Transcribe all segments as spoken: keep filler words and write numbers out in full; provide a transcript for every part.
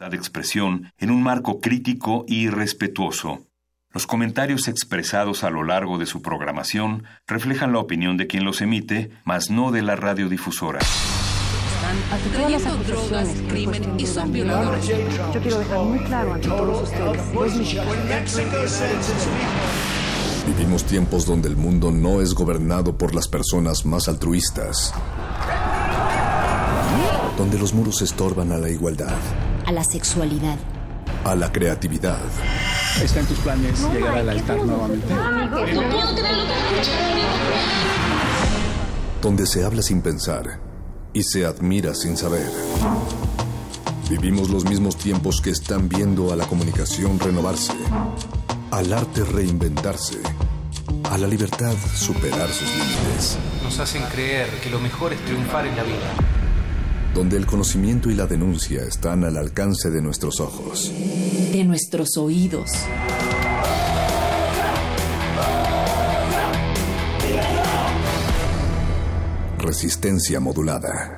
de expresión en un marco crítico y respetuoso. Los comentarios expresados a lo largo de su programación reflejan la opinión de quien los emite, mas no de la radiodifusora. Trayendo drogas, crimen y son violadores. Yo quiero dejar muy claro ante todos ustedes, los mexicanos. Vivimos tiempos donde el mundo no es gobernado por las personas más altruistas, donde los muros estorban a la igualdad, a la sexualidad, a la creatividad. ¿Está en tus planes no, llegar al altar nuevamente? Donde se habla sin pensar y se admira sin saber. Vivimos los mismos tiempos que están viendo a la comunicación renovarse, al arte reinventarse, a la libertad superar sus límites. Nos hacen creer que lo mejor es triunfar en la vida. Donde el conocimiento y la denuncia están al alcance de nuestros ojos, de nuestros oídos. Resistencia modulada.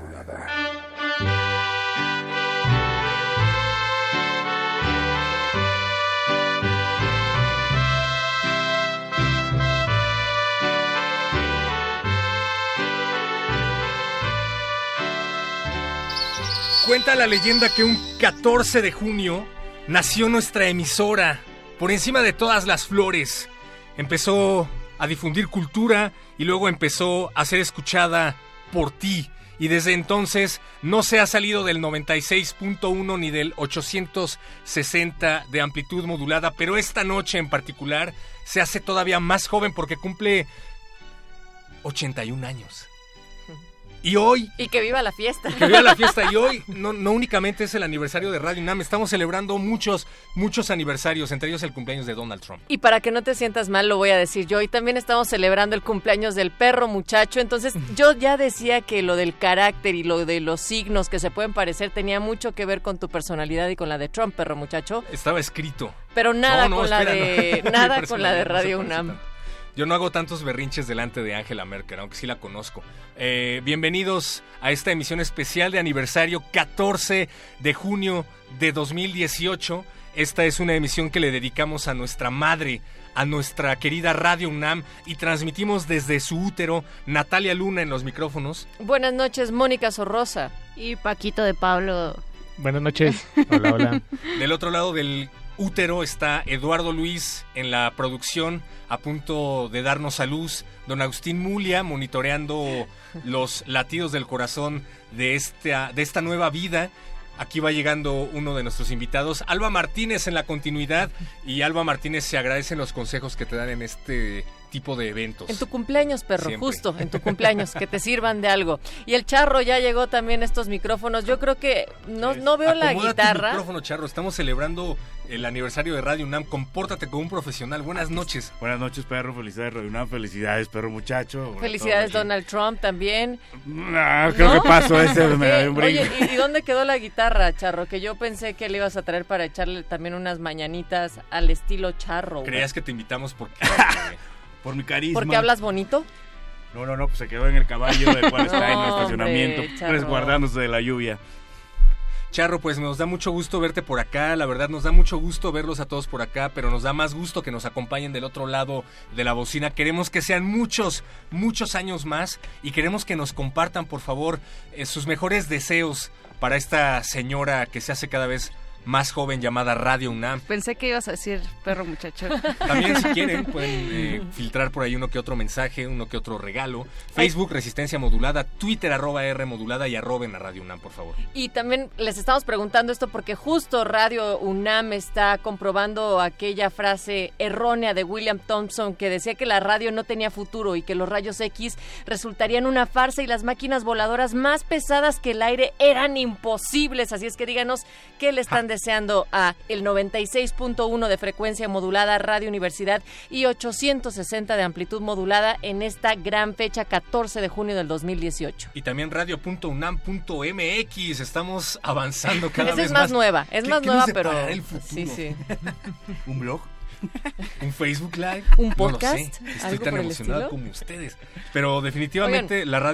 Cuenta la leyenda que un catorce de junio nació nuestra emisora, por encima de todas las flores. Empezó a difundir cultura y luego empezó a ser escuchada por ti. Y desde entonces no se ha salido del noventa y seis punto uno ni del ochocientos sesenta de amplitud modulada, pero esta noche en particular se hace todavía más joven porque cumple ochenta y un años. Y hoy... Y que viva la fiesta. Que viva la fiesta. Y hoy no, no únicamente es el aniversario de Radio UNAM, estamos celebrando muchos, muchos aniversarios, entre ellos el cumpleaños de Donald Trump. Y para que no te sientas mal, lo voy a decir yo. Y también estamos celebrando el cumpleaños del perro muchacho. Entonces, yo ya decía que lo del carácter y lo de los signos que se pueden parecer tenía mucho que ver con tu personalidad y con la de Trump, perro muchacho. Estaba escrito. Pero nada no, no, con espera, la de no. nada con la de Radio UNAM. Yo no hago tantos berrinches delante de Angela Merkel, aunque sí la conozco. Eh, bienvenidos a esta emisión especial de aniversario catorce de junio de dos mil dieciocho. Esta es una emisión que le dedicamos a nuestra madre, a nuestra querida Radio UNAM, y transmitimos desde su útero. Natalia Luna en los micrófonos. Buenas noches, Mónica Sorrosa. Y Paquito de Pablo. Buenas noches. Hola, hola. Del otro lado del útero está Eduardo Luis en la producción, a punto de darnos a luz, don Agustín Mulia monitoreando los latidos del corazón de esta, de esta nueva vida. Aquí va llegando uno de nuestros invitados, Alba Martínez en la continuidad, y Alba Martínez se agradecen los consejos que te dan en este tipo de eventos. En tu cumpleaños, perro, Siempre. Justo, en tu cumpleaños, que te sirvan de algo. Y el Charro ya llegó también a estos micrófonos. Yo creo que no, no veo la Acomoda guitarra. Tu micrófono, Charro, estamos celebrando el aniversario de Radio UNAM. Compórtate como un profesional. Buenas noches. Buenas noches, perro. Felicidades, Radio UNAM. Felicidades, perro muchacho. Felicidades, Donald Trump también. No, creo ¿No? que pasó ese. Me da un brinco. Oye, ¿y, ¿y dónde quedó la guitarra, Charro? Que yo pensé que le ibas a traer para echarle también unas mañanitas al estilo Charro. ¿Creías que te invitamos porque... por mi carisma? ¿Porque hablas bonito? No, no, no, pues se quedó en el caballo del cual está no, en el estacionamiento, hombre, resguardándose de la lluvia. Charro, pues nos da mucho gusto verte por acá, la verdad nos da mucho gusto verlos a todos por acá, pero nos da más gusto que nos acompañen del otro lado de la bocina. Queremos que sean muchos, muchos años más y queremos que nos compartan, por favor, eh, sus mejores deseos para esta señora que se hace cada vez más joven, llamada Radio UNAM. Pensé que ibas a decir perro muchacho. También, si quieren, pueden eh, filtrar por ahí uno que otro mensaje, uno que otro regalo. Facebook, Ay. Resistencia Modulada, Twitter, arroba R Modulada, y arroben a Radio UNAM, por favor. Y también les estamos preguntando esto porque justo Radio UNAM está comprobando aquella frase errónea de William Thompson que decía que la radio no tenía futuro y que los rayos X resultarían una farsa y las máquinas voladoras más pesadas que el aire eran imposibles. Así es que díganos qué le están deseando a el noventa y seis punto uno de frecuencia modulada Radio Universidad y ochocientos sesenta de amplitud modulada en esta gran fecha catorce de junio del dos mil dieciocho. Y también radio punto unam punto m x, estamos avanzando cada Esa vez es más. más. nueva, es ¿Qué, más qué nueva, nos pero el futuro? Sí, sí. ¿Un blog? ¿Un Facebook Live? ¿Un podcast? No lo sé. Estoy tan emocionado como ustedes. Pero definitivamente Oigan. la radio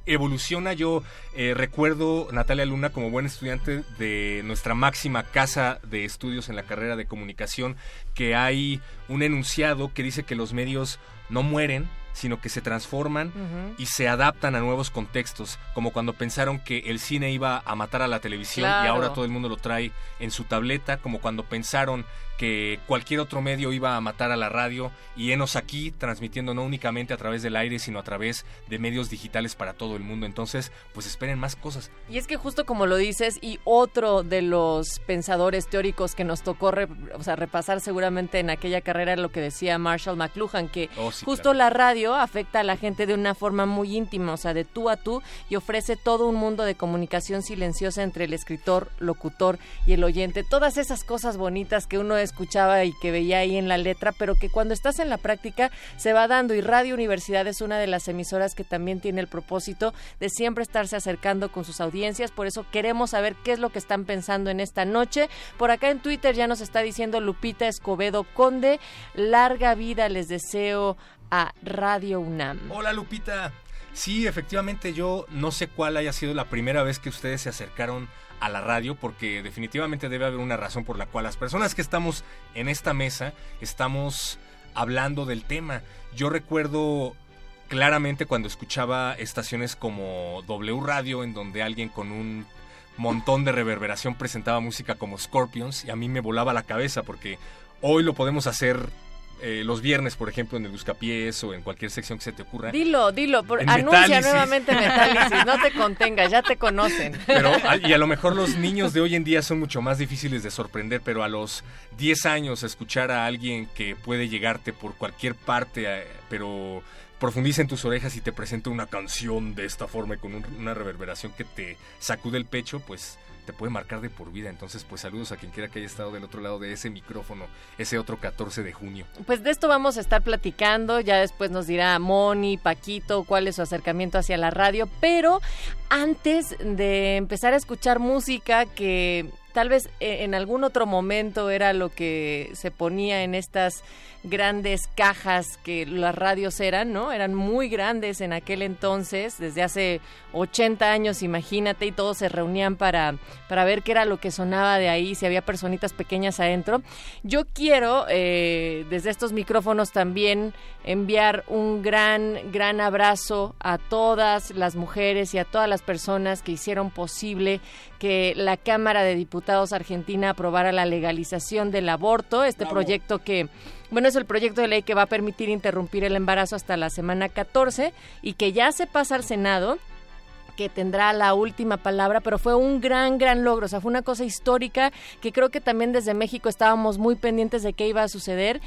evoluciona. Yo eh, recuerdo, Natalia Luna, como buen estudiante de nuestra máxima casa de estudios en la carrera de comunicación, que hay un enunciado que dice que los medios no mueren, sino que se transforman uh-huh. y se adaptan a nuevos contextos, como cuando pensaron que el cine iba a matar a la televisión claro. y ahora todo el mundo lo trae en su tableta, como cuando pensaron que cualquier otro medio iba a matar a la radio, y henos aquí transmitiendo no únicamente a través del aire, sino a través de medios digitales para todo el mundo. Entonces, pues esperen más cosas. Y es que justo como lo dices, y otro de los pensadores teóricos que nos tocó re, o sea, repasar seguramente en aquella carrera era lo que decía Marshall McLuhan, que oh, sí, justo claro. la radio afecta a la gente de una forma muy íntima, o sea, de tú a tú, y ofrece todo un mundo de comunicación silenciosa entre el escritor, locutor y el oyente. Todas esas cosas bonitas que uno escuchaba y que veía ahí en la letra, pero que cuando estás en la práctica se va dando, y Radio Universidad es una de las emisoras que también tiene el propósito de siempre estarse acercando con sus audiencias. Por eso queremos saber qué es lo que están pensando en esta noche. Por acá en Twitter ya nos está diciendo Lupita Escobedo Conde, larga vida les deseo a Radio UNAM. Hola Lupita. Sí, efectivamente yo no sé cuál haya sido la primera vez que ustedes se acercaron a la radio, porque definitivamente debe haber una razón por la cual las personas que estamos en esta mesa estamos hablando del tema. Yo recuerdo claramente cuando escuchaba estaciones como W Radio, en donde alguien con un montón de reverberación presentaba música como Scorpions, y a mí me volaba la cabeza, porque hoy lo podemos hacer Eh, los viernes, por ejemplo, en el Buscapiés o en cualquier sección que se te ocurra. Dilo, dilo, por, anuncia Metálisis. Nuevamente Metálisis, no te contengas, ya te conocen. Pero, y a lo mejor los niños de hoy en día son mucho más difíciles de sorprender, pero a los diez años escuchar a alguien que puede llegarte por cualquier parte, eh, pero profundiza en tus orejas y te presenta una canción de esta forma y con un, una reverberación que te sacude el pecho, pues te puede marcar de por vida. Entonces, pues saludos a quien quiera que haya estado del otro lado de ese micrófono ese otro catorce de junio. Pues de esto vamos a estar platicando, ya después nos dirá Moni, Paquito, cuál es su acercamiento hacia la radio, pero antes de empezar a escuchar música que tal vez en algún otro momento era lo que se ponía en estas grandes cajas que las radios eran, ¿no? Eran muy grandes en aquel entonces, desde hace ochenta años, imagínate, y todos se reunían para, para ver qué era lo que sonaba de ahí, si había personitas pequeñas adentro. Yo quiero, eh, desde estos micrófonos también, enviar un gran, gran abrazo a todas las mujeres y a todas las personas que hicieron posible que la Cámara de Diputados Argentina aprobara la legalización del aborto, este Bravo. proyecto que... Bueno, es el proyecto de ley que va a permitir interrumpir el embarazo hasta la semana catorce y que ya se pasa al Senado, que tendrá la última palabra, pero fue un gran, gran logro, o sea, fue una cosa histórica que creo que también desde México estábamos muy pendientes de qué iba a suceder,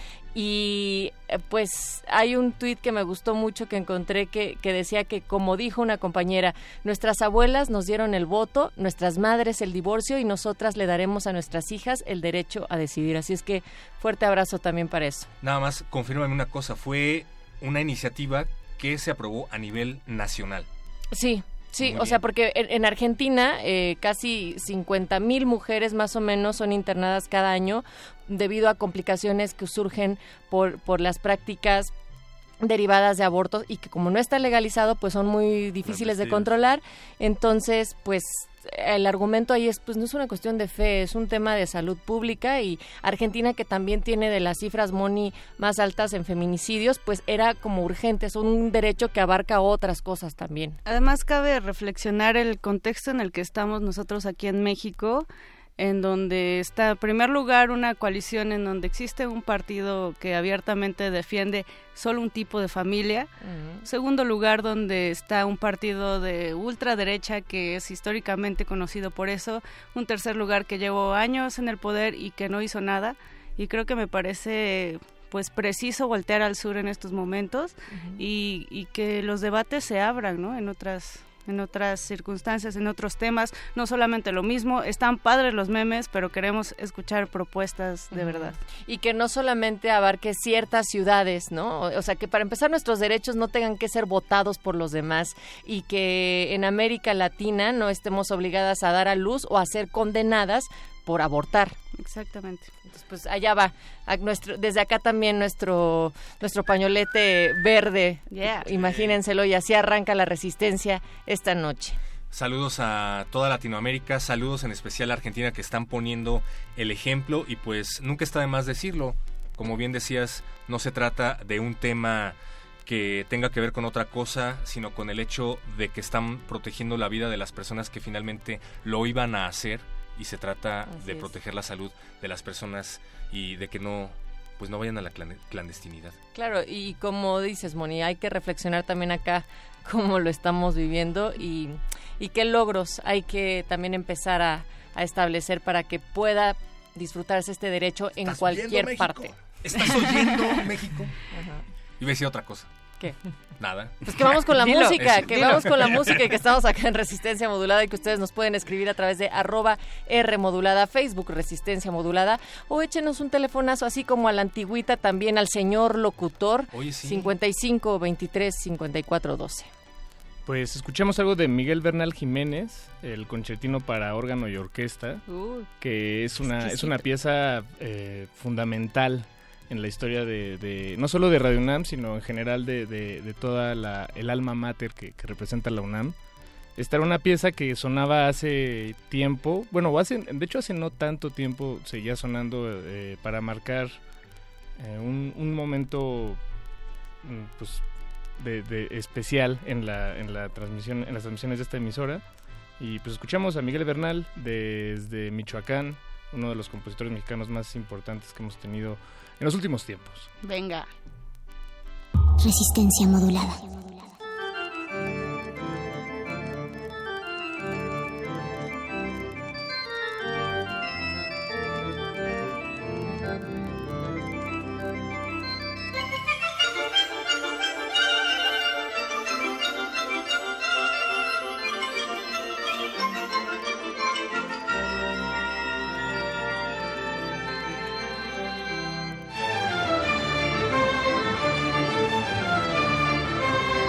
y pues hay un tuit que me gustó mucho que encontré que, que decía que, como dijo una compañera, nuestras abuelas nos dieron el voto, nuestras madres el divorcio, y nosotras le daremos a nuestras hijas el derecho a decidir. Así es que fuerte abrazo también para eso. Nada más, confírmame una cosa, fue una iniciativa que se aprobó a nivel nacional. Sí. Sí, o sea, porque en, en Argentina eh, casi cincuenta mil mujeres más o menos son internadas cada año debido a complicaciones que surgen por, por las prácticas derivadas de abortos, y que como no está legalizado, pues son muy difíciles de controlar. Entonces, pues el argumento ahí es, pues no es una cuestión de fe, es un tema de salud pública, y Argentina, que también tiene de las cifras, Moni, más altas en feminicidios, pues era como urgente, es un derecho que abarca otras cosas también. Además, cabe reflexionar el contexto en el que estamos nosotros aquí en México, en donde está, en primer lugar, una coalición en donde existe un partido que abiertamente defiende solo un tipo de familia. Uh-huh. Segundo lugar, donde está un partido de ultraderecha que es históricamente conocido por eso. Un tercer lugar que llevó años en el poder y que no hizo nada. Y creo que me parece pues preciso voltear al sur en estos momentos, uh-huh. y, y que los debates se abran, ¿no? En otras... en otras circunstancias, en otros temas, no solamente lo mismo. Están padres los memes, pero queremos escuchar propuestas de verdad. Y que no solamente abarque ciertas ciudades, ¿no? O, o sea, que para empezar nuestros derechos no tengan que ser votados por los demás, y que en América Latina no estemos obligadas a dar a luz o a ser condenadas por abortar. Exactamente. Entonces, pues allá va. A nuestro, desde acá también nuestro nuestro pañolete verde. Yeah. Imagínenselo, y así arranca la resistencia esta noche. Saludos a toda Latinoamérica, saludos en especial a Argentina, que están poniendo el ejemplo, y pues nunca está de más decirlo. Como bien decías, no se trata de un tema que tenga que ver con otra cosa, sino con el hecho de que están protegiendo la vida de las personas que finalmente lo iban a hacer, y se trata Así de es. proteger la salud de las personas y de que no pues no vayan a la clandestinidad. Claro, y como dices, Moni, hay que reflexionar también acá cómo lo estamos viviendo y, y qué logros hay que también empezar a, a establecer para que pueda disfrutarse este derecho en cualquier parte. ¿Estás oyendo, México? Ajá. Iba a decir otra cosa. ¿Qué? Nada. Pues que vamos con la Dilo, música, es, que dilo. vamos con la música y que estamos acá en Resistencia Modulada y que ustedes nos pueden escribir a través de arroba R Modulada, Facebook Resistencia Modulada, o échenos un telefonazo así como a la antigüita también al señor locutor. Oye, sí. cincuenta y cinco veintitrés cincuenta y cuatro doce. Pues escuchemos algo de Miguel Bernal Jiménez, el concertino para órgano y orquesta, Uh, que es una, exquisito. es una pieza eh, fundamental en la historia de, de no solo de Radio UNAM, sino en general de, de, de toda la, el alma mater que, que representa la UNAM. Esta era una pieza que sonaba hace tiempo, bueno, hace, de hecho hace no tanto tiempo seguía sonando eh, para marcar eh, un, un momento pues de, de especial en la, en la transmisión, en las transmisiones de esta emisora. Y pues escuchamos a Miguel Bernal desde Michoacán, uno de los compositores mexicanos más importantes que hemos tenido en los últimos tiempos. Venga. Resistencia modulada. Thank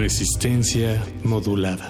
Resistencia modulada.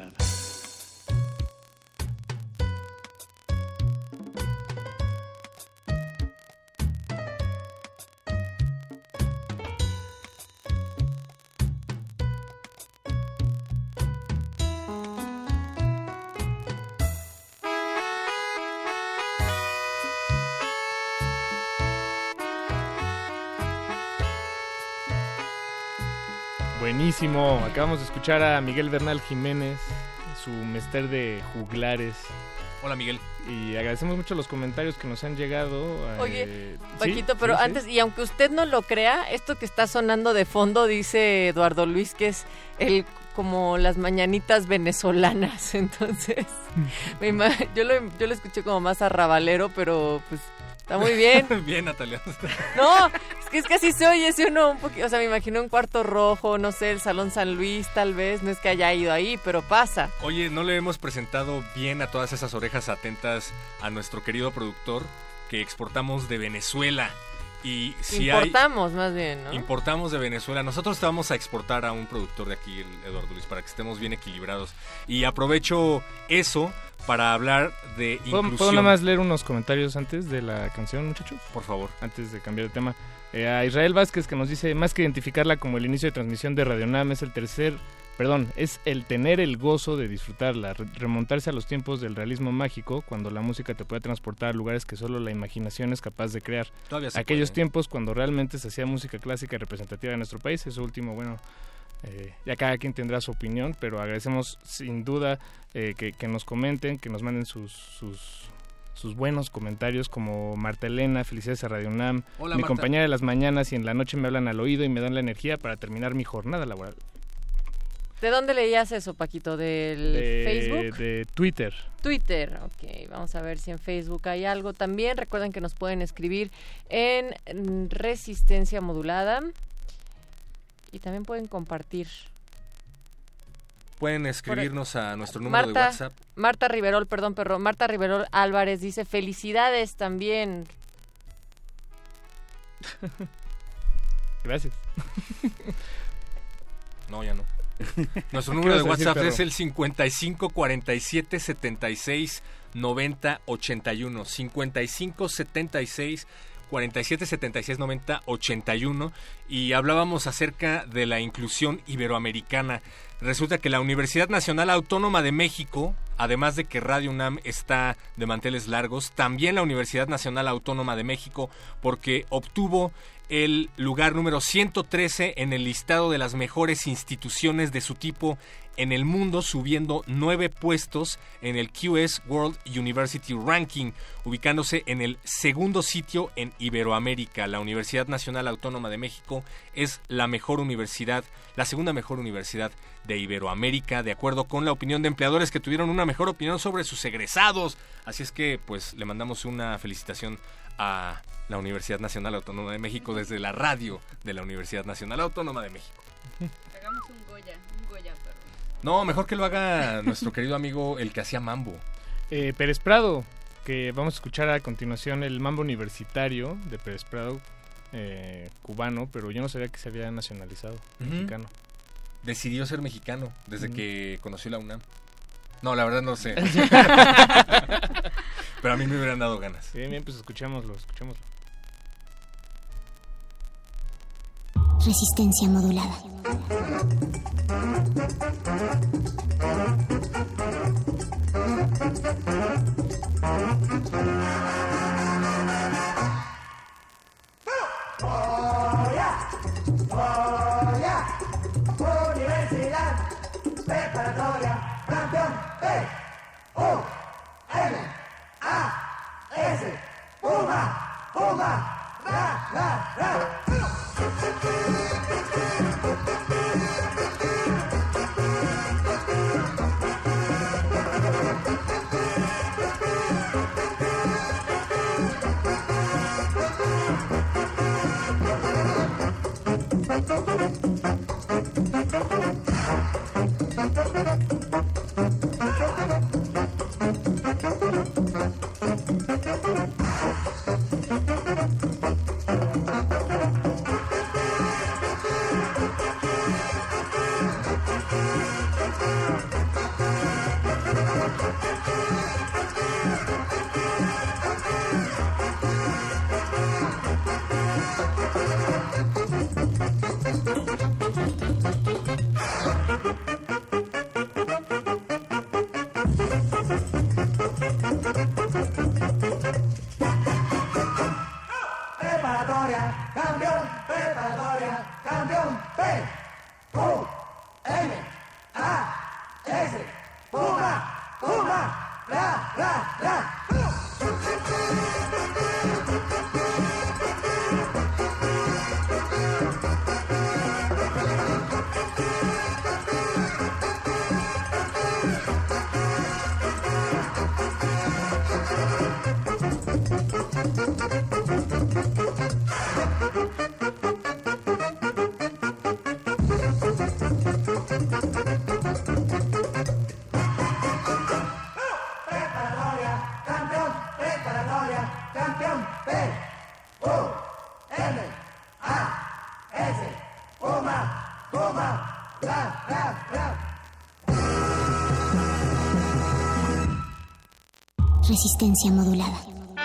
Buenísimo, acabamos de escuchar a Miguel Bernal Jiménez, su mester de juglares. Hola Miguel. Y agradecemos mucho los comentarios que nos han llegado. Oye, eh, Paquito, ¿sí? pero ¿Sí? antes, y aunque usted no lo crea, esto que está sonando de fondo, dice Eduardo Luis, que es el como las mañanitas venezolanas, entonces me ima- yo, lo, yo lo escuché como más arrabalero, pero pues está muy bien. Bien, Natalia. No, es que es que así se oye, si uno un poquito, o sea, me imagino un cuarto rojo, no sé, el Salón San Luis tal vez, no es que haya ido ahí, pero pasa. Oye, no le hemos presentado bien a todas esas orejas atentas a nuestro querido productor que exportamos de Venezuela. Y si Importamos hay, más bien, ¿no? Importamos de Venezuela. Nosotros te vamos a exportar a un productor de aquí, el Eduardo Luis, para que estemos bien equilibrados. Y aprovecho eso para hablar de ¿Puedo, inclusión. ¿Puedo nada más leer unos comentarios antes de la canción, muchachos? Por favor. Antes de cambiar de tema. Eh, a Israel Vázquez, que nos dice, más que identificarla como el inicio de transmisión de Radio Nam, es el tercer... Perdón, es el tener el gozo de disfrutarla, re- remontarse a los tiempos del realismo mágico, cuando la música te puede transportar a lugares que solo la imaginación es capaz de crear. Todavía se Aquellos puede. tiempos cuando realmente se hacía música clásica y representativa de nuestro país. Eso último, bueno, eh, ya cada quien tendrá su opinión, pero agradecemos sin duda eh, que, que nos comenten, que nos manden sus... sus sus buenos comentarios, como Marta Elena, felicidades a Radio Nam, Hola, mi Marta. compañera de las mañanas, y en la noche me hablan al oído y me dan la energía para terminar mi jornada laboral. ¿De dónde leías eso, Paquito? ¿Del de, Facebook? De Twitter. Twitter, ok, vamos a ver si en Facebook hay algo también. Recuerden que nos pueden escribir en Resistencia Modulada y también pueden compartir. Pueden escribirnos a nuestro número Marta, de WhatsApp. Marta Riverol, perdón, perro. Marta Riverol Álvarez dice, felicidades también. Gracias. No, ya no. Nuestro ¿Qué número de vas a decir, WhatsApp perro? es el cincuenta y cinco cuarenta y siete setenta y seis noventa ochenta y uno. cincuenta y cinco setenta y seis cuarenta y siete setenta y seis noventa ochenta y uno. Y hablábamos acerca de la inclusión iberoamericana. Resulta que la Universidad Nacional Autónoma de México, además de que Radio UNAM está de manteles largos, también la Universidad Nacional Autónoma de México, porque obtuvo el lugar número ciento trece en el listado de las mejores instituciones de su tipo en el mundo, subiendo nueve puestos en el Q S World University Ranking, ubicándose en el segundo sitio en Iberoamérica. La Universidad Nacional Autónoma de México es la mejor universidad, la segunda mejor universidad de Iberoamérica, de acuerdo con la opinión de empleadores que tuvieron una mejor opinión sobre sus egresados. Así es que, pues, le mandamos una felicitación a la Universidad Nacional Autónoma de México desde la radio de la Universidad Nacional Autónoma de México. Hagamos un Goya, un Goya, perro. No, mejor que lo haga nuestro querido amigo el que hacía mambo. Eh, Pérez Prado, que vamos a escuchar a continuación el mambo universitario de Pérez Prado, eh, cubano, pero yo no sabía que se había nacionalizado, Ujú. mexicano. Decidió ser mexicano desde Ujú. que conoció la UNAM. No, la verdad no sé. Pero a mí me hubieran dado ganas. Bien, bien, pues escuchémoslo, escuchémoslo. Resistencia modulada. Universidad Preparatoria Campeón P U M A S Puma Puma Ra Ra Ra preparatoria, campeón, preparatoria, campeón, P, U, M, A, S, Puma, Puma, ra, ra, ra. Resistencia modulada.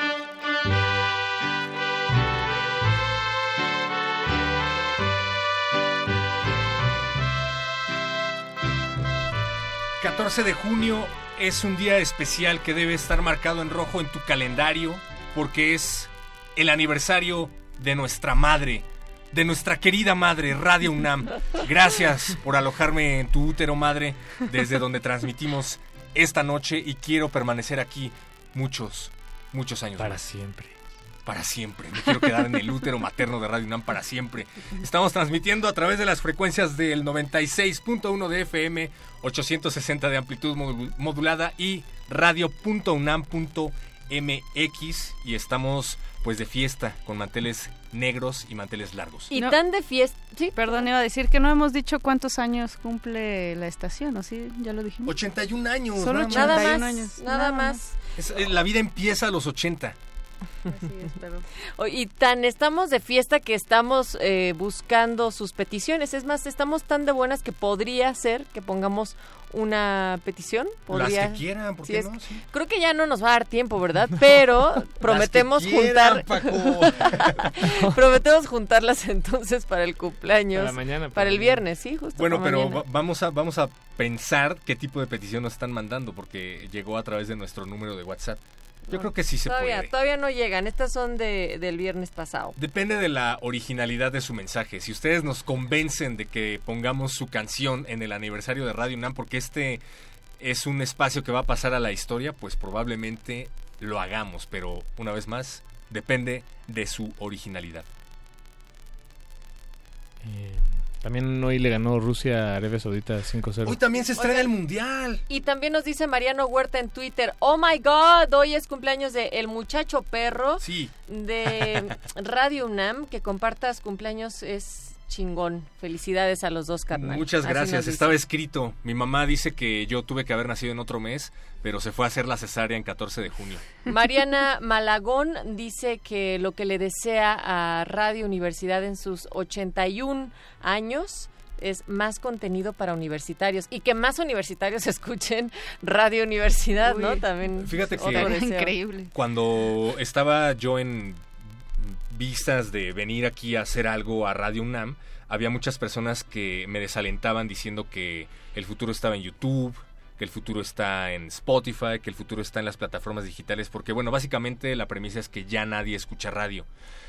catorce de junio es un día especial que debe estar marcado en rojo en tu calendario porque es el aniversario de nuestra madre, de nuestra querida madre, Radio UNAM. Gracias por alojarme en tu útero, madre, desde donde transmitimos esta noche y quiero permanecer aquí muchos, muchos años. Para más. siempre. Para siempre. Me quiero quedar en el útero materno de Radio UNAM para siempre. Estamos transmitiendo a través de las frecuencias del noventa y seis punto uno de F M, ochocientos sesenta de amplitud modulada y radio punto unam punto m x y estamos pues de fiesta con manteles negros y manteles largos. Y no, tan de fiesta... Sí, perdón, iba a decir que no hemos dicho cuántos años cumple la estación, ¿o sí? Ya lo dijimos. ochenta y un años. Solo nada ochenta y un más, años. Nada, nada más. más. Es, eh, la vida empieza a los ochenta. Así es, pero... Y tan estamos de fiesta que estamos eh, buscando sus peticiones. Es más, estamos tan de buenas que podría ser que pongamos una petición. Podría... Las que quieran, ¿por qué sí, no? Es... Sí. Creo que ya no nos va a dar tiempo, ¿verdad? Pero prometemos Las que quieran, juntar... Paco. prometemos juntarlas entonces para el cumpleaños. Para mañana. Para, para el viernes, sí, justo. Bueno, pero mañana. vamos a, vamos a pensar qué tipo de petición nos están mandando porque llegó a través de nuestro número de WhatsApp. Yo no, creo que sí se todavía, puede. Todavía no llegan, estas son de, del viernes pasado. Depende de la originalidad de su mensaje. Si ustedes nos convencen de que pongamos su canción en el aniversario de Radio UNAM, porque este es un espacio que va a pasar a la historia, pues probablemente lo hagamos. Pero, una vez más, depende de su originalidad. Eh... También hoy le ganó Rusia a Arabia Saudita cinco cero. Hoy también se estrena Oigan, el Mundial. Y también nos dice Mariano Huerta en Twitter, oh my God, hoy es cumpleaños de El Muchacho Perro. Sí. De Radio UNAM, que compartas cumpleaños es chingón. Felicidades a los dos, carnal. Muchas Así gracias, nos dice. estaba escrito. Mi mamá dice que yo tuve que haber nacido en otro mes, pero se fue a hacer la cesárea en catorce de junio. Mariana Malagón dice que lo que le desea a Radio Universidad en sus ochenta y un años es más contenido para universitarios y que más universitarios escuchen Radio Universidad, Uy, ¿no? También fíjate que increíble. Cuando estaba yo en vistas de venir aquí a hacer algo a Radio UNAM, había muchas personas que me desalentaban diciendo que el futuro estaba en YouTube, que el futuro está en Spotify, que el futuro está en las plataformas digitales, porque bueno, básicamente la premisa es que ya nadie escucha radio.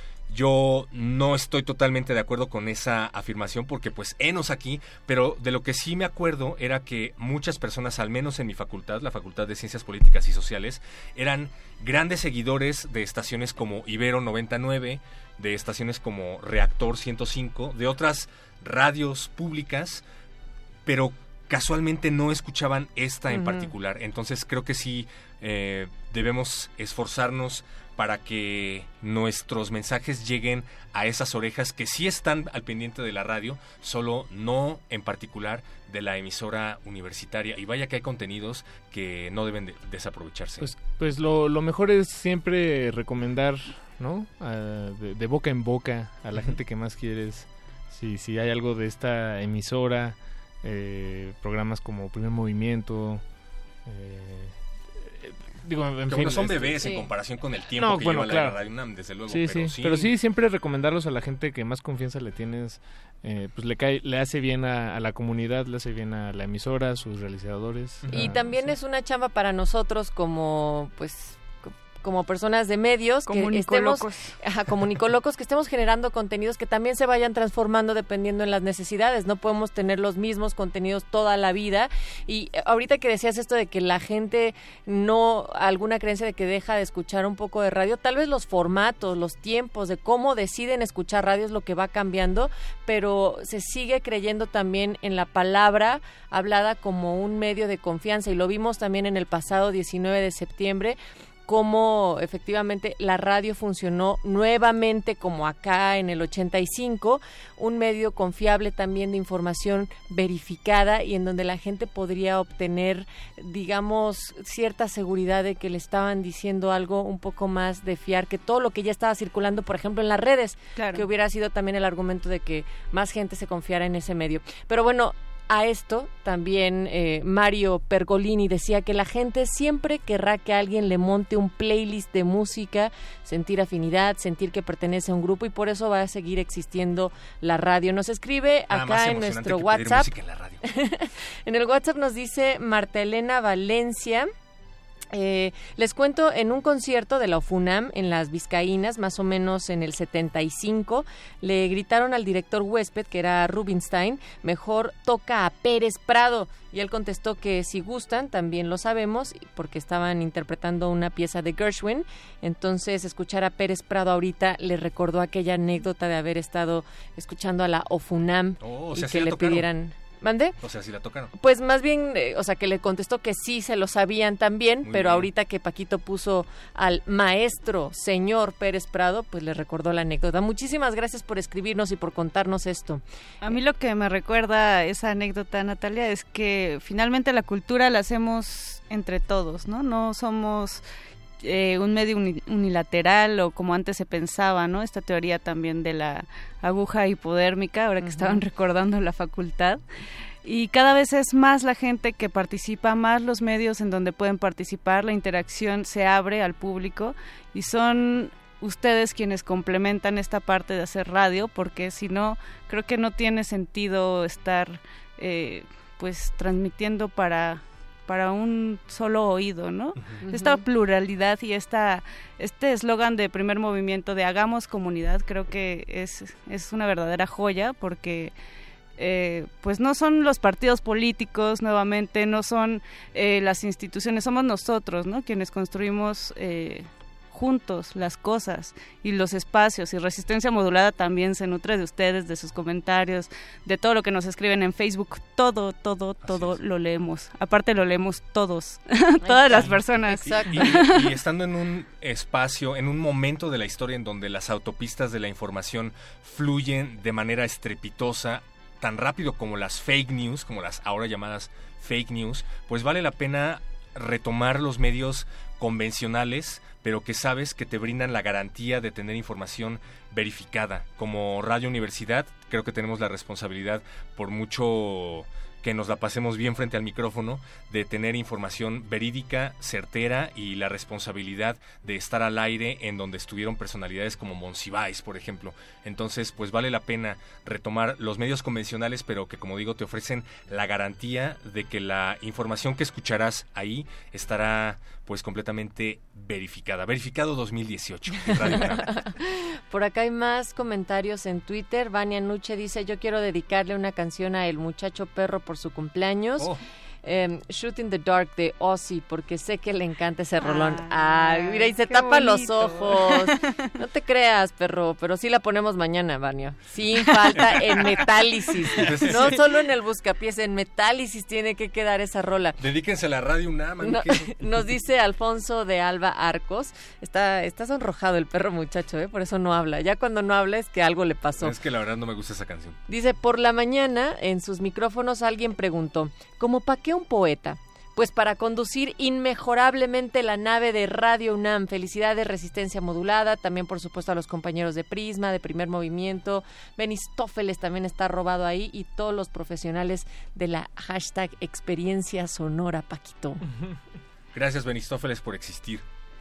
Yo no estoy totalmente de acuerdo con esa afirmación porque pues henos aquí, pero de lo que sí me acuerdo era que muchas personas, al menos en mi facultad, la Facultad de Ciencias Políticas y Sociales, eran grandes seguidores de estaciones como Ibero noventa y nueve, de estaciones como Reactor ciento cinco, de otras radios públicas, pero casualmente no escuchaban esta en Uh-huh. particular. Entonces creo que sí eh, debemos esforzarnos para que nuestros mensajes lleguen a esas orejas que sí están al pendiente de la radio, solo no en particular de la emisora universitaria. Y vaya que hay contenidos que no deben de desaprovecharse. Pues, pues lo, lo mejor es siempre recomendar, ¿no? A, de, de boca en boca a la uh-huh. gente que más quieres. Si, si hay algo de esta emisora, eh, programas como Primer Movimiento... Eh, Digo, en que fin, no son este, bebés sí. en comparación con el tiempo no, que bueno, lleva claro. la Radio UNAM, desde luego. Sí, pero, sí. sí. pero sí, siempre recomendarlos a la gente que más confianza le tienes, eh, pues le cae, le hace bien a, a la comunidad, le hace bien a la emisora, a sus realizadores. Y a, también sí. es una chamba para nosotros como, pues, como personas de medios, que estemos, ajá, comunicolocos, que estemos generando contenidos que también se vayan transformando dependiendo en las necesidades. No podemos tener los mismos contenidos toda la vida. Y ahorita que decías esto de que la gente no, alguna creencia de que deja de escuchar un poco de radio, tal vez los formatos, los tiempos de cómo deciden escuchar radio es lo que va cambiando, pero se sigue creyendo también en la palabra hablada como un medio de confianza, y lo vimos también en el pasado diecinueve de septiembre, cómo efectivamente la radio funcionó nuevamente como acá en el ochenta y cinco, un medio confiable también de información verificada y en donde la gente podría obtener, digamos, cierta seguridad de que le estaban diciendo algo un poco más de fiar que todo lo que ya estaba circulando, por ejemplo, en las redes, claro, que hubiera sido también el argumento de que más gente se confiara en ese medio. Pero bueno, a esto también eh, Mario Pergolini decía que la gente siempre querrá que alguien le monte un playlist de música, sentir afinidad, sentir que pertenece a un grupo, y por eso va a seguir existiendo la radio. Nos escribe Nada acá en nuestro WhatsApp. En, la radio. En el WhatsApp nos dice Marta Elena Valencia. Eh, les cuento, en un concierto de la UFUNAM en las Vizcaínas, más o menos en el setenta y cinco, le gritaron al director huésped, que era Rubinstein, mejor toca a Pérez Prado, y él contestó que si gustan, también lo sabemos, porque estaban interpretando una pieza de Gershwin. Entonces escuchar a Pérez Prado ahorita le recordó aquella anécdota de haber estado escuchando a la UFUNAM oh, o y sea, que le le tocaron. pidieran... ¿Mande? O sea, si la tocaron. Pues más bien, eh, o sea, que le contestó que sí se lo sabían también, Muy pero bien. Ahorita que Paquito puso al maestro señor Pérez Prado, pues le recordó la anécdota. Muchísimas gracias por escribirnos y por contarnos esto. A mí lo que me recuerda esa anécdota, Natalia, es que finalmente la cultura la hacemos entre todos, ¿no? No somos... Eh, un medio uni- unilateral o como antes se pensaba, ¿no? Esta teoría también de la aguja hipodérmica, ahora que uh-huh. estaban recordando la facultad. Y cada vez es más la gente que participa, más los medios en donde pueden participar, la interacción se abre al público y son ustedes quienes complementan esta parte de hacer radio, porque si no, creo que no tiene sentido estar eh, pues transmitiendo para... para un solo oído, ¿no? Uh-huh. Esta pluralidad y esta este eslogan de Primer Movimiento de hagamos comunidad, creo que es, es una verdadera joya, porque eh, pues no son los partidos políticos, nuevamente, no son eh, las instituciones, somos nosotros, ¿no? Quienes construimos eh, juntos las cosas y los espacios, y Resistencia Modulada también se nutre de ustedes, de sus comentarios, de todo lo que nos escriben en Facebook, todo, todo, todo lo leemos, aparte lo leemos todos, todas las personas. Exacto. Y, y, y estando en un espacio, en un momento de la historia en donde las autopistas de la información fluyen de manera estrepitosa, tan rápido como las fake news, como las ahora llamadas fake news, pues vale la pena retomar los medios convencionales, pero que sabes que te brindan la garantía de tener información verificada. Como Radio Universidad, creo que tenemos la responsabilidad, por mucho que nos la pasemos bien frente al micrófono, de tener información verídica, certera, y la responsabilidad de estar al aire en donde estuvieron personalidades como Monsiváis, por ejemplo. Entonces, pues vale la pena retomar los medios convencionales, pero que, como digo, te ofrecen la garantía de que la información que escucharás ahí estará pues completamente verificada. Verificado dos mil dieciocho. Radio Por acá hay más comentarios en Twitter. Vania Nuche dice: yo quiero dedicarle una canción a El Muchacho Perro por su cumpleaños. Oh. Um, Shoot in the Dark de Ozzy, porque sé que le encanta ese rolón. Ah, Ay, mira, y se tapa bonito. Los ojos. No te creas, perro, pero sí la ponemos mañana, Vania. Sin falta, en Metálisis. No solo en el Buscapiés, en Metálisis tiene que quedar esa rola. Dedíquense a la radio UNAM. No, nos dice Alfonso de Alba Arcos. Está, está sonrojado el perro muchacho, ¿eh? Por eso no habla. Ya cuando no habla es que algo le pasó. Es que la verdad no me gusta esa canción. Dice: por la mañana, en sus micrófonos, alguien preguntó, ¿cómo pa' qué un poeta? Pues para conducir inmejorablemente la nave de Radio UNAM. Felicidades, Resistencia Modulada, también por supuesto a los compañeros de Prisma, de Primer Movimiento. Benistófeles también está robado ahí, y todos los profesionales de la hashtag Experiencia Sonora, Paquito. Gracias, Benistófeles, por existir.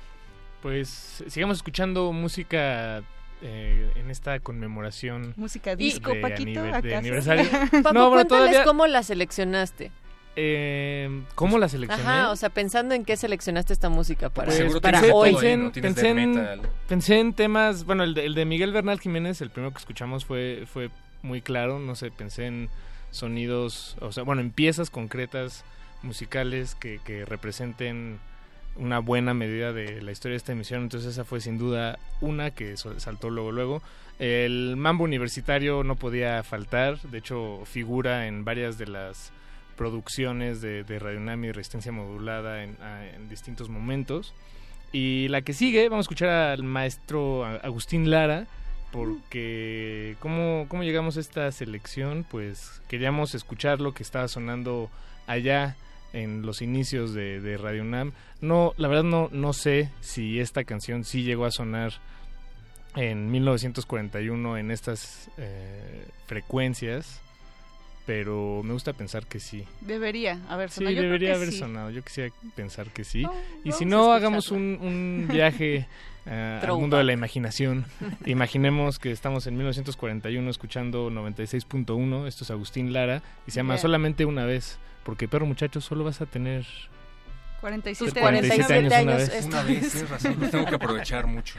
Pues sigamos escuchando música eh, en esta conmemoración. Música disco, de, Paquito, aniver- de ¿acaso? aniversario. Paco, no, cuéntales todavía... cómo la seleccionaste. Eh, ¿Cómo la seleccioné? Ajá, o sea, pensando en qué seleccionaste esta música para, pues, para pensé, hoy. Pensé en, ¿no? pensé, en, metal. pensé en temas, bueno, el de, el de Miguel Bernal Jiménez, el primero que escuchamos fue, fue muy claro, no sé, pensé en sonidos, o sea, bueno, en piezas concretas musicales que, que representen una buena medida de la historia de esta emisión, entonces esa fue sin duda una que saltó luego luego. El mambo universitario no podía faltar, de hecho figura en varias de las producciones de, de Radio UNAM y Resistencia Modulada en, a, en distintos momentos. Y la que sigue, vamos a escuchar al maestro Agustín Lara, porque ¿cómo, cómo llegamos a esta selección? Pues queríamos escuchar lo que estaba sonando allá en los inicios de, de Radio UNAM. No, la verdad no, no sé si esta canción sí llegó a sonar en mil novecientos cuarenta y uno en estas eh, frecuencias, pero me gusta pensar que sí. Debería haber sonado. Sí, yo debería creo que haber sí. sonado. Yo quisiera pensar que sí. No, y si vamos no, a hagamos un, un viaje uh, al mundo de la imaginación. Imaginemos que estamos en mil novecientos cuarenta y uno escuchando noventa y seis punto uno. Esto es Agustín Lara y se llama Yeah. Solamente una vez. Porque, perro muchacho, solo vas a tener cuarenta y siete, cuarenta y siete años, años una vez. Una vez, tienes razón, los tengo que aprovechar mucho.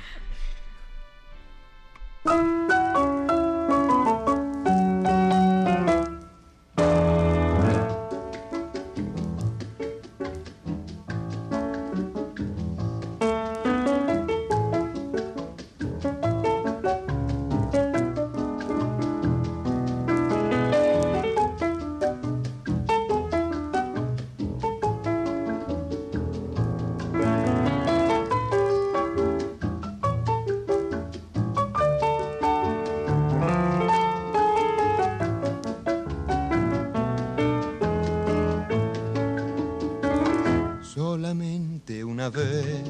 Solamente una vez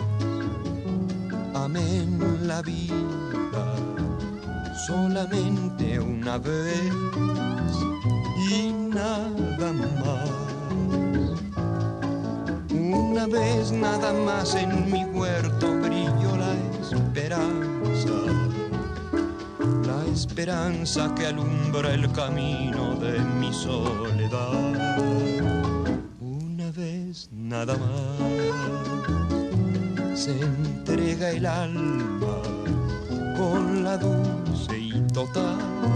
amé en la vida, solamente una vez y nada más. Una vez nada más en mi huerto brilló la esperanza, la esperanza que alumbra el camino de mi soledad. Una vez nada más se entrega el alma con la dulce y total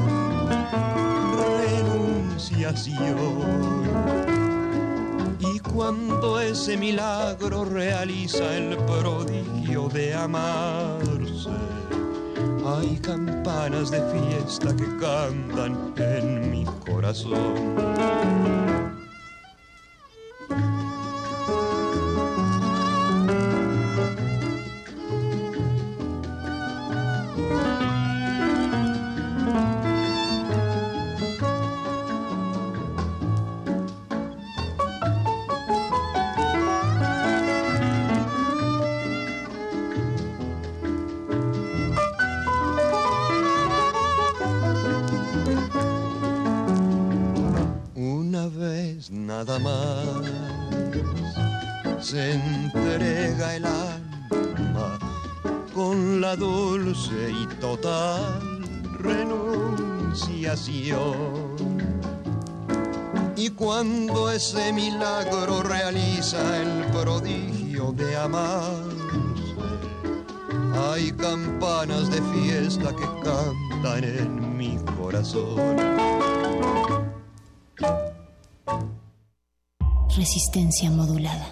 renunciación. Y cuando ese milagro realiza el prodigio de amarse, hay campanas de fiesta que cantan en mi corazón. Nada más se entrega el alma con la dulce y total renunciación. Y cuando ese milagro realiza el prodigio de amarse, hay campanas de fiesta que cantan en mi corazón. Resistencia modulada.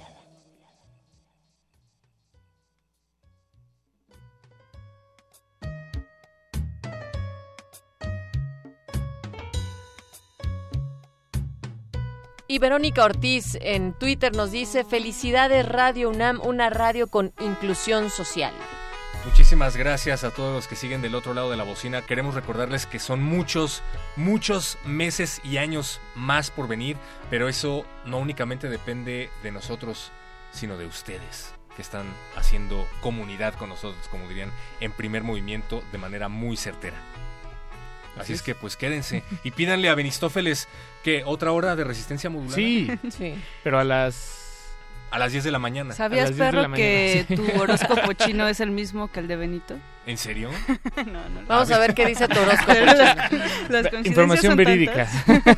Y Verónica Ortiz en Twitter nos dice: felicidades Radio UNAM, una radio con inclusión social. Muchísimas gracias a todos los que siguen del otro lado de la bocina. Queremos recordarles que son muchos, muchos meses y años más por venir, pero eso no únicamente depende de nosotros, sino de ustedes, que están haciendo comunidad con nosotros, como dirían, en Primer Movimiento, de manera muy certera. Así es que pues quédense y pídanle a Benistófeles que otra hora de resistencia modulada. Sí, sí. Pero a las A las diez de la mañana. ¿Sabías, perro, que sí. tu horóscopo chino es el mismo que el de Benito? ¿En serio? no, no, no. Vamos a ver qué dice tu horóscopo chino. Las, las información verídica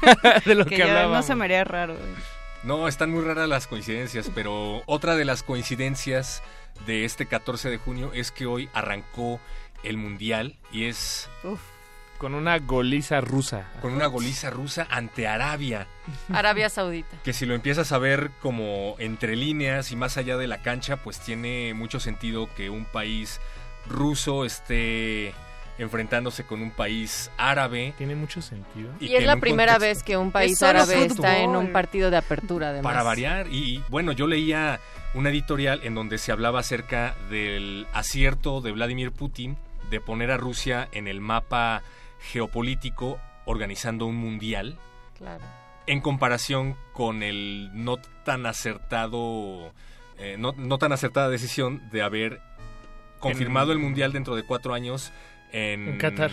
de lo que, que hablábamos. No se me haría raro. No, están muy raras las coincidencias, pero otra de las coincidencias de este catorce de junio es que hoy arrancó el Mundial y es... Uf. Con una goliza rusa. Con una goliza rusa ante Arabia. Arabia Saudita. Que si lo empiezas a ver como entre líneas y más allá de la cancha, pues tiene mucho sentido que un país ruso esté enfrentándose con un país árabe. Tiene mucho sentido. Y, y es la primera contexto... vez que un país árabe fútbol. está en un partido de apertura, además. Para variar. Y bueno, yo leía una editorial en donde se hablaba acerca del acierto de Vladimir Putin de poner a Rusia en el mapa geopolítico organizando un mundial. Claro. En comparación con el no tan acertado, eh, no, no tan acertada decisión de haber confirmado en, el mundial dentro de cuatro años en, en Qatar.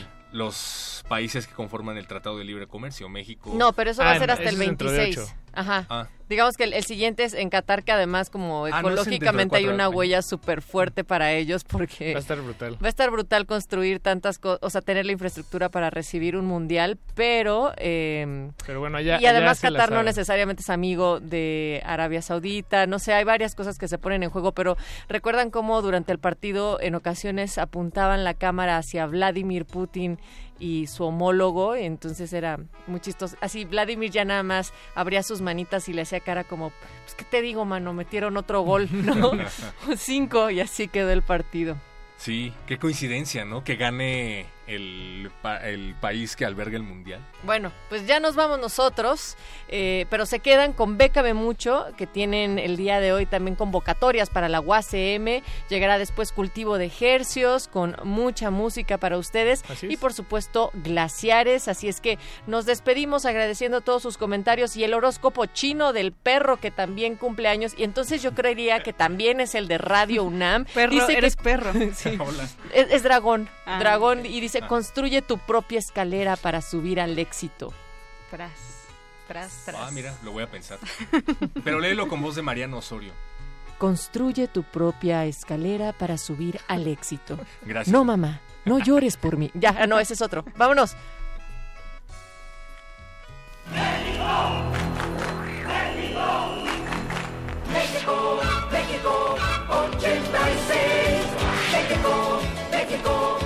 Los países que conforman el Tratado de Libre Comercio, México. No, pero eso va ah, a ser hasta el veintiséis. De Ajá. Ah. Digamos que el, el siguiente es en Qatar, que además como ah, ecológicamente no hay una años. huella súper fuerte para ellos porque... Va a estar brutal. Va a estar brutal construir tantas cosas, o sea, tener la infraestructura para recibir un mundial, pero... Eh, pero bueno, allá, y además allá Qatar no necesariamente es amigo de Arabia Saudita, no sé, hay varias cosas que se ponen en juego, pero ¿recuerdan cómo durante el partido en ocasiones apuntaban la cámara hacia Vladimir Putin y su homólogo? Entonces era muy chistoso. Así Vladimir ya nada más abría sus manitas y le hacía cara como, pues qué te digo, mano, metieron otro gol, ¿no? Cinco, y así quedó el partido. Sí, qué coincidencia, ¿no? Que gane el, pa- el país que alberga el mundial. Bueno, pues ya nos vamos nosotros, eh, pero se quedan con Bécame Mucho, que tienen el día de hoy también convocatorias para la U A C M. Llegará después Cultivo de Hercios, con mucha música para ustedes. Y por supuesto Glaciares, así es que nos despedimos agradeciendo todos sus comentarios y el horóscopo chino del perro, que también cumple años, y entonces yo creería que también es el de Radio UNAM. Perro, dice eres que, perro. Sí, es, es dragón, ah, dragón, okay. Y dice, construye tu propia escalera para subir al éxito. Tras, tras, tras. Ah, mira, lo voy a pensar. Pero léelo con voz de Mariano Osorio. Construye tu propia escalera para subir al éxito. Gracias. No, mamá, no llores por mí. Ya, no, ese es otro. Vámonos. México, México, México, ochenta y seis. México, México.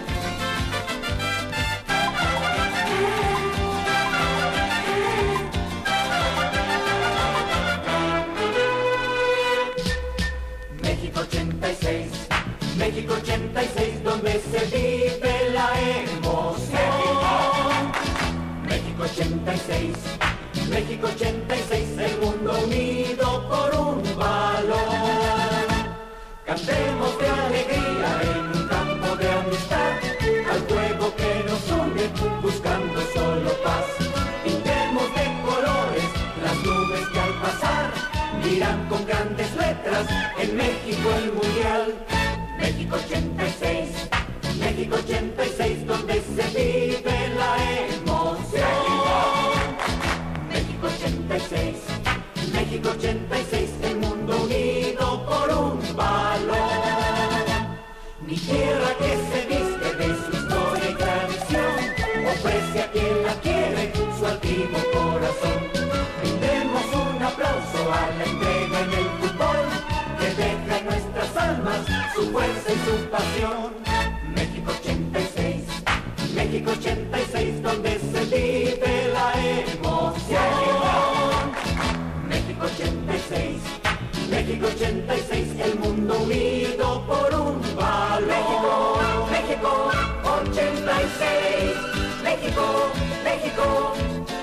México ochenta y seis, México ochenta y seis, donde se vive la emoción. México ochenta y seis, México ochenta y seis, el mundo unido por un valor. Cantemos de alegría en un campo de amistad, al fuego que nos une, buscando solo paz. Pintemos de colores las nubes que al pasar dirán con grandes letras, en México el mundial. México ochenta y seis, México ochenta y seis, donde se vive la emoción. México ochenta y seis, México ochenta y seis, el mundo unido por un valor. Mi tierra que se viste de su historia y tradición, ofrece a quien la quiere su altivo corazón. Brindemos un aplauso a la entrega en el fútbol, que deja en nuestras almas su fuerza y su pasión. México ochenta y seis, México ochenta y seis, donde se vive la emoción. México ochenta y seis, México ochenta y seis, el mundo unido por un valor. México, México ochenta y seis, México, México.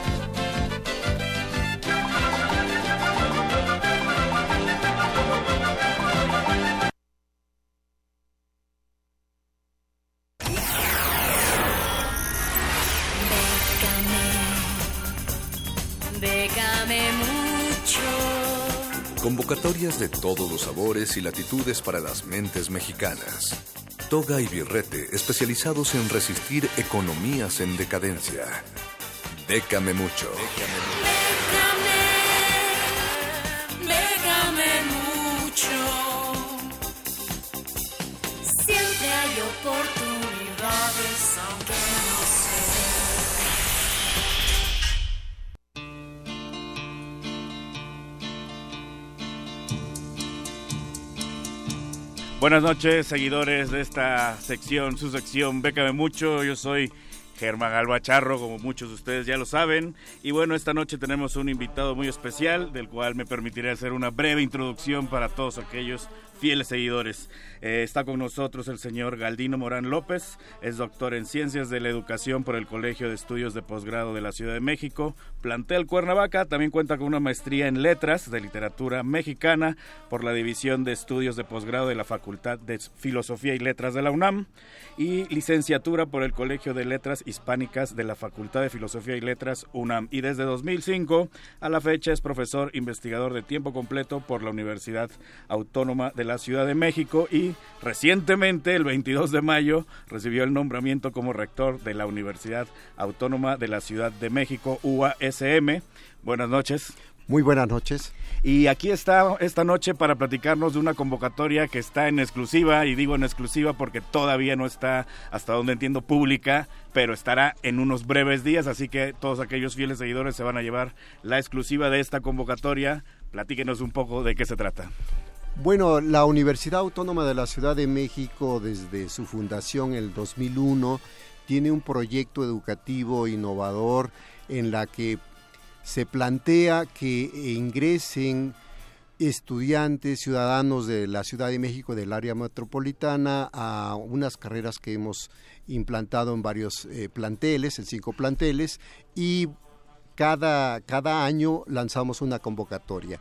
Bécame mucho. Convocatorias de todos los sabores y latitudes para las mentes mexicanas. Toga y Birrete, especializados en resistir economías en decadencia. Bécame mucho. Bécame, bécame oportunidades, aunque no sé. Buenas noches, seguidores de esta sección, su sección Bécame Mucho. Yo soy Germán Alba Charro, como muchos de ustedes ya lo saben. Y bueno, esta noche tenemos un invitado muy especial, del cual me permitiré hacer una breve introducción para todos aquellos fieles seguidores. Eh, está con nosotros el señor Galdino Morán López, es doctor en Ciencias de la Educación por el Colegio de Estudios de Posgrado de la Ciudad de México, plantel Cuernavaca. También cuenta con una maestría en Letras de Literatura Mexicana por la División de Estudios de Posgrado de la Facultad de Filosofía y Letras de la UNAM y licenciatura por el Colegio de Letras Hispánicas de la Facultad de Filosofía y Letras UNAM. Y desde dos mil cinco a la fecha es profesor investigador de tiempo completo por la Universidad Autónoma de la Ciudad de México y recientemente, el veintidós de mayo, recibió el nombramiento como rector de la Universidad Autónoma de la Ciudad de México, U A S M. Buenas noches. Muy buenas noches. Y aquí está esta noche para platicarnos de una convocatoria que está en exclusiva, y digo en exclusiva porque todavía no está, hasta donde entiendo, pública, pero estará en unos breves días, así que todos aquellos fieles seguidores se van a llevar la exclusiva de esta convocatoria. Platíquenos un poco de qué se trata. Bueno, la Universidad Autónoma de la Ciudad de México, desde su fundación en el dos mil uno, tiene un proyecto educativo innovador en la que se plantea que ingresen estudiantes, ciudadanos de la Ciudad de México, del área metropolitana, a unas carreras que hemos implantado en varios eh, planteles, en cinco planteles, y cada, cada año lanzamos una convocatoria.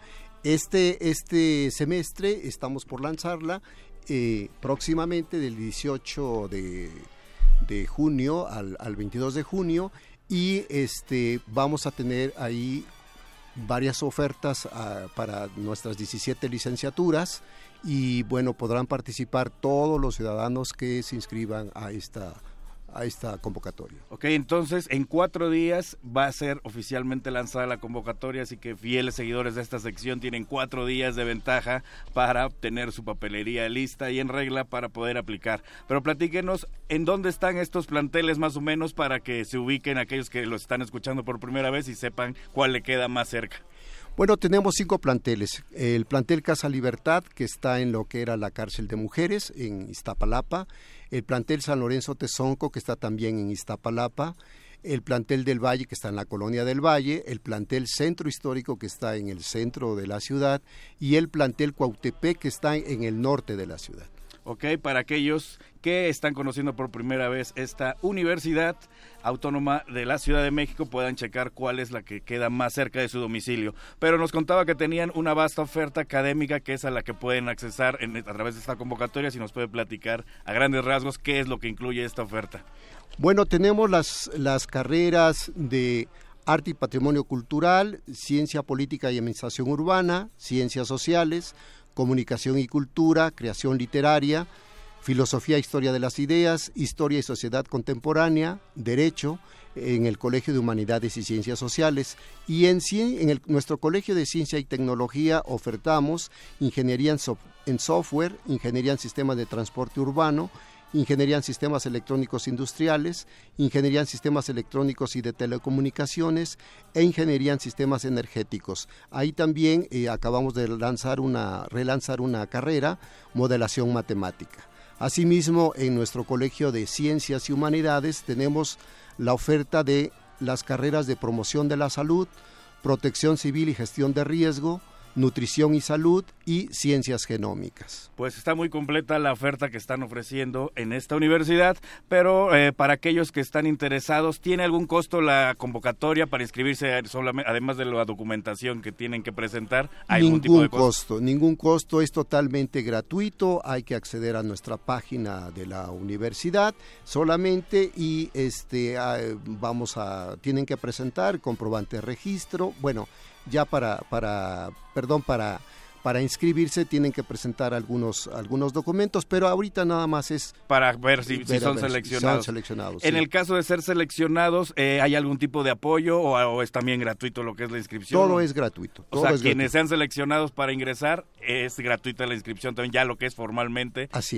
Este, este semestre estamos por lanzarla eh, próximamente del dieciocho de, de junio al, al veintidós de junio, y este, vamos a tener ahí varias ofertas uh, para nuestras diecisiete licenciaturas, y bueno, podrán participar todos los ciudadanos que se inscriban a esta a esta convocatoria. Ok, entonces en cuatro días va a ser oficialmente lanzada la convocatoria, así que fieles seguidores de esta sección tienen cuatro días de ventaja para obtener su papelería lista y en regla para poder aplicar. Pero platíquenos en dónde están estos planteles más o menos para que se ubiquen aquellos que lo están escuchando por primera vez y sepan cuál le queda más cerca. Bueno, tenemos cinco planteles. El plantel Casa Libertad, que está en lo que era la cárcel de mujeres, en Iztapalapa. El plantel San Lorenzo Tezonco, que está también en Iztapalapa. El plantel del Valle, que está en la Colonia del Valle. El plantel Centro Histórico, que está en el centro de la ciudad. Y el plantel Cuautepec, que está en el norte de la ciudad. Ok, para aquellos que están conociendo por primera vez esta Universidad Autónoma de la Ciudad de México, puedan checar cuál es la que queda más cerca de su domicilio. Pero nos contaba que tenían una vasta oferta académica que es a la que pueden accesar en, a través de esta convocatoria. Si nos puede platicar a grandes rasgos qué es lo que incluye esta oferta. Bueno, tenemos las, las carreras de Arte y Patrimonio Cultural, Ciencia Política y Administración Urbana, Ciencias Sociales, Comunicación y Cultura, Creación Literaria, Filosofía e Historia de las Ideas, Historia y Sociedad Contemporánea, Derecho, en el Colegio de Humanidades y Ciencias Sociales. Y en, en el, nuestro Colegio de Ciencia y Tecnología ofertamos Ingeniería en, so, en Software, Ingeniería en Sistemas de Transporte Urbano, Ingeniería en Sistemas Electrónicos Industriales, Ingeniería en Sistemas Electrónicos y de Telecomunicaciones e Ingeniería en Sistemas Energéticos. Ahí también eh, acabamos de lanzar una, relanzar una carrera, Modelación Matemática. Asimismo, en nuestro Colegio de Ciencias y Humanidades tenemos la oferta de las carreras de Promoción de la Salud, Protección Civil y Gestión de Riesgo, Nutrición y Salud y Ciencias Genómicas. Pues está muy completa la oferta que están ofreciendo en esta universidad, pero eh, para aquellos que están interesados, ¿tiene algún costo la convocatoria para inscribirse, solamente, además de la documentación que tienen que presentar? ¿Hay ningún algún tipo de costo? costo? Ningún costo, es totalmente gratuito, hay que acceder a nuestra página de la universidad solamente y este vamos a, tienen que presentar comprobante de registro, bueno, ya para, para, perdón, para, para inscribirse tienen que presentar algunos, algunos documentos, pero ahorita nada más es para ver si, ver, si, son, ver seleccionados. si son seleccionados. En sí. el caso de ser seleccionados, eh, ¿hay algún tipo de apoyo o, o es también gratuito lo que es la inscripción? Todo es gratuito. O todo sea, es quienes gratuito. sean seleccionados para ingresar, es gratuita la inscripción también, ya lo que es formalmente. Así es.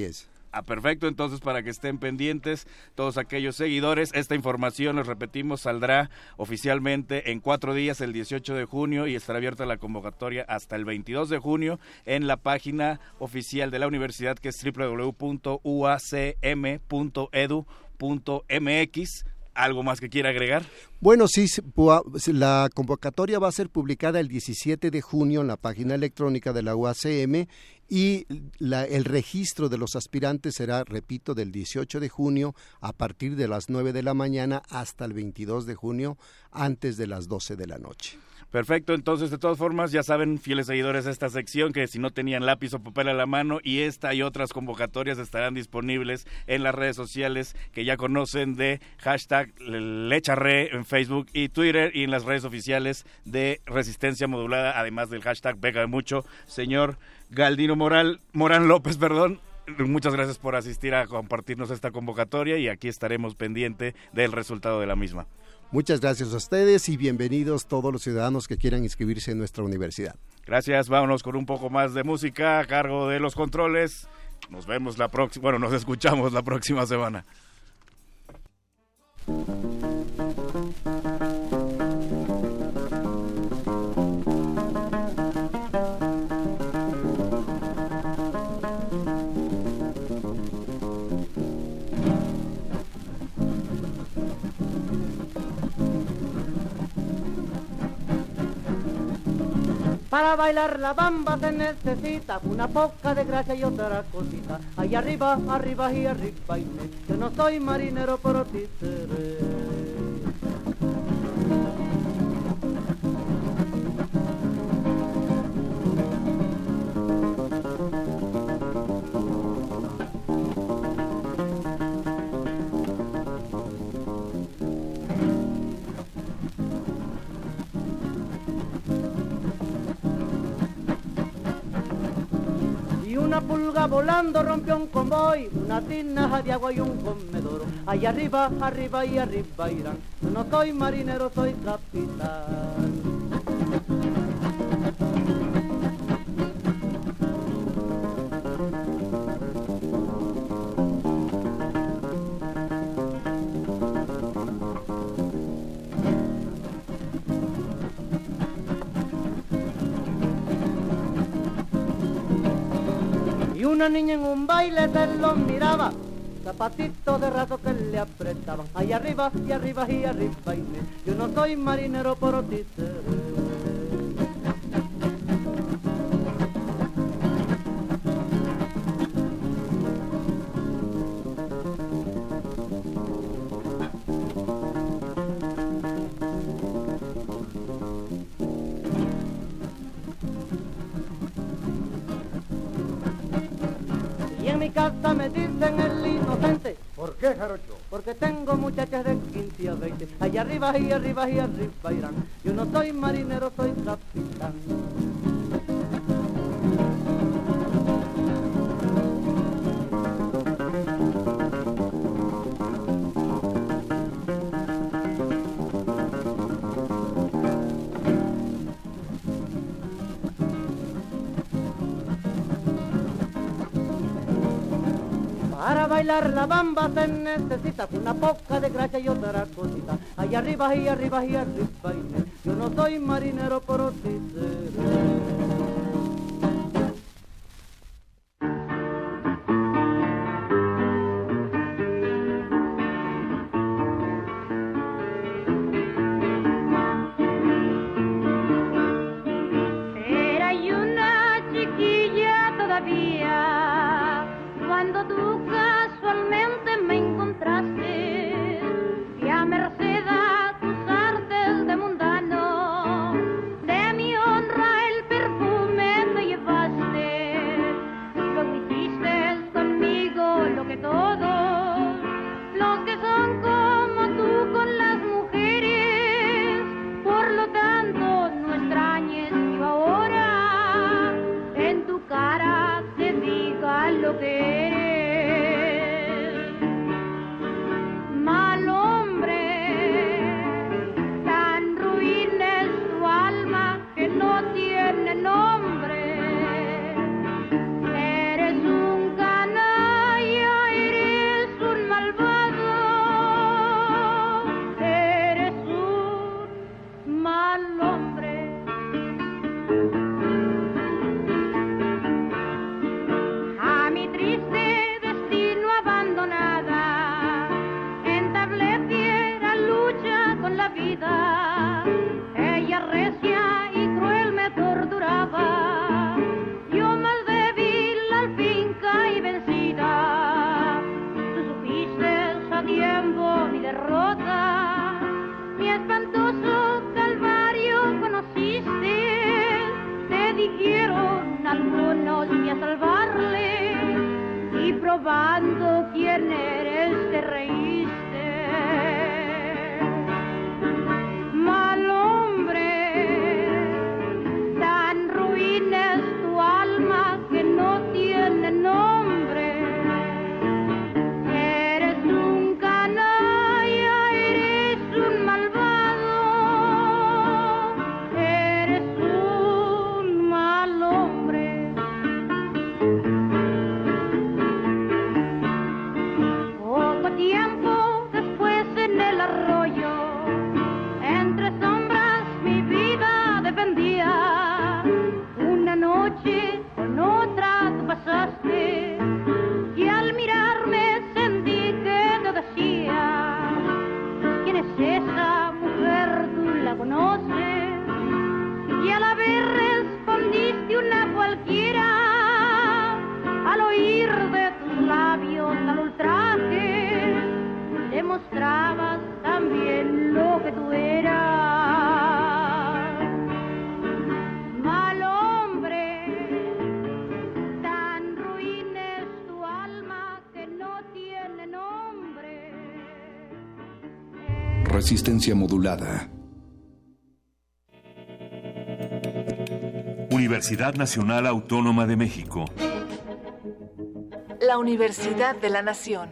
Ah, perfecto, entonces para que estén pendientes todos aquellos seguidores, esta información, les repetimos, saldrá oficialmente en cuatro días, el dieciocho de junio, y estará abierta la convocatoria hasta el veintidós de junio en la página oficial de la universidad, que es doble u doble u doble u punto u a c m punto e d u punto m x. ¿Algo más que quiera agregar? Bueno, sí, la convocatoria va a ser publicada el diecisiete de junio en la página electrónica de la U A C M y la, el registro de los aspirantes será, repito, del dieciocho de junio a partir de las nueve de la mañana hasta el veintidós de junio antes de las doce de la noche. Perfecto, entonces de todas formas ya saben, fieles seguidores de esta sección, que si no tenían lápiz o papel a la mano, y esta y otras convocatorias estarán disponibles en las redes sociales que ya conocen de hashtag Lecharre en Facebook y Twitter, y en las redes oficiales de Resistencia Modulada, además del hashtag Bécame Mucho. Señor Galdino Moral, Morán López, perdón, muchas gracias por asistir a compartirnos esta convocatoria y aquí estaremos pendiente del resultado de la misma. Muchas gracias a ustedes y bienvenidos todos los ciudadanos que quieran inscribirse en nuestra universidad. Gracias, vámonos con un poco más de música a cargo de los controles. Nos vemos la próxima, bueno, nos escuchamos la próxima semana. Para bailar la bamba se necesita una poca de gracia y otra cosita. Ahí arriba, arriba y arriba iré. Yo no soy marinero, pero ti seré. Una pulga volando rompió un convoy, una tinaja de agua y un comedor. Allá arriba, arriba y arriba irán. Yo no soy marinero, soy capitán. Y una niña en un baile se lo miraba, zapatitos de raso que le apretaban. Allá arriba y arriba y arriba iré. Yo no soy marinero, pero ti seré. Casa me dicen el inocente. ¿Por qué, jarocho? Porque tengo muchachas de quince a veinte. Allá arriba y arriba y arriba irán. Yo no soy marinero, soy capitán. Para bailar la bamba se necesita una poca de gracia y otra cosita. Allá arriba y arriba y arriba iré. Yo no soy marinero, pero sí seré. Era yo una chiquilla todavía cuando tú casualmente me encontraste, y a merced a tus artes de mundano, de mi honra el Resistencia modulada. Universidad Nacional Autónoma de México. La Universidad de la Nación.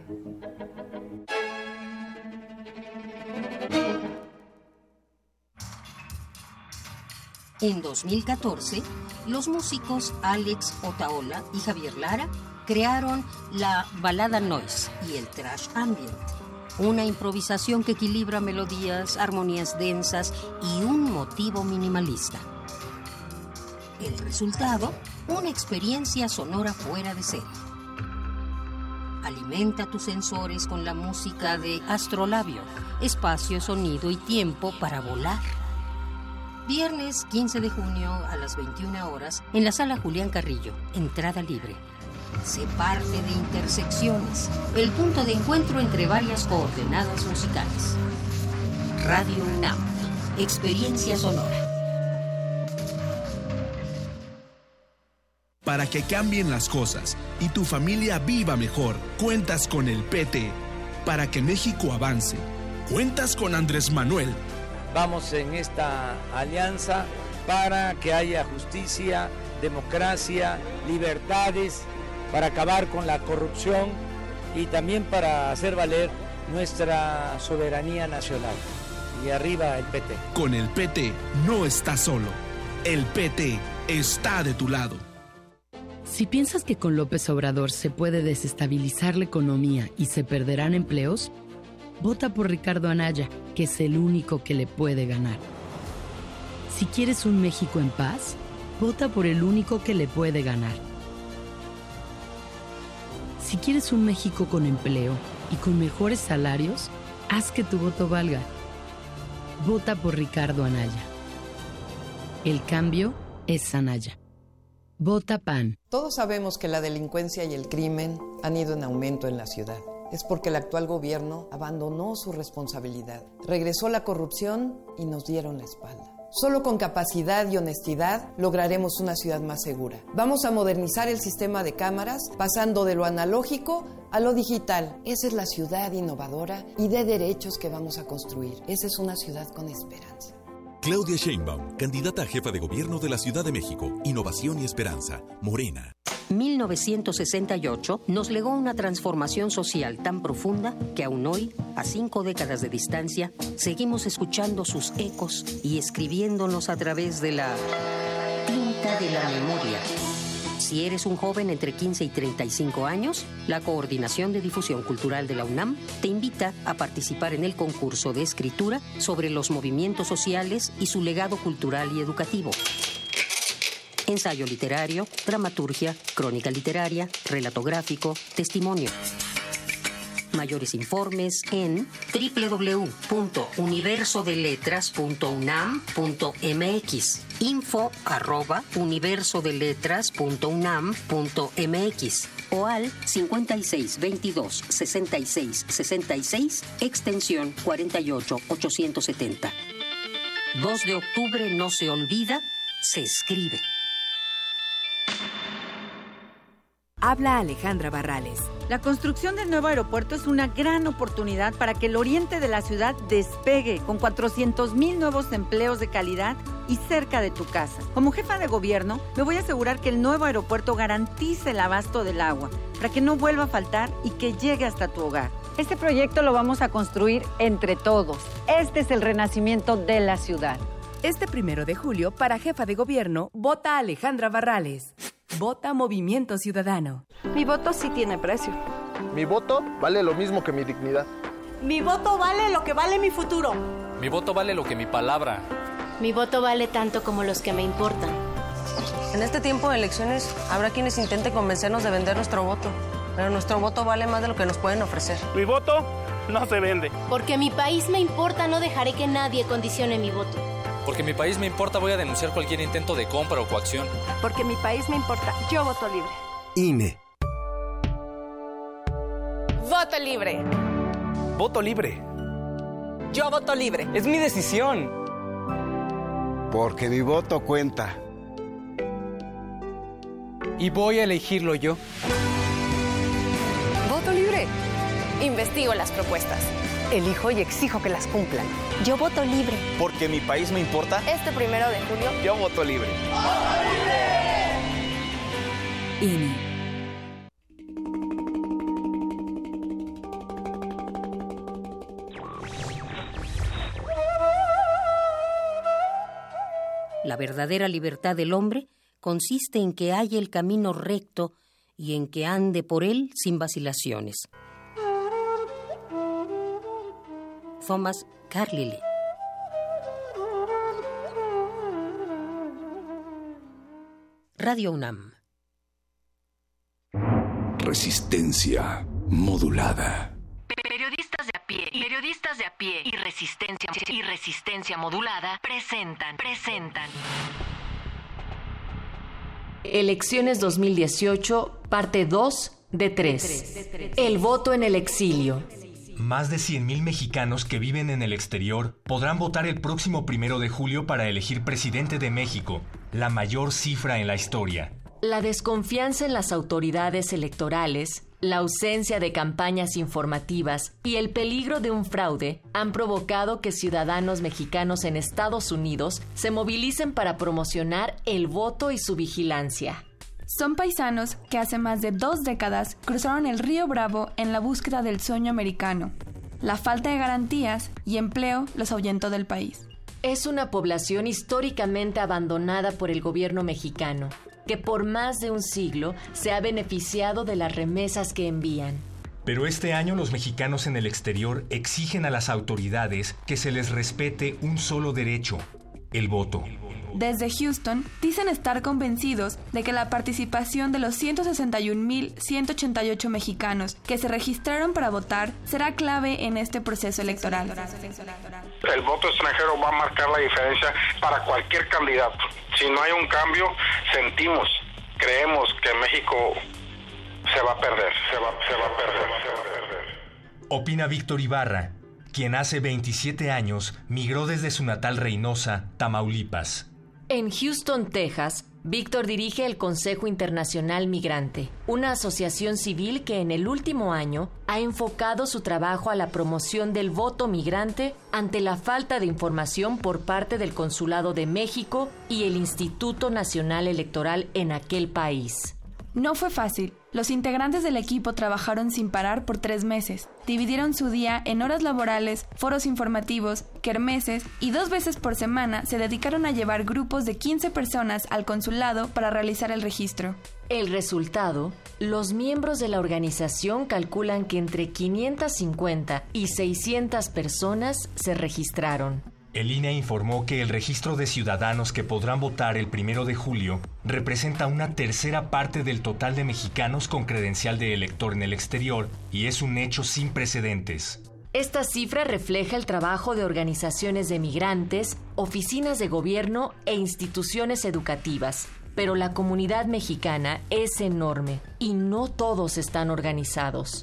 En dos mil catorce, los músicos Alex Otaola y Javier Lara crearon la balada noise y el thrash ambient, una improvisación que equilibra melodías, armonías densas y un motivo minimalista. El resultado, una experiencia sonora fuera de serie. Alimenta tus sensores con la música de Astrolabio, espacio, sonido y tiempo para volar. Viernes quince de junio a las veintiuna horas en la Sala Julián Carrillo, entrada libre. Sé parte de Intersecciones, el punto de encuentro entre varias coordenadas musicales. Radio UNAM, experiencia sonora. Para que cambien las cosas y tu familia viva mejor, cuentas con el P T. Para que México avance, cuentas con Andrés Manuel. Vamos en esta alianza para que haya justicia, democracia, libertades, para acabar con la corrupción y también para hacer valer nuestra soberanía nacional. Y arriba el P T. Con el P T no estás solo. El P T está de tu lado. Si piensas que con López Obrador se puede desestabilizar la economía y se perderán empleos, vota por Ricardo Anaya, que es el único que le puede ganar. Si quieres un México en paz, vota por el único que le puede ganar. Si quieres un México con empleo y con mejores salarios, haz que tu voto valga. Vota por Ricardo Anaya. El cambio es Anaya. Vota P A N. Todos sabemos que la delincuencia y el crimen han ido en aumento en la ciudad. Es porque el actual gobierno abandonó su responsabilidad. Regresó la corrupción y nos dieron la espalda. Solo con capacidad y honestidad lograremos una ciudad más segura. Vamos a modernizar el sistema de cámaras, pasando de lo analógico a lo digital. Esa es la ciudad innovadora y de derechos que vamos a construir. Esa es una ciudad con esperanza. Claudia Sheinbaum, candidata a jefa de gobierno de la Ciudad de México. Innovación y esperanza. Morena. mil novecientos sesenta y ocho nos legó una transformación social tan profunda que aún hoy, a cinco décadas de distancia, seguimos escuchando sus ecos y escribiéndonos a través de la tinta de la memoria. Si eres un joven entre quince y treinta y cinco años, la Coordinación de Difusión Cultural de la UNAM te invita a participar en el concurso de escritura sobre los movimientos sociales y su legado cultural y educativo. Ensayo literario, dramaturgia, crónica literaria, relato gráfico, testimonio. Mayores informes en doble u doble u doble u punto universo de letras punto unam punto m x, info arroba universo de letras punto unam punto m x o al cincuenta y seis veintidós sesenta y seis sesenta y seis, extensión cuarenta y ocho ochocientos setenta. dos de octubre no se olvida, se escribe. Habla Alejandra Barrales. La construcción del nuevo aeropuerto es una gran oportunidad para que el oriente de la ciudad despegue con cuatrocientos mil nuevos empleos de calidad y cerca de tu casa. Como jefa de gobierno, me voy a asegurar que el nuevo aeropuerto garantice el abasto del agua para que no vuelva a faltar y que llegue hasta tu hogar. Este proyecto lo vamos a construir entre todos. Este es el renacimiento de la ciudad. Este primero de julio, para jefa de gobierno, vota Alejandra Barrales. Vota Movimiento Ciudadano. Mi voto sí tiene precio. Mi voto vale lo mismo que mi dignidad. Mi voto vale lo que vale mi futuro. Mi voto vale lo que mi palabra. Mi voto vale tanto como los que me importan. En este tiempo de elecciones habrá quienes intenten convencernos de vender nuestro voto, pero nuestro voto vale más de lo que nos pueden ofrecer. Mi voto no se vende. Porque mi país me importa, no dejaré que nadie condicione mi voto. Porque mi país me importa, voy a denunciar cualquier intento de compra o coacción. Porque mi país me importa, yo voto libre. I N E. Voto libre. Voto libre. Yo voto libre. Es mi decisión. Porque mi voto cuenta. Y voy a elegirlo yo. Voto libre. Investigo las propuestas. elijo y exijo que las cumplan. Yo voto libre. Porque mi país me importa. Este primero de julio, yo voto libre. ¡Voto libre! I N E. La verdadera libertad del hombre consiste en que haya el camino recto y en que ande por él sin vacilaciones. Thomas Carlyle. Radio UNAM. Resistencia modulada. Periodistas de a pie, periodistas de a pie y resistencia y resistencia modulada presentan, presentan. Elecciones dos mil dieciocho, parte dos de tres. El voto en el exilio. Más de cien mil mexicanos que viven en el exterior podrán votar el próximo primero de julio para elegir presidente de México, la mayor cifra en la historia. La desconfianza en las autoridades electorales, la ausencia de campañas informativas y el peligro de un fraude han provocado que ciudadanos mexicanos en Estados Unidos se movilicen para promocionar el voto y su vigilancia. Son paisanos que hace más de dos décadas cruzaron el río Bravo en la búsqueda del sueño americano. La falta de garantías y empleo los ahuyentó del país. Es una población históricamente abandonada por el gobierno mexicano, que por más de un siglo se ha beneficiado de las remesas que envían. Pero este año los mexicanos en el exterior exigen a las autoridades que se les respete un solo derecho, el voto. Desde Houston, dicen estar convencidos de que la participación de los ciento sesenta y un mil ciento ochenta y ocho mexicanos que se registraron para votar será clave en este proceso electoral. El voto extranjero va a marcar la diferencia para cualquier candidato. Si no hay un cambio, sentimos, creemos que México se va a perder, se va, se va a perder, se va a perder. Opina Víctor Ibarra, quien hace veintisiete años migró desde su natal Reynosa, Tamaulipas. En Houston, Texas, Víctor dirige el Consejo Internacional Migrante, una asociación civil que en el último año ha enfocado su trabajo a la promoción del voto migrante ante la falta de información por parte del Consulado de México y el Instituto Nacional Electoral en aquel país. No fue fácil. Los integrantes del equipo trabajaron sin parar por tres meses. Dividieron su día en horas laborales, foros informativos, kermeses y dos veces por semana se dedicaron a llevar grupos de quince personas al consulado para realizar el registro. El resultado, los miembros de la organización calculan que entre quinientas cincuenta y seiscientas personas se registraron. El I N E informó que el registro de ciudadanos que podrán votar el primero de julio representa una tercera parte del total de mexicanos con credencial de elector en el exterior y es un hecho sin precedentes. Esta cifra refleja el trabajo de organizaciones de migrantes, oficinas de gobierno e instituciones educativas. Pero la comunidad mexicana es enorme y no todos están organizados.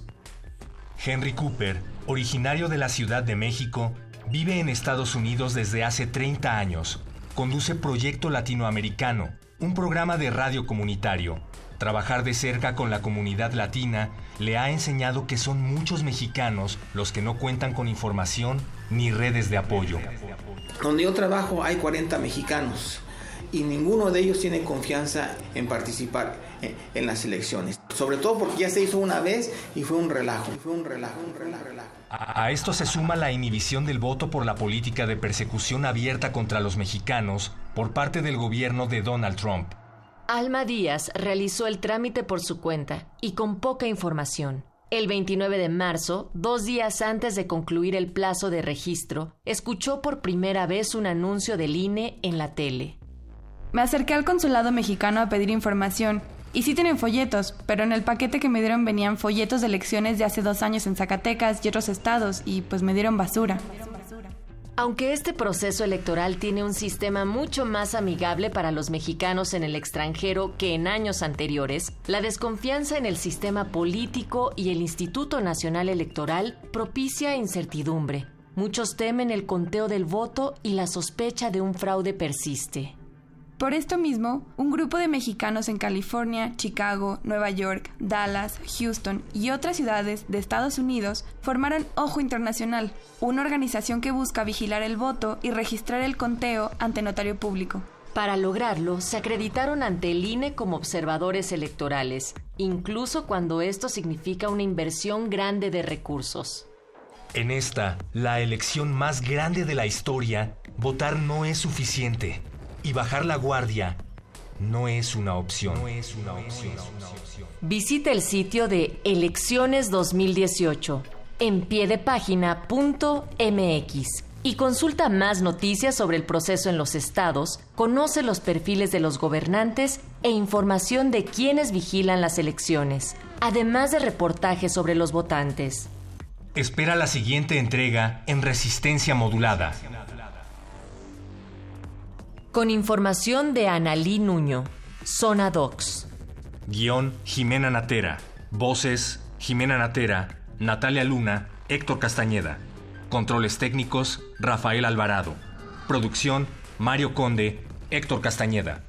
Henry Cooper, originario de la Ciudad de México, vive en Estados Unidos desde hace treinta años. Conduce Proyecto Latinoamericano, un programa de radio comunitario. Trabajar de cerca con la comunidad latina le ha enseñado que son muchos mexicanos los que no cuentan con información ni redes de apoyo. Donde yo trabajo hay cuarenta mexicanos y ninguno de ellos tiene confianza en participar en, en las elecciones. Sobre todo porque ya se hizo una vez y fue un relajo, fue un relajo, un relajo, relajo. A esto se suma la inhibición del voto por la política de persecución abierta contra los mexicanos por parte del gobierno de Donald Trump. Alma Díaz realizó el trámite por su cuenta y con poca información. El veintinueve de marzo, dos días antes de concluir el plazo de registro, escuchó por primera vez un anuncio del I N E en la tele. Me acerqué al consulado mexicano a pedir información. Y sí tienen folletos, pero en el paquete que me dieron venían folletos de elecciones de hace dos años en Zacatecas y otros estados, y pues me dieron basura. Aunque este proceso electoral tiene un sistema mucho más amigable para los mexicanos en el extranjero que en años anteriores, la desconfianza en el sistema político y el Instituto Nacional Electoral propicia incertidumbre. Muchos temen el conteo del voto y la sospecha de un fraude persiste. Por esto mismo, un grupo de mexicanos en California, Chicago, Nueva York, Dallas, Houston y otras ciudades de Estados Unidos formaron Ojo Internacional, una organización que busca vigilar el voto y registrar el conteo ante notario público. Para lograrlo, se acreditaron ante el I N E como observadores electorales, incluso cuando esto significa una inversión grande de recursos. En esta, la elección más grande de la historia, votar no es suficiente. Y bajar la guardia no es una opción. No es una opción. Visita el sitio de Elecciones dos mil dieciocho en piedepágina punto m x y consulta más noticias sobre el proceso en los estados, conoce los perfiles de los gobernantes e información de quienes vigilan las elecciones, además de reportajes sobre los votantes. Espera la siguiente entrega en Resistencia Modulada. Con información de Analí Nuño, Zona Docs. Guión Jimena Natera. Voces Jimena Natera, Natalia Luna, Héctor Castañeda. Controles técnicos Rafael Alvarado. Producción Mario Conde, Héctor Castañeda.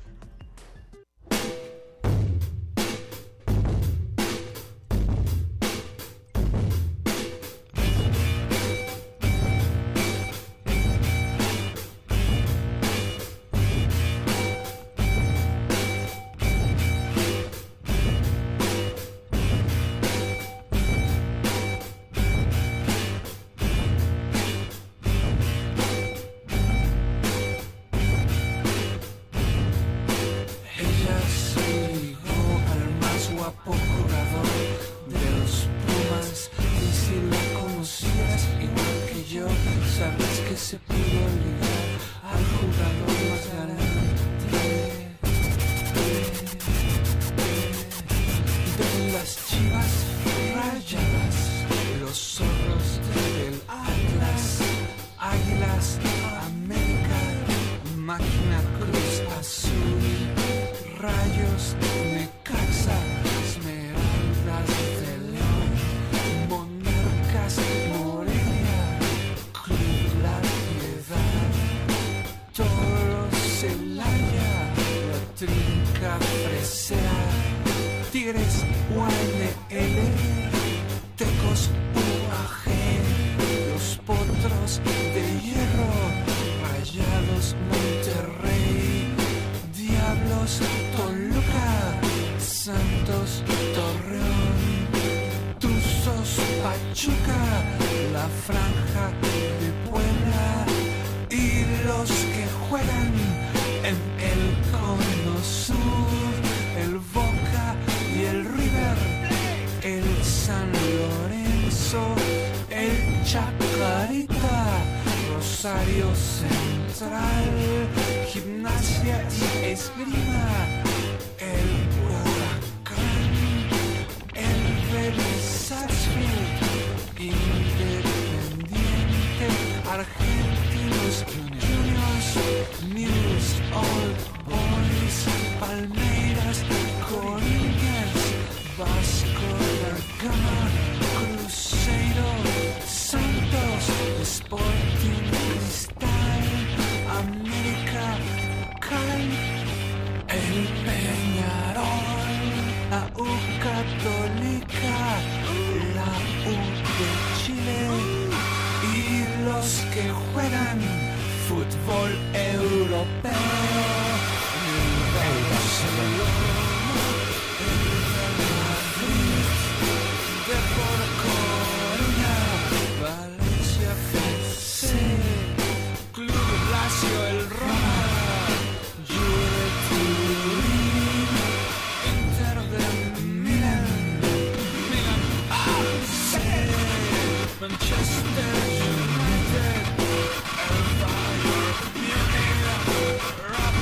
Manchester United, el Bayern Múnich,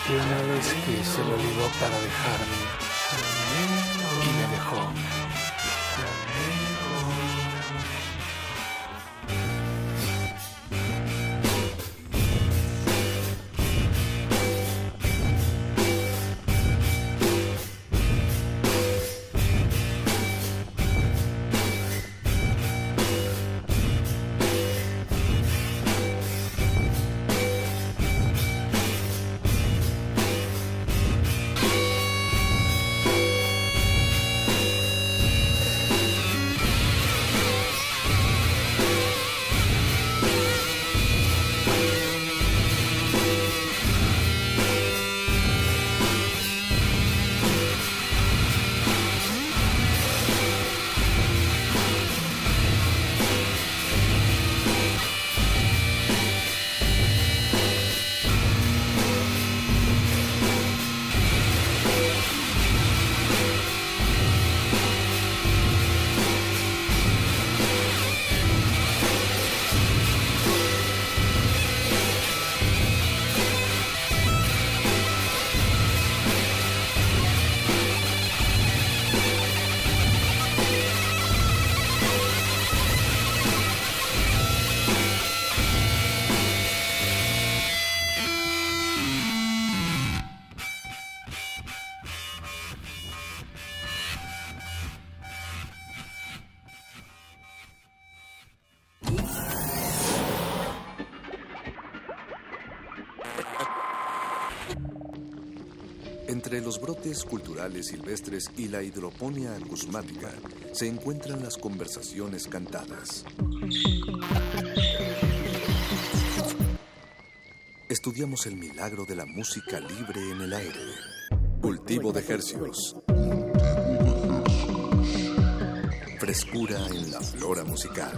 Y una vez que se lo ligó para dejarme, y me dejó. Entre los brotes culturales silvestres y la hidroponía acusmática se encuentran las conversaciones cantadas. Estudiamos el milagro de la música libre en el aire. Cultivo de hercios. Frescura en la flora musical.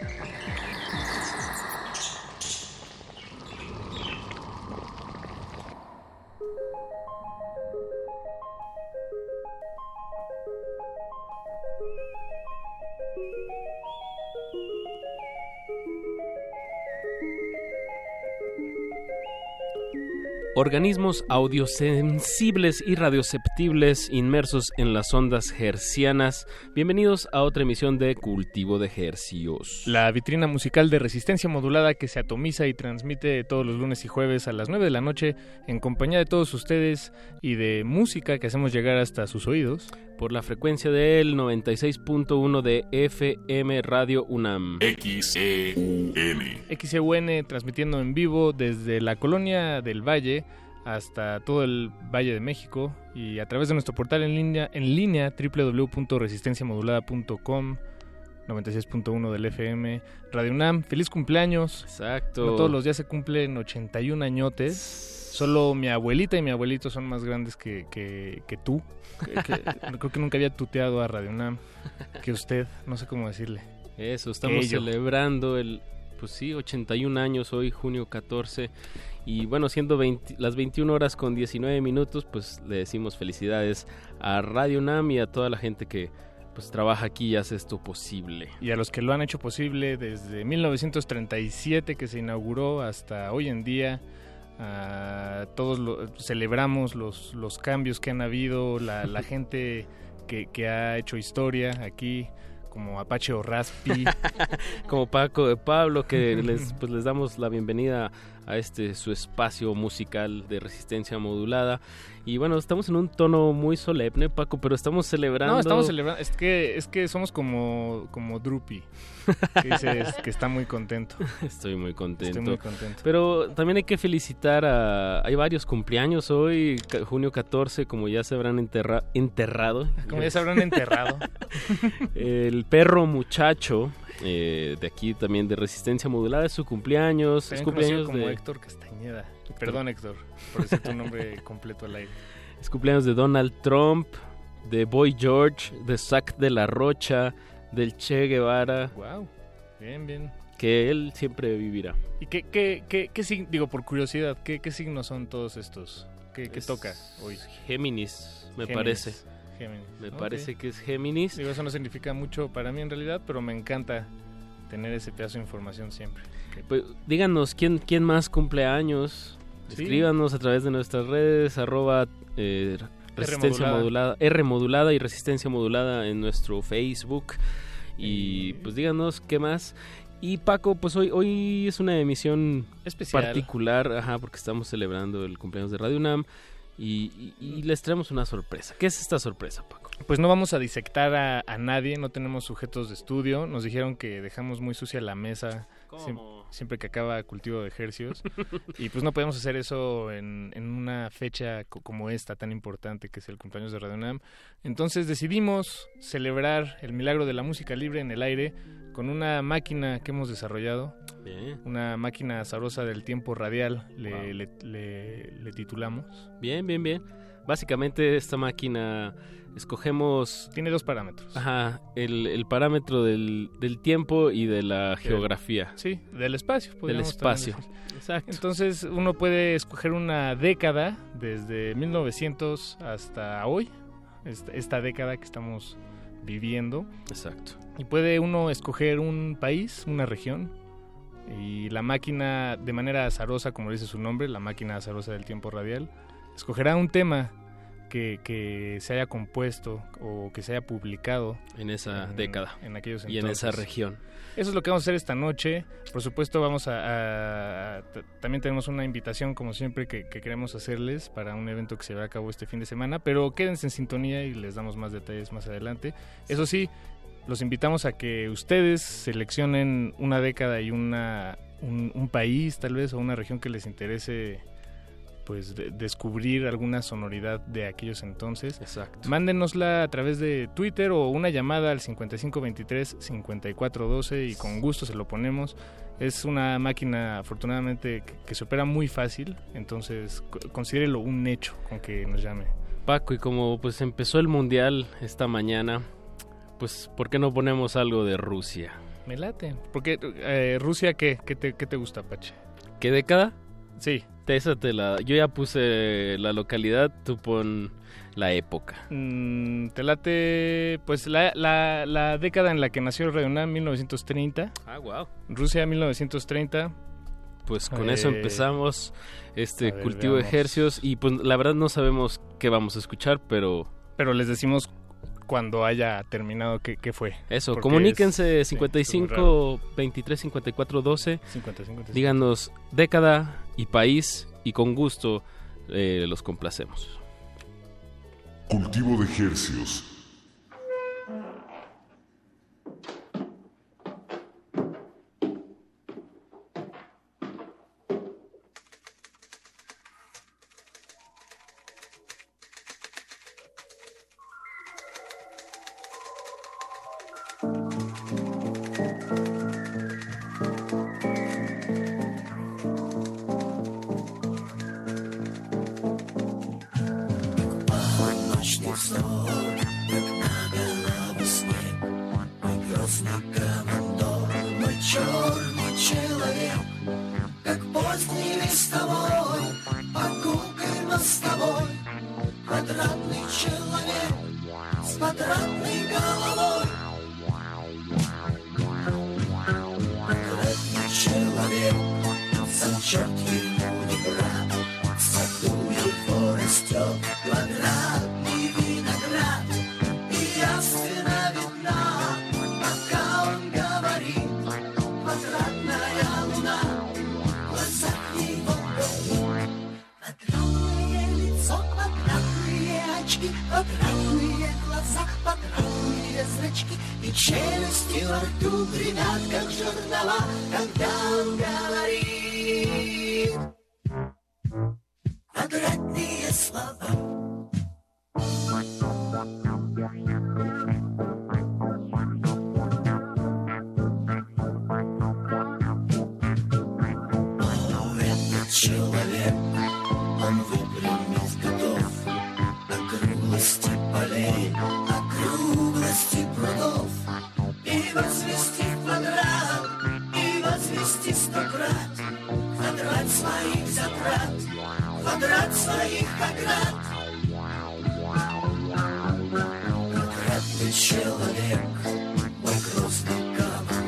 Organismos audiosensibles y radioceptibles inmersos en las ondas hercianas. Bienvenidos a otra emisión de Cultivo de Hercios. La vitrina musical de resistencia modulada que se atomiza y transmite todos los lunes y jueves a las nueve de la noche en compañía de todos ustedes y de música que hacemos llegar hasta sus oídos. Por la frecuencia del noventa y seis punto uno de F M Radio UNAM. X E U N. X E U N transmitiendo en vivo desde la Colonia del Valle hasta todo el Valle de México y a través de nuestro portal en línea, en línea doble u doble u doble u punto resistencia modulada punto com, noventa y seis punto uno del F M Radio UNAM. ¡Feliz cumpleaños! Exacto. No todos los días se cumplen ochenta y un añotes. Solo mi abuelita y mi abuelito son más grandes que, que, que tú. Que, que, creo que nunca había tuteado a Radio UNAM que usted, no sé cómo decirle. Eso, estamos Ello. celebrando el, pues sí, ochenta y un años hoy, junio catorce. Y bueno, siendo veinte, las veintiuna horas con diecinueve minutos, pues le decimos felicidades a Radio UNAM y a toda la gente que pues trabaja aquí y hace esto posible. Y a los que lo han hecho posible desde mil novecientos treinta y siete que se inauguró hasta hoy en día. Uh, todos lo, celebramos los, los cambios que han habido, la, la gente que, que ha hecho historia aquí, como Apache o Raspi, como Paco de Pablo, que les, pues les damos la bienvenida a este su espacio musical de resistencia modulada. Y bueno, estamos en un tono muy solemne, Paco, pero estamos celebrando... No, estamos celebrando, es que, es que somos como, como Drupi, que dices que está muy contento. Estoy muy contento. Estoy muy contento. Pero también hay que felicitar a... Hay varios cumpleaños hoy, junio catorce, como ya se habrán enterra, enterrado. Como ya se habrán enterrado. El perro muchacho, eh, de aquí también de Resistencia Modulada, es su cumpleaños. También es cumpleaños como de... Héctor Castañeda. Perdón, Héctor, por decir tu nombre completo al aire. Es cumpleaños de Donald Trump, de Boy George, de Zac de la Rocha, del Che Guevara. Wow, bien, bien. Que él siempre vivirá. ¿Y qué, qué, qué, qué signo, digo, por curiosidad, qué, qué signos son todos estos? ¿Qué, qué toca hoy? Géminis, me Géminis. parece. Géminis. Me Okay. parece que es Géminis. Digo, eso no significa mucho para mí en realidad, pero me encanta tener ese pedazo de información siempre. Pues, díganos, ¿quién, quién más cumple años? Sí. Escríbanos a través de nuestras redes, arroba eh, resistencia R modulada. modulada, R modulada y resistencia modulada en nuestro Facebook. Y pues díganos qué más. Y Paco, pues hoy hoy es una emisión especial, particular, ajá, porque estamos celebrando el cumpleaños de Radio UNAM y, y, y les traemos una sorpresa. ¿Qué es esta sorpresa, Paco? Pues no vamos a disectar a, a nadie, no tenemos sujetos de estudio. Nos dijeron que dejamos muy sucia la mesa siempre, siempre que acaba cultivo de ejercicios. Y pues no podemos hacer eso en, en una fecha co- como esta tan importante que es el cumpleaños de Radio UNAM. Entonces decidimos celebrar el milagro de la música libre en el aire con una máquina que hemos desarrollado. Bien. Una máquina azarosa del tiempo radial, le, wow. le, le, le titulamos. Bien, bien, bien. Básicamente esta máquina escogemos... Tiene dos parámetros. Ajá, el, el parámetro del, del tiempo y de la geografía. El, sí, del espacio. Del espacio, exacto. Entonces uno puede escoger una década desde mil novecientos hasta hoy, esta, esta década que estamos viviendo. Exacto. Y puede uno escoger un país, una región, y la máquina, de manera azarosa, como dice su nombre, la máquina azarosa del tiempo radial, escogerá un tema que, que se haya compuesto o que se haya publicado en esa en, década en aquellos y entonces. En esa región. Eso es lo que vamos a hacer esta noche. Por supuesto vamos a, a, a t- también tenemos una invitación como siempre que, que queremos hacerles para un evento que se llevará a cabo este fin de semana, pero quédense en sintonía y les damos más detalles más adelante. Eso sí, los invitamos a que ustedes seleccionen una década y una un, un país tal vez o una región que les interese, pues de descubrir alguna sonoridad de aquellos entonces. Exacto. Mándenosla a través de Twitter o una llamada al cincuenta y cinco veintitrés cincuenta y cuatro doce y con gusto se lo ponemos. Es una máquina afortunadamente que, que se opera muy fácil, entonces considérelo un hecho con que nos llame. Paco, y como pues empezó el mundial esta mañana, pues ¿por qué no ponemos algo de Rusia? Me late. Porque eh, Rusia, ¿qué? ¿Qué te, qué te gusta, Pache? ¿Qué década? Sí. Esa te la, yo ya puse la localidad, tú pon la época. Mm, te late, pues la, la, la década en la que nació Radio UNAM, mil novecientos treinta. Ah, wow. Rusia, mil novecientos treinta. Pues con eh, eso empezamos este ver, cultivo veamos. de ejercicios y pues la verdad no sabemos qué vamos a escuchar, pero... Pero les decimos cuando haya terminado qué, qué fue. Eso, porque comuníquense es, cincuenta y cinco veintitrés cincuenta y cuatro doce. cincuenta, cincuenta, díganos década y país y con gusto eh, los complacemos. Cultivo de ejercicios.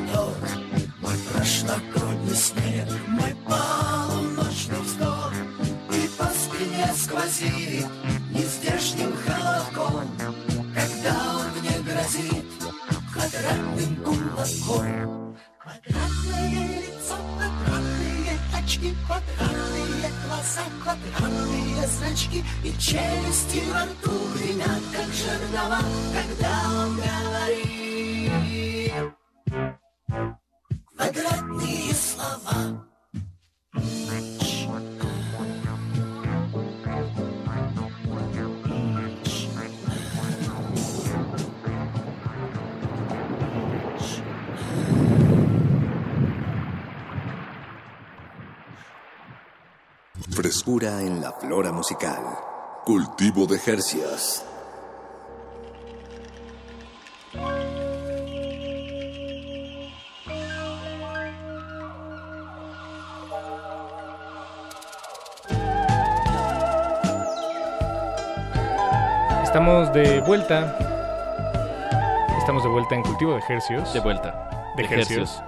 Прошлогодний снег, мой полуночный вздох. значки, вот алые глаза, вот алые значки, и челюсти во рту гремят, как жернова, когда он говорит квадратные слова. Frescura en la flora musical. Cultivo de hercios. Estamos de vuelta. Estamos de vuelta en Cultivo de Hercios. De vuelta. De, de Hercios.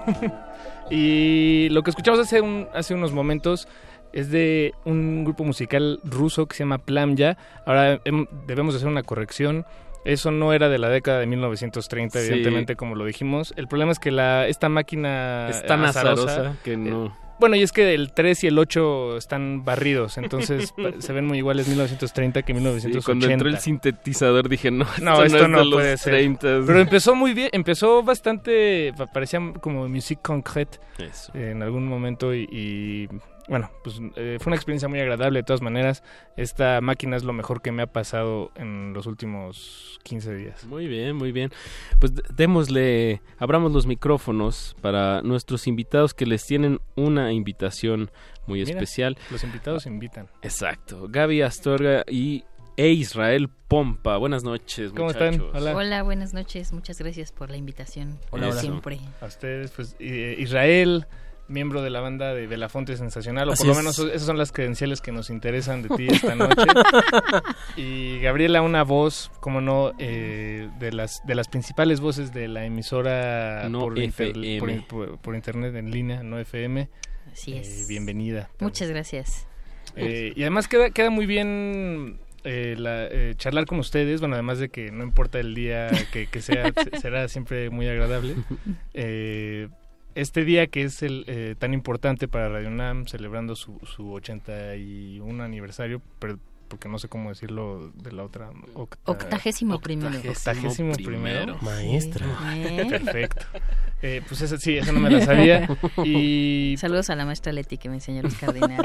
Y lo que escuchamos hace, un, hace unos momentos es de un grupo musical ruso que se llama Plamya. Ahora em, debemos hacer una corrección. Eso no era de la década de mil novecientos treinta, sí. Evidentemente, como lo dijimos. El problema es que la esta máquina es tan azarosa, azarosa que no... Eh, bueno, y es que el tres y el ocho están barridos, entonces se ven muy iguales mil novecientos treinta que mil novecientos ochenta. Sí, cuando entró el sintetizador dije, no, esto no, no, esto es no de los puede ser. treinta. Pero empezó muy bien, empezó bastante, parecía como musique concrète eh, en algún momento y... y bueno, pues eh, fue una experiencia muy agradable de todas maneras. Esta máquina es lo mejor que me ha pasado en los últimos quince días. Muy bien, muy bien. Pues démosle, abramos los micrófonos para nuestros invitados que les tienen una invitación muy Mira, especial. Los invitados invitan. Exacto. Gaby Astorga y e Israel Pompa. Buenas noches, ¿Cómo muchachos? están? Hola. Hola, buenas noches. Muchas gracias por la invitación. Hola, hola. Siempre. A ustedes, pues eh, Israel, miembro de la banda de Belafonte Sensacional, o Así por lo es. menos esas son las credenciales que nos interesan de ti esta noche. Y Gabriela, una voz, como no, eh, de las de las principales voces de la emisora No por, F inter, M. por, por, por internet en línea, No F M. Así Eh, es. bienvenida. Muchas gracias. Eh, y además queda queda muy bien eh, la, eh, charlar con ustedes, bueno, además de que no importa el día que, que sea, será siempre muy agradable. Eh, este día que es el eh, tan importante para Radio UNAM, celebrando su, su ochenta y uno aniversario, pero porque no sé cómo decirlo de la otra... Octa, Octagésimo primero. Octagésimo primero. Maestra. ¿Eh? Perfecto. Eh, pues esa, sí, eso no me la sabía. Y... Saludos a la maestra Leti que me enseñó los cardinales.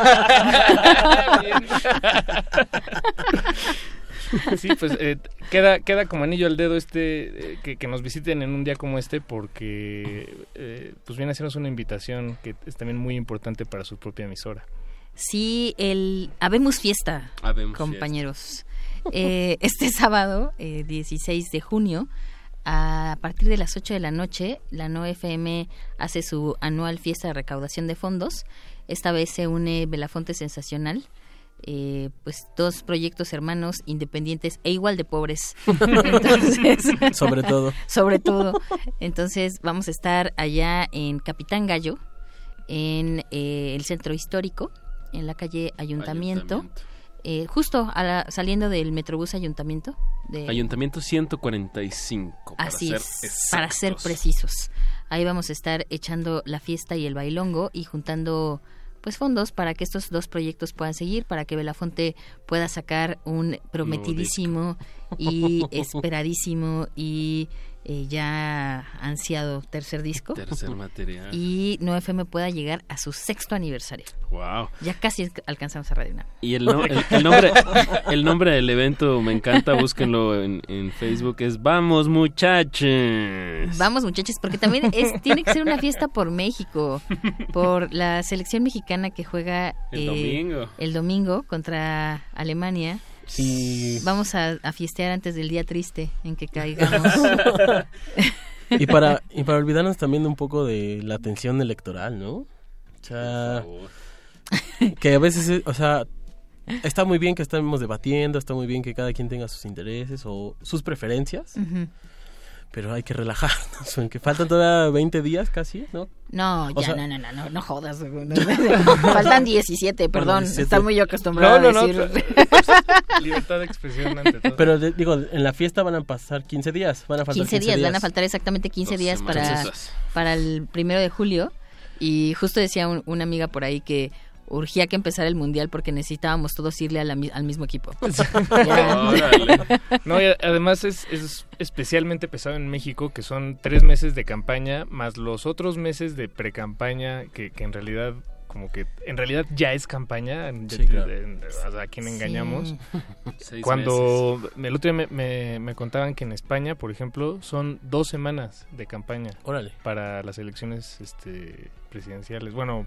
Sí, pues eh, queda queda como anillo al dedo este eh, que, que nos visiten en un día como este porque eh, pues viene a hacernos una invitación que es también muy importante para su propia emisora. Sí, el Habemos Fiesta, Habemos compañeros. Eh, este sábado, eh, dieciséis de junio, a partir de las ocho de la noche, la No F M hace su anual fiesta de recaudación de fondos. Esta vez se une Belafonte Sensacional. Eh, pues dos proyectos hermanos independientes e igual de pobres. Entonces, sobre todo sobre todo entonces vamos a estar allá en Capitán Gallo, en eh, el centro histórico, en la calle Ayuntamiento, Ayuntamiento. Eh, justo a la, saliendo del Metrobús Ayuntamiento de, Ayuntamiento ciento cuarenta y cinco, para así ser es, exactos. para ser precisos. Ahí vamos a estar echando la fiesta y el bailongo y juntando pues fondos para que estos dos proyectos puedan seguir, para que Belafonte pueda sacar un prometidísimo y esperadísimo y eh, ya ansiado tercer disco. Tercer material. Y No F M pueda llegar a su sexto aniversario. Wow. Ya casi alcanzamos a Radio UNAM. Y el, no, el, el nombre el nombre del evento me encanta, búsquenlo en, en Facebook, es Vamos Muchachos. Vamos muchachos, porque también es tiene que ser una fiesta por México, por la selección mexicana que juega el eh, domingo. El domingo contra Alemania. Y... Vamos a, a fiestear antes del día triste en que caigamos. y para y para olvidarnos también un poco de la tensión electoral, ¿no? O sea, que a veces, o sea, está muy bien que estemos debatiendo, está muy bien que cada quien tenga sus intereses o sus preferencias, uh-huh. pero hay que relajarnos, en que faltan todavía veinte días casi, ¿no? No, o ya, sea, no, no, no, no, no jodas. Faltan diecisiete, perdón, diecisiete. Está muy acostumbrado no, no, a decir. No, libertad de expresión ante todo. Pero de, digo, en la fiesta van a pasar quince días, van a faltar quince, quince días, días, van a faltar exactamente quince Dos días para, semanas. para el primero de julio. Y justo decía un, una amiga por ahí que urgía que empezara el mundial porque necesitábamos todos irle a la, al mismo equipo. No, y además es, es especialmente pesado en México, que son tres meses de campaña más los otros meses de pre-campaña que, que en realidad como que en realidad ya es campaña, sí, de, claro. de, de, o sea, a quien engañamos. Sí. Cuando meses. El otro día me, me, me contaban que en España, por ejemplo, son dos semanas de campaña. Órale. Para las elecciones este, presidenciales. Bueno,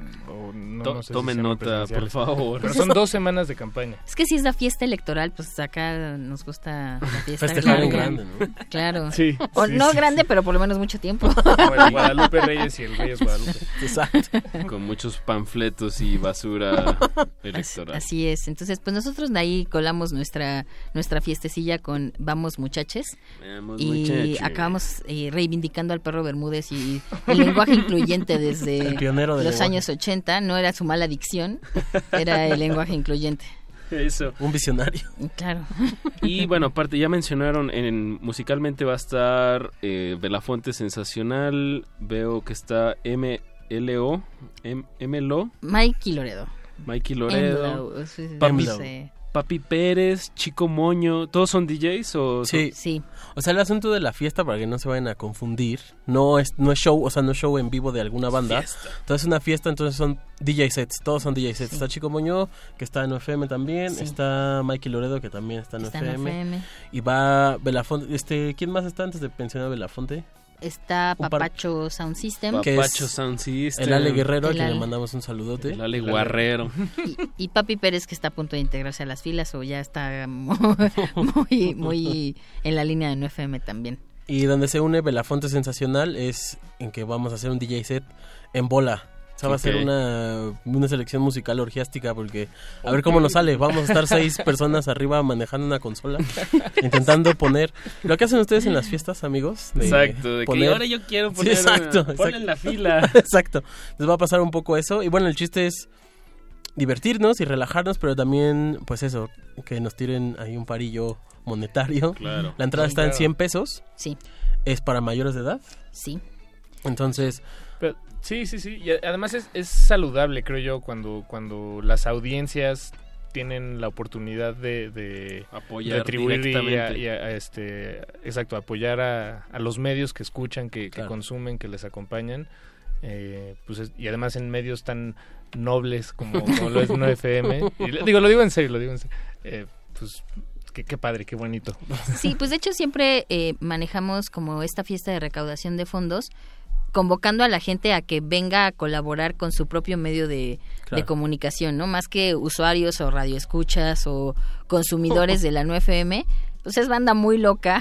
o no, to, no sé tomen si nota, por favor. Pero son dos semanas de campaña. Es que si es la fiesta electoral, pues acá nos gusta la fiesta festejar en grande, ¿no? Claro. Sí. O sí, no sí. grande, pero por lo menos mucho tiempo. Como el Guadalupe Reyes y el Reyes Guadalupe. Exacto. Con muchos panfletos y basura electoral. Así, así es. Entonces, pues nosotros de ahí colamos nuestra nuestra fiestecilla con Vamos Muchaches. Vamos, y muchaches. acabamos eh, reivindicando al perro Bermúdez y el lenguaje incluyente desde el pionero del los lenguaje. años ochenta. No era su mala dicción, era el lenguaje incluyente. Eso. Un visionario. Claro. Y bueno, aparte ya mencionaron, en musicalmente va a estar eh, Belafonte Sensacional, veo que está M L O, M L O, Mikey Loredo. Mikey Loredo, Emlo, sí, Papi, sí. Papi Pérez, Chico Moño, ¿todos son D Js o sí. sí? O sea, el asunto de la fiesta, para que no se vayan a confundir, no es no es show, o sea, no es show en vivo de alguna banda. Fiesta. Entonces es una fiesta, entonces son D J sets, todos son D J sets. Sí. Está Chico Moño, que está en F M también, sí. Está Mikey Loredo, que también está en, está F M, en F M. Y va Belafonte, este, ¿quién más está antes de mencionar Belafonte? Está Papacho par... Sound System. Papacho Sound System. El Ale Guerrero, a quien Ale... le mandamos un saludote. El Ale Guerrero. Y, y Papi Pérez, que está a punto de integrarse a las filas o ya está muy, muy, muy en la línea de N F M también. Y donde se une Belafonte Sensacional es en que vamos a hacer un D J set en bola. O sea, va okay. a ser una, una selección musical orgiástica porque a okay. ver cómo nos sale. Vamos a estar seis personas arriba manejando una consola, intentando poner lo que hacen ustedes en las fiestas, amigos. De exacto, de poner... que ahora yo quiero poner sí, exacto, una... exacto. en la fila. Exacto. Les va a pasar un poco eso. Y bueno, el chiste es divertirnos y relajarnos, pero también, pues eso, que nos tiren ahí un parillo monetario. Claro. La entrada sí, está claro. en cien pesos. Sí. ¿Es para mayores de edad? Sí. Entonces... Pero, sí, sí, sí. Y además es, es saludable, creo yo, cuando, cuando las audiencias tienen la oportunidad de, de apoyar retribuir directamente. Y, a, y a, este, exacto, apoyar a, a los medios que escuchan, que, claro. que consumen, que les acompañan. Eh, pues es, y además en medios tan nobles como, como lo es N F M. Y, digo, lo digo en serio, lo digo en serio. Eh, pues... Qué, qué padre, qué bonito. Sí, pues de hecho siempre eh, manejamos como esta fiesta de recaudación de fondos, convocando a la gente a que venga a colaborar con su propio medio de, claro. de comunicación, ¿no? Más que usuarios o radioescuchas o consumidores de la N F M, pues es banda muy loca,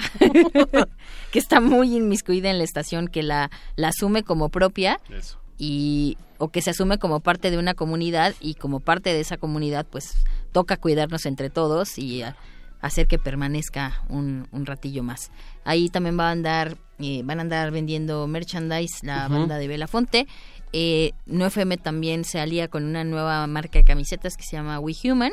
que está muy inmiscuida en la estación, que la, la asume como propia. Eso. Y o que se asume como parte de una comunidad y como parte de esa comunidad, pues toca cuidarnos entre todos y... A, hacer que permanezca un, un ratillo más. Ahí también va a andar, eh, van a andar vendiendo merchandise la uh-huh. banda de Belafonte. Eh, N F M también se alía con una nueva marca de camisetas que se llama We Human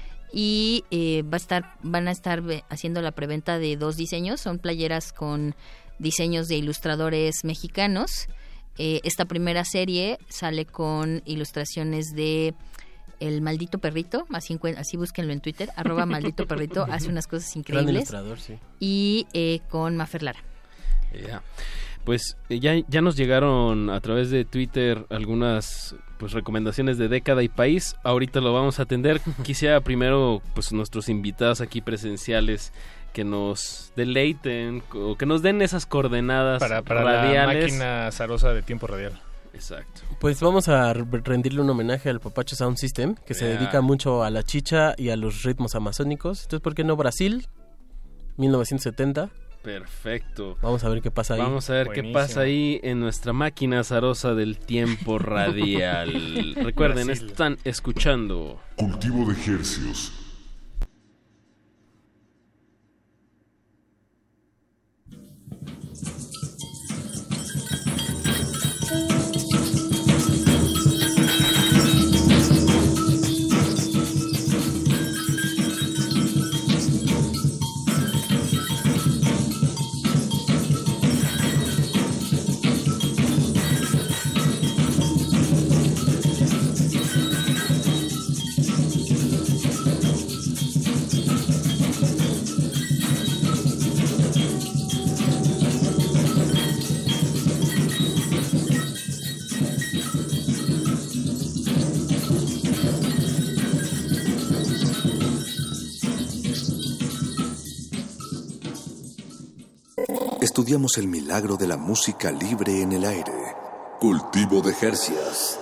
y eh, va a estar, van a estar haciendo la preventa de dos diseños. Son playeras con diseños de ilustradores mexicanos. Eh, esta primera serie sale con ilustraciones de El Maldito Perrito, así, así búsquenlo en Twitter, arroba Maldito Perrito, hace unas cosas increíbles. Gran ilustrador, sí. Y eh, con Mafer Lara. Yeah. Pues eh, ya, ya nos llegaron a través de Twitter algunas pues recomendaciones de década y país. Ahorita lo vamos a atender. Quisiera primero pues nuestros invitados aquí presenciales que nos deleiten o que nos den esas coordenadas para, para radiales. La máquina azarosa de tiempo radial. Exacto. Pues vamos a rendirle un homenaje al Papacho Sound System, que yeah. se dedica mucho a la chicha y a los ritmos amazónicos. Entonces, ¿por qué no Brasil? mil novecientos setenta. Perfecto. Vamos a ver qué pasa ahí. Vamos a ver Buenísimo. qué pasa ahí en nuestra máquina azarosa del tiempo radial. Recuerden, Brasil. Están escuchando Cultivo de Hercios. estudiamos el milagro de la música libre en el aire. Cultivo de Hercias.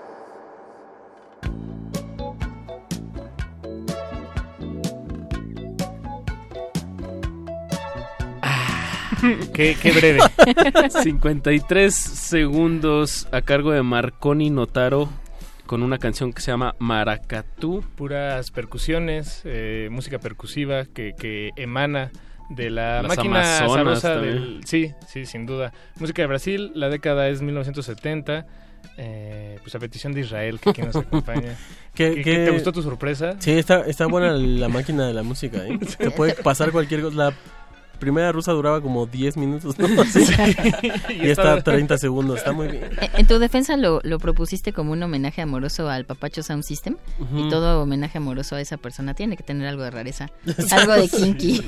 Qué, qué breve. cincuenta y tres segundos a cargo de Marconi Notaro con una canción que se llama Maracatú. Puras percusiones, eh, música percusiva que, que emana de la Las máquina Amazonas sabrosa también. del... Sí, sí, sin duda. Música de Brasil, la década es mil novecientos setenta. Eh, pues a petición de Israel, que aquí nos acompaña. ¿Qué, ¿Qué, qué- qué- ¿Te gustó tu sorpresa? Sí, está, está buena la máquina de la música, ¿eh? Te puede pasar cualquier cosa. La primera rusa duraba como diez minutos, ¿no? Sí. Y esta treinta segundos, está muy bien. En tu defensa lo, lo propusiste como un homenaje amoroso al Papacho Sound System. Ujú. Y todo homenaje amoroso a esa persona tiene que tener algo de rareza, algo de kinky.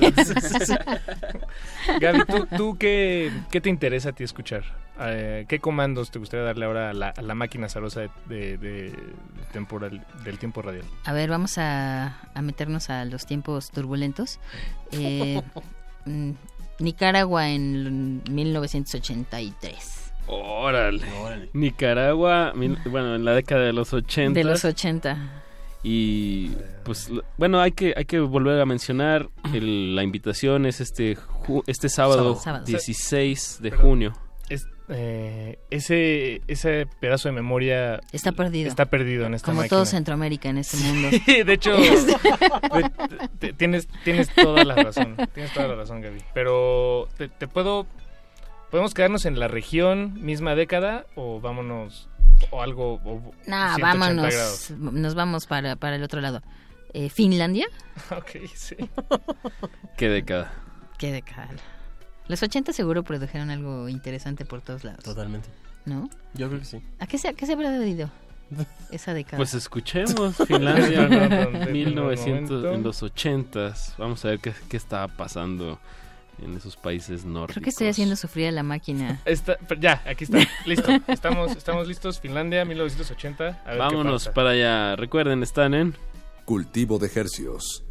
Gaby, ¿tú, tú qué, qué te interesa a ti escuchar? Eh, ¿Qué comandos te gustaría darle ahora a la, a la máquina zarosa de, de- de temporal, del tiempo radial? A ver, vamos a, a meternos a los tiempos turbulentos. Eh, mm, Nicaragua en mil novecientos ochenta y tres. Órale. Nicaragua, mil- bueno, en la década de los ochenta. De los ochenta. Y pues l- bueno, hay que hay que volver a mencionar el- la invitación es este ju- este sábado, Sábado. dieciséis de Perdón. junio. Es, eh, ese, ese pedazo de memoria Está perdido. Está perdido en esta Como máquina. todo Centroamérica en este mundo. Sí, de hecho, te- te- tienes, tienes toda la razón. Tienes toda la razón, Gaby. Pero te, te puedo... ¿Podemos quedarnos en la región, misma década? ¿O vámonos... o algo... O Nah, ciento ochenta vámonos. grados? Nos vamos para, para el otro lado. Eh, ¿Finlandia? Ok, sí. ¿Qué década? Qué década. Los ochenta seguro produjeron algo interesante por todos lados. Totalmente. ¿No? Yo creo que sí. ¿A qué se, a qué se habrá debido esa década? Pues escuchemos Finlandia No, no, no, mil no, novecientos momento. en los ochentas. Vamos a ver qué, qué está pasando en esos países nórdicos. Creo que estoy haciendo sufrir a la máquina. Está- pero ya, aquí está. Listo. Estamos, estamos listos. Finlandia, mil novecientos ochenta. A ver qué Vámonos pasa. para allá. Recuerden, están en Cultivo de Hercios.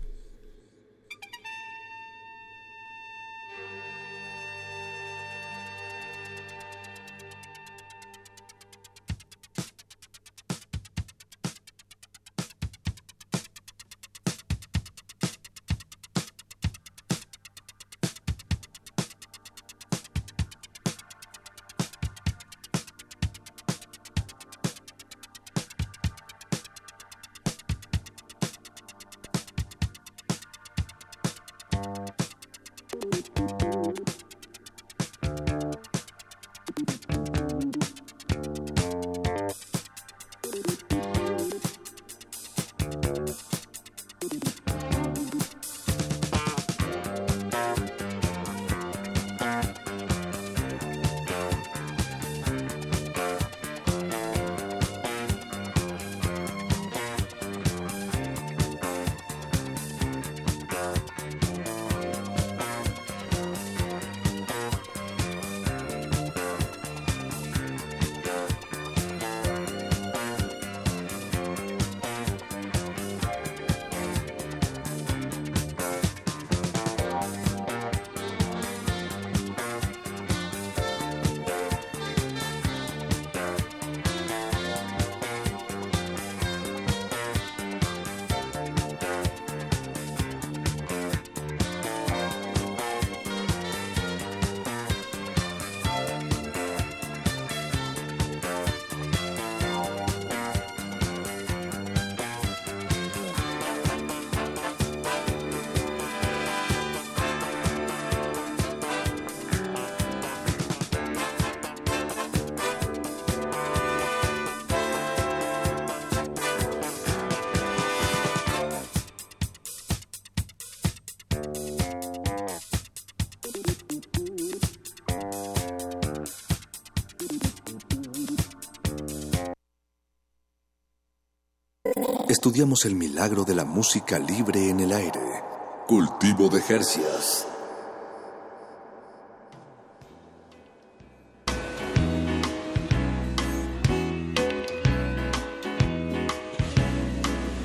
Estudiamos el milagro de la música libre en el aire. Cultivo de Hercias.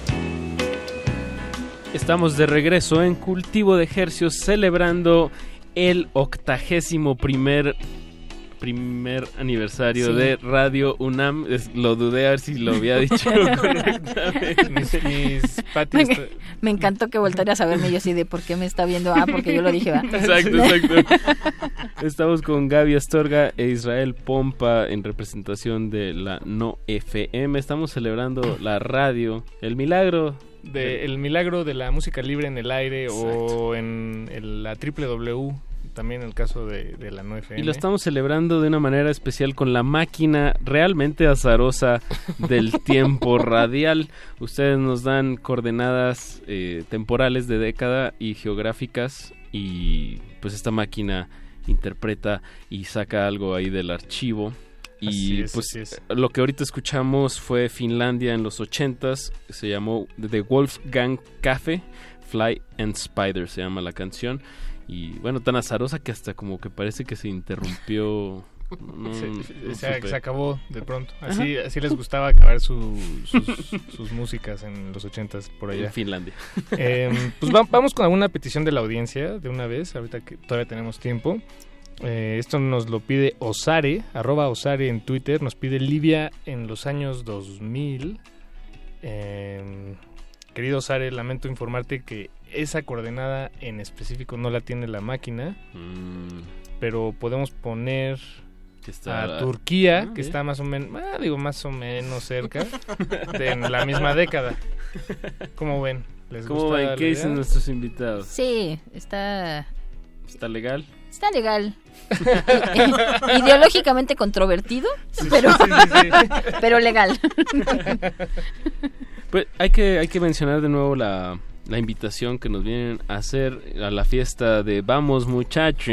Estamos de regreso en Cultivo de Hercios celebrando el octagésimo primer primer aniversario Sí. de Radio UNAM. Es- lo dudé a ver si lo había dicho correctamente. Mis, mis Pati Me, está- me encantó que voltearas a verme y yo así de ¿por qué me está viendo? Ah, porque yo lo dije, ¿va? Exacto, exacto. Estamos con Gaby Astorga e Israel Pompa en representación de la No F M. Estamos celebrando la radio, el milagro de el milagro de la música libre en el aire. Exacto. O en el, la doble u doble u doble u, también el caso de, de la No F M. Y lo estamos celebrando de una manera especial con la máquina realmente azarosa del tiempo radial. Ustedes nos dan coordenadas eh, temporales de década y geográficas, y pues esta máquina interpreta y saca algo ahí del archivo. Y Así es, pues así es. lo que ahorita escuchamos fue Finlandia en los ochentas, se llamó The Wolfgang Café, Fly and Spider se llama la canción. Y bueno, tan azarosa que hasta como que parece que se interrumpió. No, se, no se, supe. se acabó de pronto. Así, así les gustaba acabar su, sus, sus músicas en los ochentas por allá. En Finlandia. Eh, pues va, vamos con alguna petición de la audiencia de una vez, ahorita que todavía tenemos tiempo. Eh, esto nos lo pide Osare, arroba Osare en Twitter. Nos pide Livia en los años dos mil. Eh, querido Osare, lamento informarte que esa coordenada en específico no la tiene la máquina, mm. pero podemos poner está a la... Turquía, ah, que bien. está más o menos, ah, digo más o menos cerca, de, en la misma década. ¿Cómo ven? ¿Les ¿Cómo gusta ven? la ¿Qué idea? dicen nuestros invitados? Sí, está... ¿Está legal? Está legal. Ideológicamente controvertido, Sí, pero, sí, sí, sí. pero legal. Pues hay que, hay que mencionar de nuevo la, la invitación que nos vienen a hacer a la fiesta de Vamos Muchachos.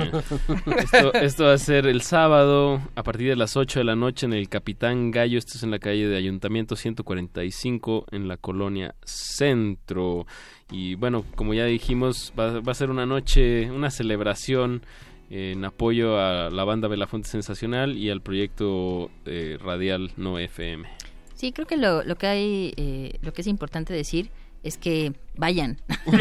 Esto, esto va a ser el sábado a partir de las ocho de la noche en el Capitán Gallo. Esto es en la calle de Ayuntamiento ciento cuarenta y cinco en la colonia Centro. Y bueno, como ya dijimos, va, va a ser una noche, una celebración en apoyo a la banda Belafonte Sensacional y al proyecto eh, radial No F M. Sí, creo que lo, lo que hay, eh, lo que es importante decir es que vayan.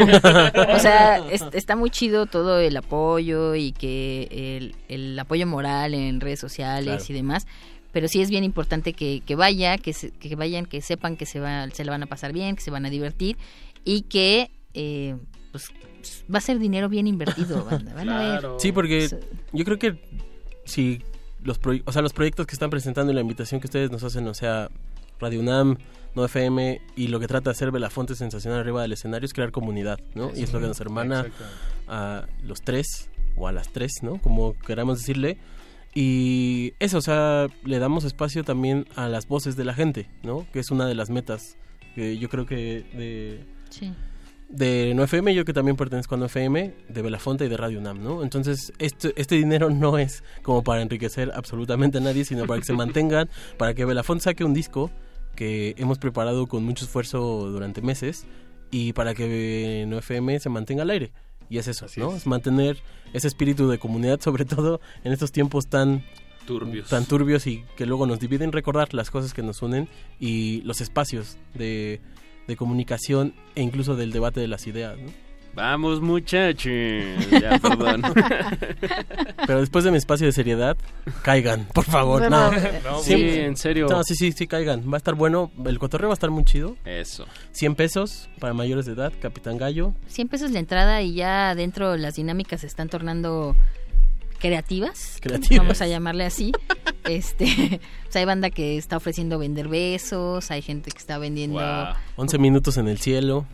O sea, es, está muy chido todo el apoyo y que el, el apoyo moral en redes sociales Claro. y demás, pero sí es bien importante que, que vaya, que, se, que vayan, que sepan que se va, se la van a pasar bien, que se van a divertir y que eh, pues va a ser dinero bien invertido, banda. Van a ver. Sí, porque yo creo que si los proye- o sea, los proyectos que están presentando y la invitación que ustedes nos hacen, o sea, Radio UNAM, No F M y lo que trata de hacer Belafonte Sensacional arriba del escenario es crear comunidad, ¿no? Sí, y es lo que nos hermana exacto. a los tres o a las tres, ¿no? Como queramos decirle. Y eso, o sea, le damos espacio también a las voces de la gente, ¿no? Que es una de las metas que yo creo que de... Sí. de No F M, yo que también pertenezco a No F M, de Belafonte y de Radio UNAM, ¿no? Entonces, este, este dinero no es como para enriquecer absolutamente a nadie, sino para que se mantengan, para que Belafonte saque un disco que hemos preparado con mucho esfuerzo durante meses y para que No F M se mantenga al aire. Y es eso, Así ¿no? es. Es mantener ese espíritu de comunidad, sobre todo en estos tiempos tan Turbios. tan turbios y que luego nos dividen, recordar las cosas que nos unen y los espacios de, de comunicación e incluso del debate de las ideas, ¿no? Vamos muchachos. Ya, perdón. Pero después de mi espacio de seriedad, caigan, por favor. Bueno, No, No, sí, sí, en serio. No, sí, sí, sí, caigan. Va a estar bueno. El cotorreo va a estar muy chido. Eso. cien pesos para mayores de edad, Capitán Gallo. cien pesos la entrada y ya adentro las dinámicas se están tornando creativas, Creativas. vamos a llamarle así. Este, o sea, hay banda que está ofreciendo vender besos, hay gente que está vendiendo Wow. once minutos en el cielo.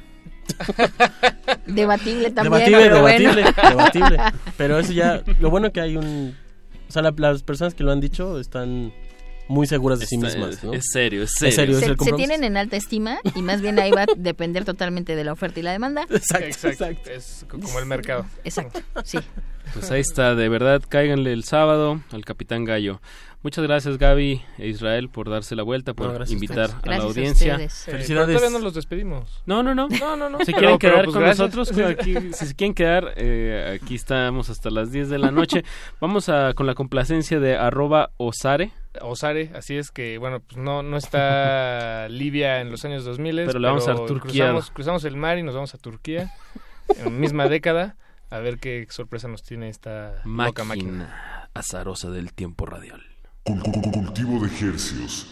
debatible también, Debatible, pero debatible, bueno. debatible. Pero eso ya, lo bueno que hay un... O sea, la- las personas que lo han dicho están muy seguras de sí Está- mismas, ¿no? Es serio, es serio. Es serio, es Se, el se compromiso. tienen en alta estima y más bien ahí va a depender totalmente de la oferta y la demanda. Exacto, Exacto, exacto. es co- como el mercado. Exacto, sí. Pues ahí está, de verdad, cáiganle el sábado al Capitán Gallo. Muchas gracias, Gaby e Israel, por darse la vuelta, por No, gracias a invitar ustedes. a la Gracias a audiencia. ustedes. Eh, Felicidades. pero todavía no los despedimos. No, no, no. No, no, no. Si Pero- quieren pero, quedar pues, con gracias. nosotros, aquí, si se quieren quedar, eh, aquí estamos hasta las diez de la noche. Vamos a con la complacencia de arroba Osare. Osare, así es que, bueno, pues no, no está Libia en los años dos mil, Pero le vamos a Turquía. Cruzamos, cruzamos el mar y nos vamos a Turquía, en la misma década. A ver qué sorpresa nos tiene esta máquina, loca máquina azarosa del tiempo radial. Cultivo de hercios.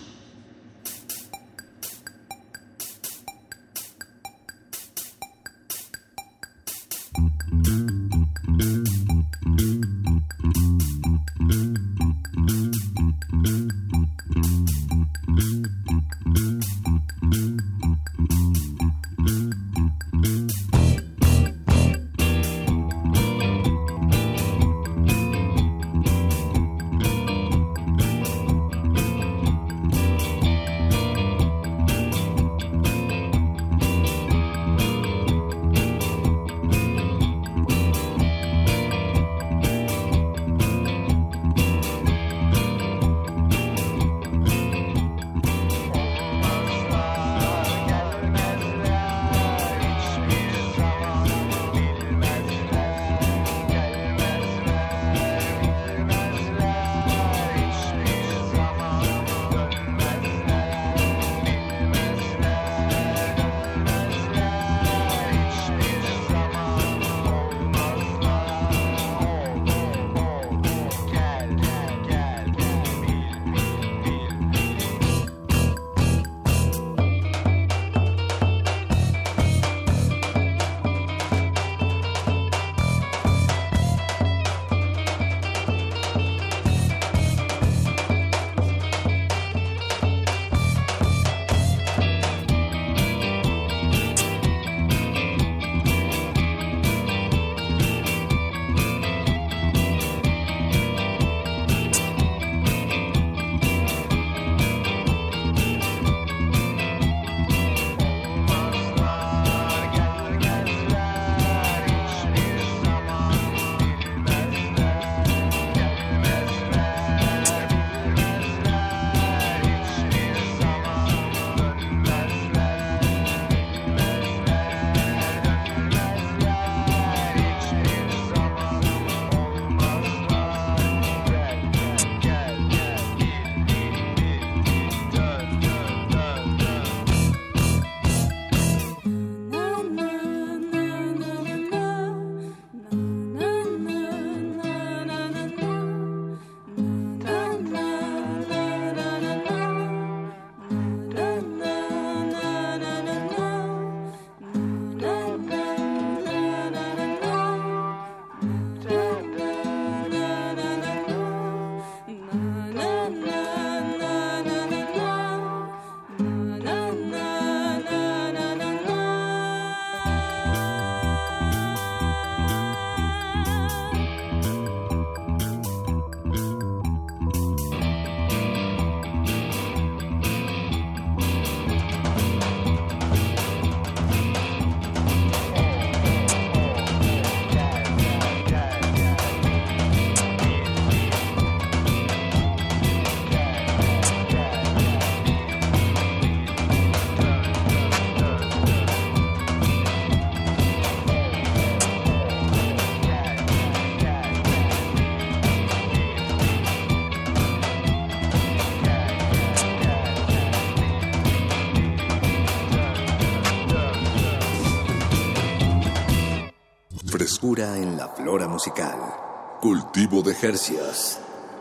Frescura en la flora musical. Cultivo de hercios.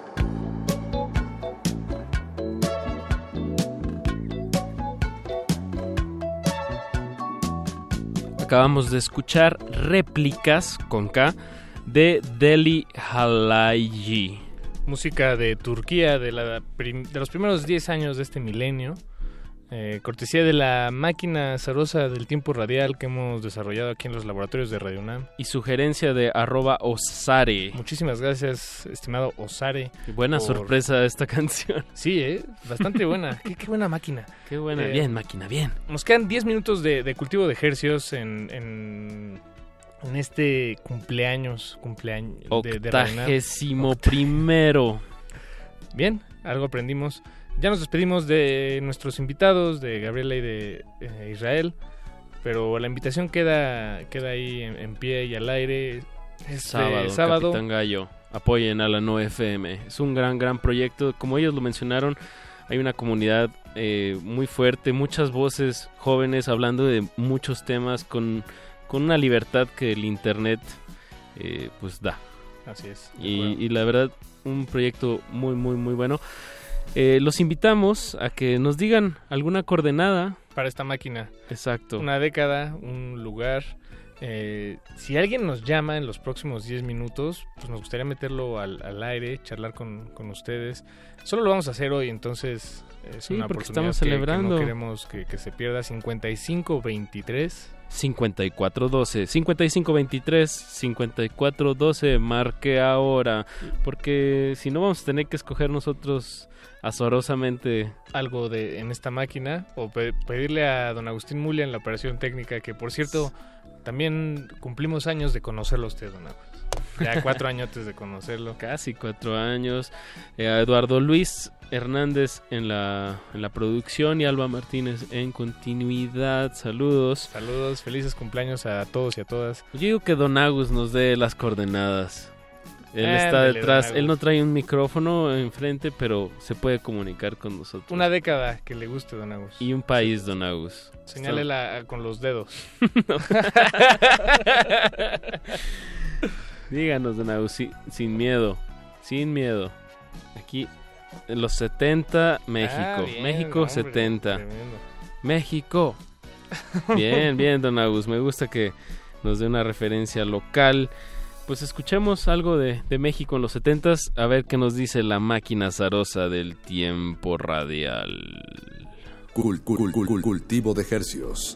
Acabamos de escuchar Réplicas con K de Deli Halaygi. Música de Turquía de, la prim- de los primeros diez años de este milenio. Eh, cortesía de la máquina azarosa del tiempo radial que hemos desarrollado aquí en los laboratorios de Radio UNAM. Y sugerencia de arroba Osare. Muchísimas gracias, estimado Osare. Buena por... sorpresa esta canción. Sí, ¿eh? Bastante buena. qué, qué buena máquina. Qué buena. Eh, bien, máquina, bien. Nos quedan diez minutos de, de cultivo de hercios en, en, en este cumpleaños. cumpleaños de, de Octagésimo primero. Bien, algo aprendimos. Ya nos despedimos de nuestros invitados, de Gabriela y de eh, Israel, pero la invitación queda queda ahí en, en pie y al aire. Este sábado, sábado. Capitán Gallo, apoyen a la No F M. Es un gran, gran proyecto. Como ellos lo mencionaron, hay una comunidad eh, muy fuerte, muchas voces jóvenes hablando de muchos temas con, con una libertad que el Internet eh, pues da. Así es. Y, y la verdad, un proyecto muy, muy, muy bueno. Eh, los invitamos a que nos digan alguna coordenada. Para esta máquina. Exacto. Una década, un lugar. Eh, si alguien nos llama en los próximos diez minutos, pues nos gustaría meterlo al, al aire, charlar con, con ustedes. Solo lo vamos a hacer hoy, entonces es sí, una porque oportunidad estamos que, celebrando. que no queremos que, que se pierda. Cincuenta y cinco veintitrés cincuenta y cuatro doce, cincuenta y cinco veintitrés, cincuenta y cuatro doce, marque ahora, porque si no vamos a tener que escoger nosotros azarosamente algo de en esta máquina, o pe- pedirle a don Agustín Mulia en la operación técnica, que por cierto también cumplimos años de conocerlo a usted, don Agustín. Ya cuatro añotes de conocerlo. Casi cuatro años. Eh, a Eduardo Luis Hernández en la, en la producción y Alba Martínez en continuidad. Saludos. Saludos, felices cumpleaños a todos y a todas. Yo digo que Don Agus nos dé las coordenadas. Él Ándale, está detrás, Don él no Agus. trae un micrófono enfrente, pero se puede comunicar con nosotros. Una década que le guste, don Agus. Y un país, Don Agus. Señálela con los dedos. Díganos, Don Agus, si- sin miedo, sin miedo. Aquí, en los setenta, México. Ah, bien, México hombre, setenta. tremendo. México. Bien, bien, Don Agus. Me gusta que nos dé una referencia local. Pues escuchemos algo de, de México en los setentas, a ver qué nos dice la máquina azarosa del tiempo radial. Cul- cul- cul- cul- cultivo de hercios.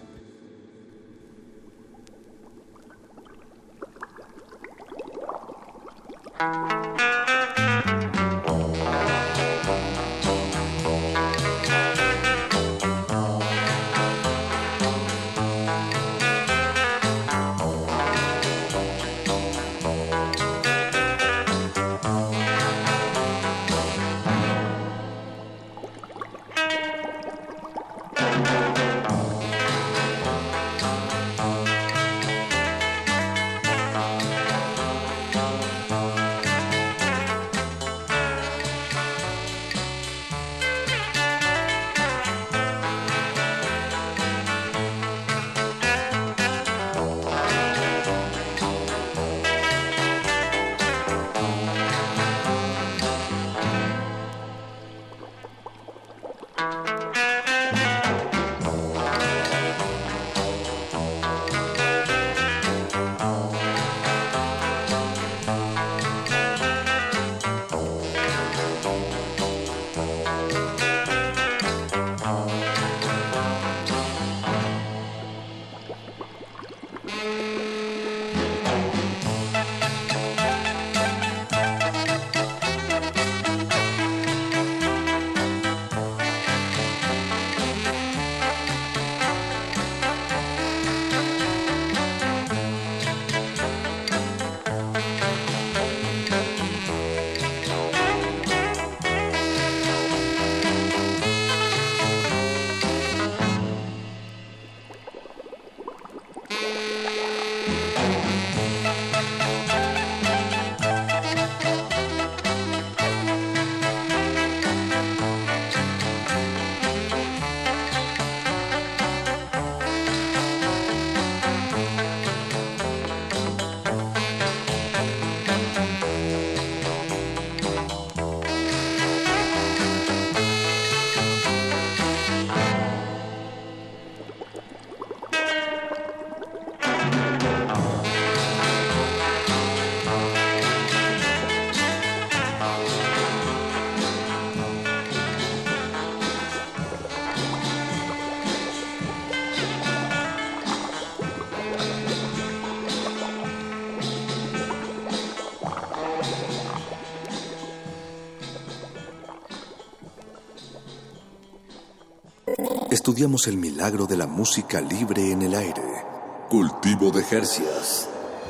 Estudiamos el milagro de la música libre en el aire. Cultivo de hercios.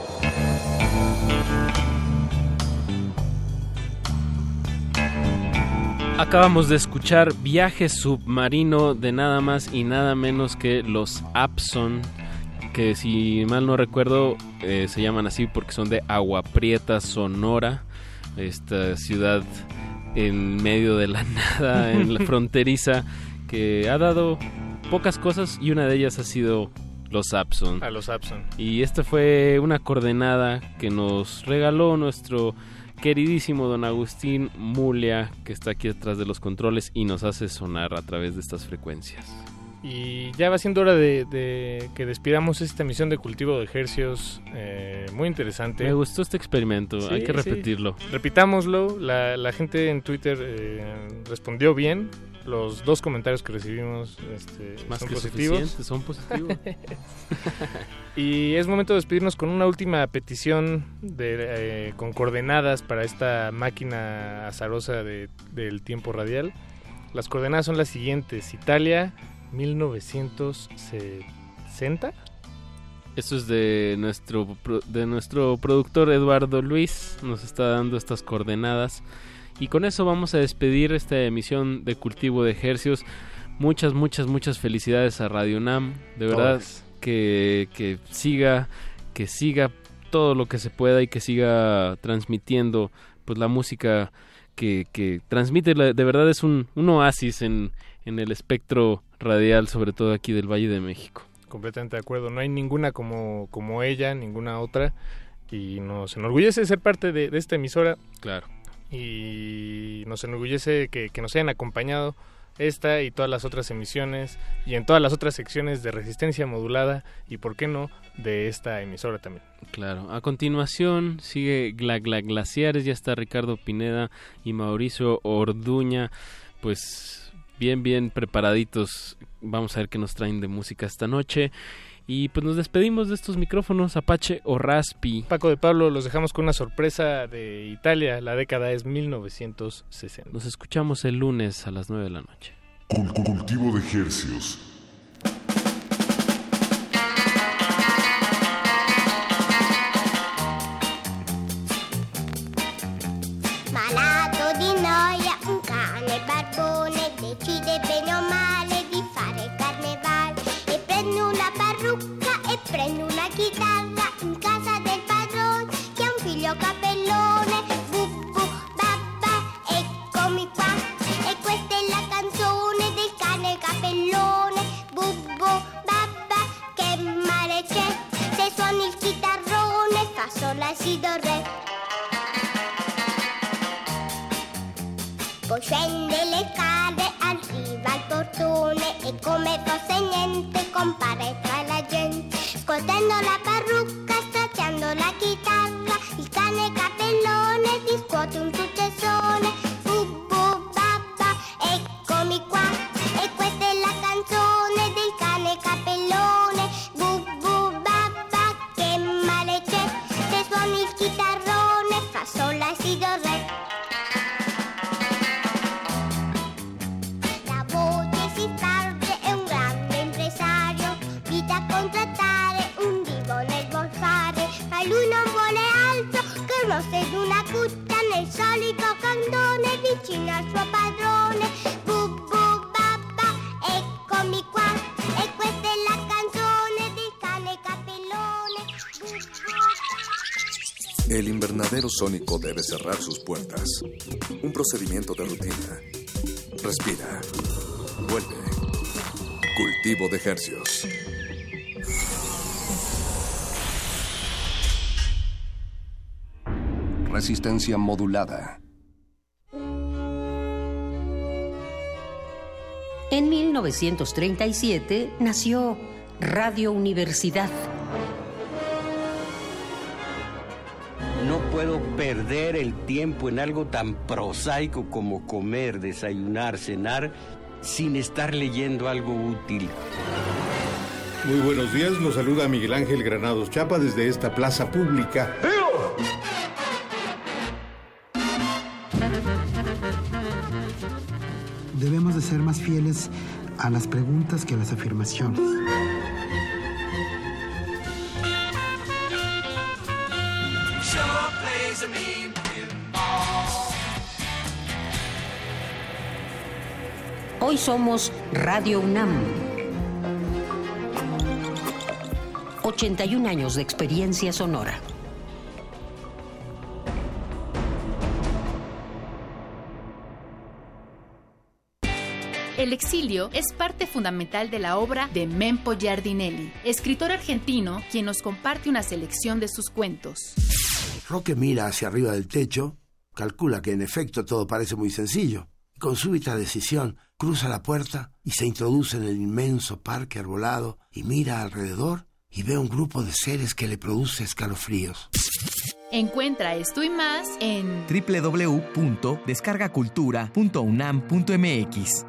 Acabamos de escuchar Viaje Submarino de nada más y nada menos que los Abson, que si mal no recuerdo eh, se llaman así porque son de Agua Prieta, Sonora, esta ciudad en medio de la nada, en la fronteriza, que ha dado pocas cosas y una de ellas ha sido Los Abson. A los Abson. Y esta fue una coordenada que nos regaló nuestro queridísimo don Agustín Mulia, que está aquí detrás de los controles y nos hace sonar a través de estas frecuencias. Y ya va siendo hora de, de que despidamos esta emisión de Cultivo de Hercios, eh, muy interesante. Me gustó este experimento, sí, hay que repetirlo. Sí. Repitámoslo, la, la gente en Twitter eh, respondió bien, los dos comentarios que recibimos este, Más son que positivos. Son positivos. Y es momento de despedirnos con una última petición de, eh, con coordenadas para esta máquina azarosa de, del tiempo radial. Las coordenadas son las siguientes: Italia, mil novecientos sesenta. Esto es de nuestro de nuestro productor Eduardo Luis, nos está dando estas coordenadas. Y con eso vamos a despedir esta emisión de Cultivo de Hercios. Muchas, muchas, muchas felicidades a Radio UNAM. De verdad, que, que siga, que siga todo lo que se pueda y que siga transmitiendo pues la música que, que transmite. De verdad es un, un oasis en, en el espectro radial, sobre todo aquí del Valle de México. Completamente de acuerdo. No hay ninguna como, como ella, ninguna otra. Y nos enorgullece ser parte de, de esta emisora. Claro. Y nos enorgullece que, que nos hayan acompañado esta y todas las otras emisiones y en todas las otras secciones de Resistencia Modulada y, por qué no, de esta emisora también. Claro. A continuación sigue Gla Gla Glaciares, ya está Ricardo Pineda y Mauricio Orduña, pues bien, bien preparaditos. Vamos a ver qué nos traen de música esta noche. Y pues nos despedimos de estos micrófonos, Apache o Raspi. Paco de Pablo, los dejamos con una sorpresa de Italia. La década es mil novecientos sesenta. Nos escuchamos el lunes a las nueve de la noche. Cultivo de Hercios. Malato di noia, un cane barbone decide bene o male di fare carnevale e prende una parrucca e prende una chitarra in casa del padrone che ha un figlio capellone. Bubbu babba, eccomi qua, e questa è la canzone del cane capellone. Bubbu babba, che male c'è se suoni il chitarrone, fa sol la si do re. Poi scende le scale, arriva al portone e come fosse niente compare tra la gente. Scotendo la parrucca, stacciando la chitarra, il cane capellone riscuote un successone. Bubbu babba, eccomi qua, e questa è la canzone del cane capellone. Bubbu babba, che male c'è se suoni il chitarrone, fa sol la si do re. Lui non vuole altro che uno seduna cutta nel solito cantone vicino al suo padrone. Bubbu babba, eccomi qua, e questa è la canzone del cane capellone. Bubbu. El invernadero sónico debe cerrar sus puertas. Un procedimiento de rutina. Respira. Vuelve. Cultivo de Hercios. Resistencia modulada. En mil novecientos treinta y siete nació Radio Universidad. No puedo perder el tiempo en algo tan prosaico como comer, desayunar, cenar, sin estar leyendo algo útil. Muy buenos días, los saluda Miguel Ángel Granados Chapa desde esta plaza pública. Debemos de ser más fieles a las preguntas que a las afirmaciones. Hoy somos Radio UNAM. ochenta y un años de experiencia sonora. El exilio es parte fundamental de la obra de Mempo Giardinelli, escritor argentino quien nos comparte una selección de sus cuentos. Roque mira hacia arriba del techo, calcula que en efecto todo parece muy sencillo. Con súbita decisión, cruza la puerta y se introduce en el inmenso parque arbolado y mira alrededor y ve un grupo de seres que le produce escalofríos. Encuentra esto y más en doble u doble u doble u punto descarga cultura punto unam punto m x.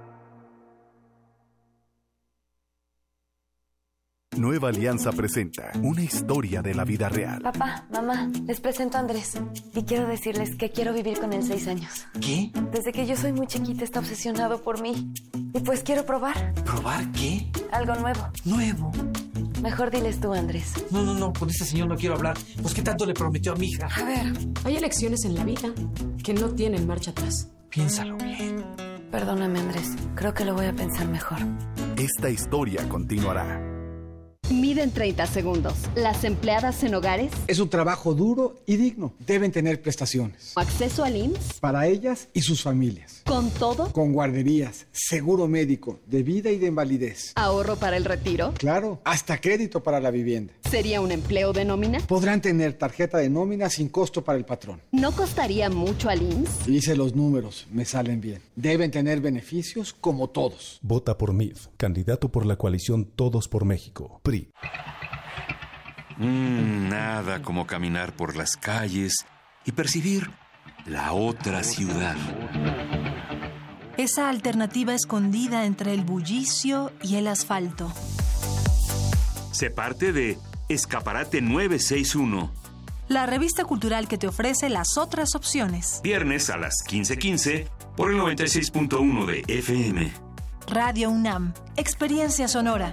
Nueva Alianza presenta una historia de la vida real. Papá, mamá, les presento a Andrés. Y quiero decirles que quiero vivir con él seis años. ¿Qué? Desde que yo soy muy chiquita está obsesionado por mí. Y pues quiero probar. ¿Probar qué? Algo nuevo. ¿Nuevo? Mejor diles tú, Andrés. No, no, no, con ese señor no quiero hablar. Pues, ¿qué tanto le prometió a mi hija? A ver, hay elecciones en la vida que no tienen marcha atrás. Piénsalo bien. Perdóname, Andrés. Creo que lo voy a pensar mejor. Esta historia continuará. Miden treinta segundos. Las empleadas en hogares. Es un trabajo duro y digno. Deben tener prestaciones. Acceso al I M S S. Para ellas y sus familias. ¿Con todo? Con guarderías, seguro médico, de vida y de invalidez. ¿Ahorro para el retiro? Claro, hasta crédito para la vivienda. ¿Sería un empleo de nómina? Podrán tener tarjeta de nómina sin costo para el patrón. ¿No costaría mucho al I M S S? Hice los números, me salen bien. Deben tener beneficios como todos. Vota por M I F, candidato por la coalición Todos por México, P R I. Mm, nada como caminar por las calles y percibir la otra ciudad. Esa alternativa escondida entre el bullicio y el asfalto. Se parte de Escaparate nueve seis uno. La revista cultural que te ofrece las otras opciones. Viernes a las quince quince por el noventa y seis punto uno de F M. Radio UNAM. Experiencia sonora.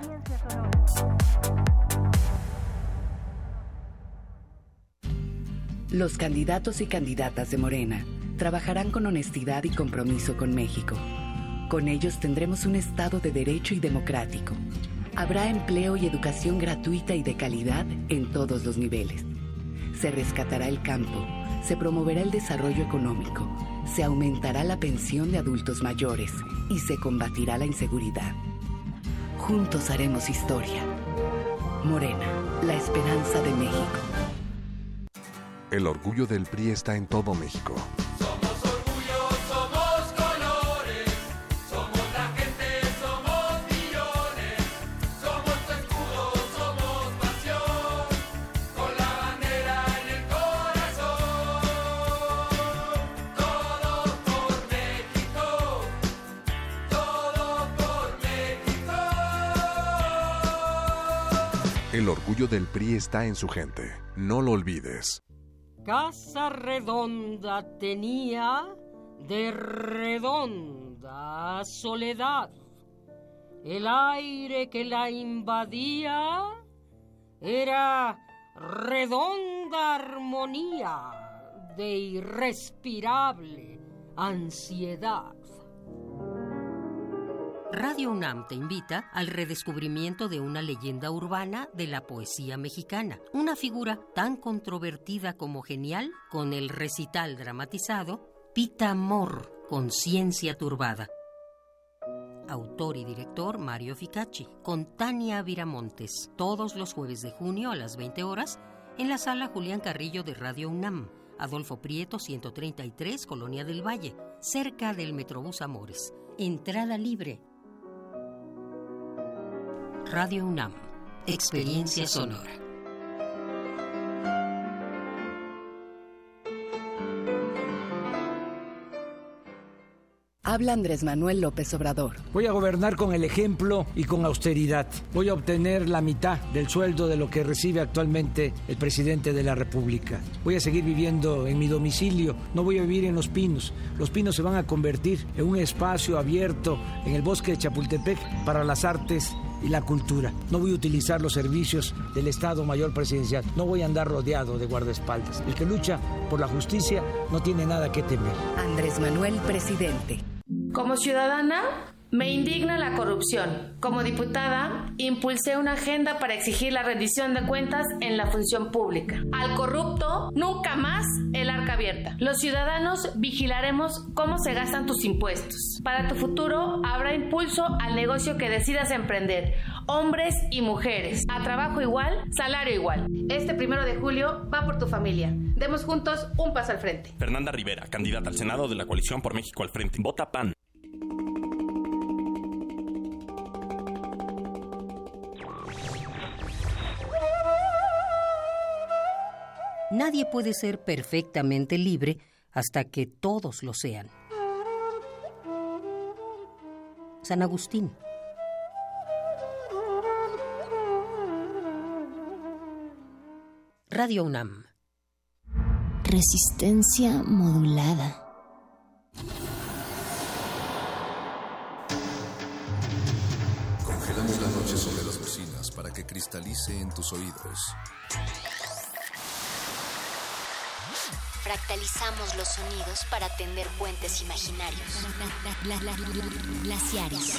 Los candidatos y candidatas de Morena trabajarán con honestidad y compromiso con México. Con ellos tendremos un Estado de derecho y democrático. Habrá empleo y educación gratuita y de calidad en todos los niveles. Se rescatará el campo, se promoverá el desarrollo económico, se aumentará la pensión de adultos mayores y se combatirá la inseguridad. Juntos haremos historia. Morena, la esperanza de México. El orgullo del P R I está en todo México. Somos orgullo, somos colores, somos la gente, somos millones, somos tu escudo, somos pasión, con la bandera en el corazón. Todo por México, todo por México. El orgullo del P R I está en su gente. No lo olvides. Casa redonda tenía de redonda soledad. El aire que la invadía era redonda armonía de irrespirable ansiedad. Radio UNAM te invita al redescubrimiento de una leyenda urbana de la poesía mexicana, una figura tan controvertida como genial, con el recital dramatizado Pita Amor, Conciencia Turbada. Autor y director Mario Ficacci, con Tania Viramontes, todos los jueves de junio a las veinte horas, en la sala Julián Carrillo de Radio UNAM, Adolfo Prieto ciento treinta y tres, Colonia del Valle, cerca del Metrobús Amores. Entrada libre. Radio UNAM, experiencia sonora. Habla Andrés Manuel López Obrador. Voy a gobernar con el ejemplo y con austeridad. Voy a obtener la mitad del sueldo de lo que recibe actualmente el presidente de la República. Voy a seguir viviendo en mi domicilio. No voy a vivir en Los Pinos. Los Pinos se van a convertir en un espacio abierto en el bosque de Chapultepec para las artes y la cultura. No voy a utilizar los servicios del Estado Mayor Presidencial. No voy a andar rodeado de guardaespaldas. El que lucha por la justicia no tiene nada que temer. Andrés Manuel, presidente. Como ciudadana, Me indigna la corrupción. Como diputada, impulsé una agenda para exigir la rendición de cuentas en la función pública. Al corrupto, nunca más el arca abierta. Los ciudadanos vigilaremos cómo se gastan tus impuestos. Para tu futuro, habrá impulso al negocio que decidas emprender. Hombres y mujeres. A trabajo igual, salario igual. Este primero de julio va por tu familia. Demos juntos un paso al frente. Fernanda Rivera, candidata al Senado de la Coalición por México al Frente. Vota P A N. Nadie puede ser perfectamente libre hasta que todos lo sean. San Agustín. Radio UNAM. Resistencia modulada. Congelamos la noche sobre las bocinas para que cristalice en tus oídos. Fractalizamos los sonidos para tender puentes imaginarios. Glaciares.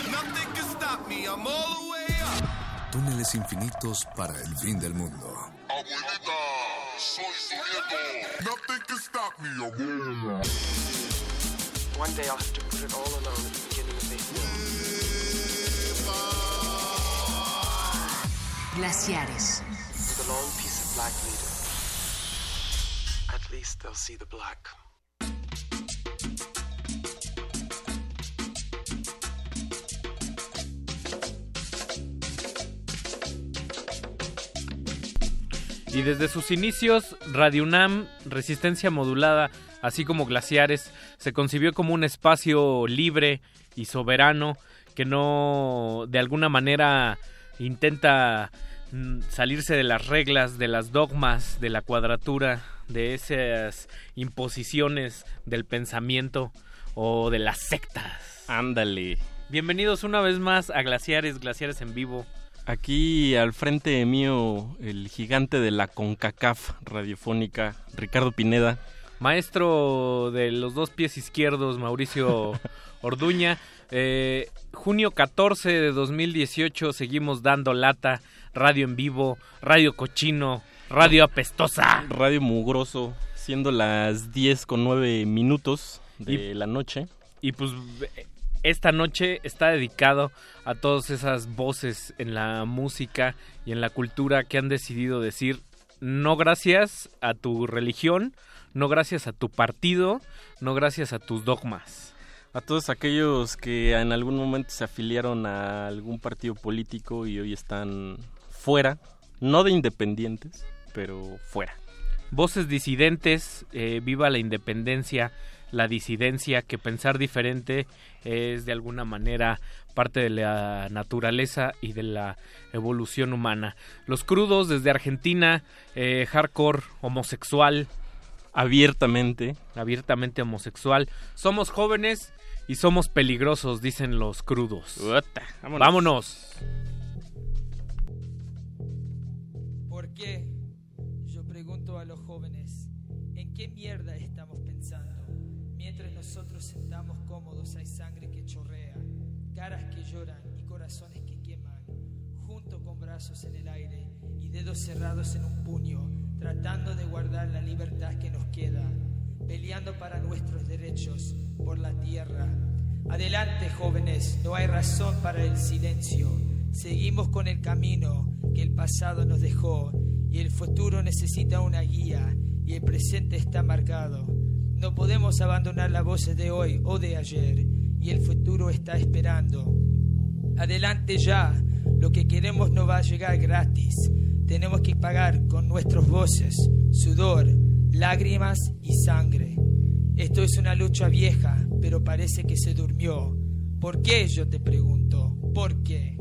Túneles infinitos para el fin del mundo. Abuelita, soy su nieto. Nothing can stop me, abuela. One day I'll have to put it all alone at the beginning of this world. Glaciares. With a long piece of black leader. At least they'll see the black. Y desde sus inicios, Radio UNAM, Resistencia Modulada, así como Glaciares, se concibió como un espacio libre y soberano que no, de alguna manera, intenta salirse de las reglas, de las dogmas, de la cuadratura, de esas imposiciones del pensamiento o de las sectas. Ándale. Bienvenidos una vez más a Glaciares, Glaciares en vivo. Aquí al frente mío, el gigante de la CONCACAF radiofónica, Ricardo Pineda. Maestro de los dos pies izquierdos, Mauricio Orduña. Eh, junio catorce de dos mil dieciocho, seguimos dando lata, radio en vivo, radio cochino, radio apestosa. Radio mugroso, siendo las diez con nueve minutos de y, la noche. Y pues esta noche está dedicado a todas esas voces en la música y en la cultura que han decidido decir no gracias a tu religión, no gracias a tu partido, no gracias a tus dogmas. A todos aquellos que en algún momento se afiliaron a algún partido político y hoy están fuera, no de independientes, pero fuera. Voces disidentes, eh, viva la independencia, la disidencia, que pensar diferente es de alguna manera parte de la naturaleza y de la evolución humana. Los Crudos desde Argentina, eh, hardcore, homosexual. Abiertamente. Abiertamente homosexual. Somos jóvenes y somos peligrosos, dicen los Crudos. Uta, vámonos. Vámonos. ¿Por qué? Yo pregunto a los jóvenes, ¿en qué mierda estamos pensando? Mientras nosotros sentamos cómodos hay sangre que chorrea, caras que lloran y corazones que queman, junto con brazos en el aire y dedos cerrados en un puño, tratando de guardar la libertad que nos queda, peleando para nuestros derechos por la tierra. Adelante, jóvenes, no hay razón para el silencio. Seguimos con el camino que el pasado nos dejó y el futuro necesita una guía y el presente está marcado. No podemos abandonar las voces de hoy o de ayer y el futuro está esperando. Adelante ya, lo que queremos no va a llegar gratis. Tenemos que pagar con nuestras voces, sudor, lágrimas y sangre. Esto es una lucha vieja, pero parece que se durmió. ¿Por qué? Yo te pregunto, ¿por qué?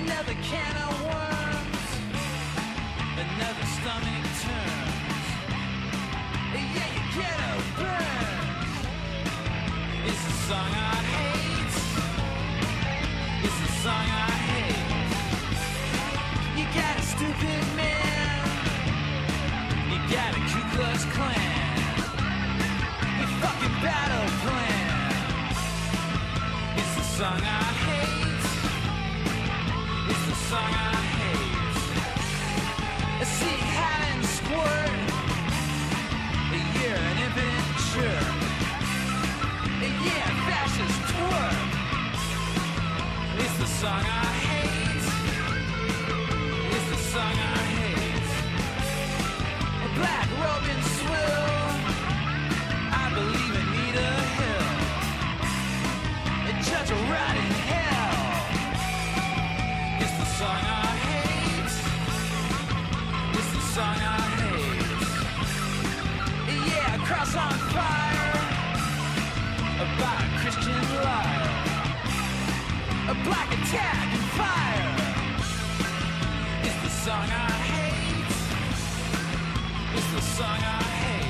Another can of worms, another stomach turns. Yeah, you get a burn. It's a song I hate. It's a song I hate. You got a stupid man. You got a Ku Klux Klan. Your fucking battle plan. It's the song I hate. It's the song I hate. I see hat and squirt. You're an immature. Yeah, fascist twerp. It's the song I hate. It's the song I hate. A black Robin swill. I believe in Nita Hill. A judge will rot in hell. It's the song I hate. It's the song I hate. Yeah, a cross on fire. About a Christian liar. A black attack and fire. It's the song I hate. It's the song I hate.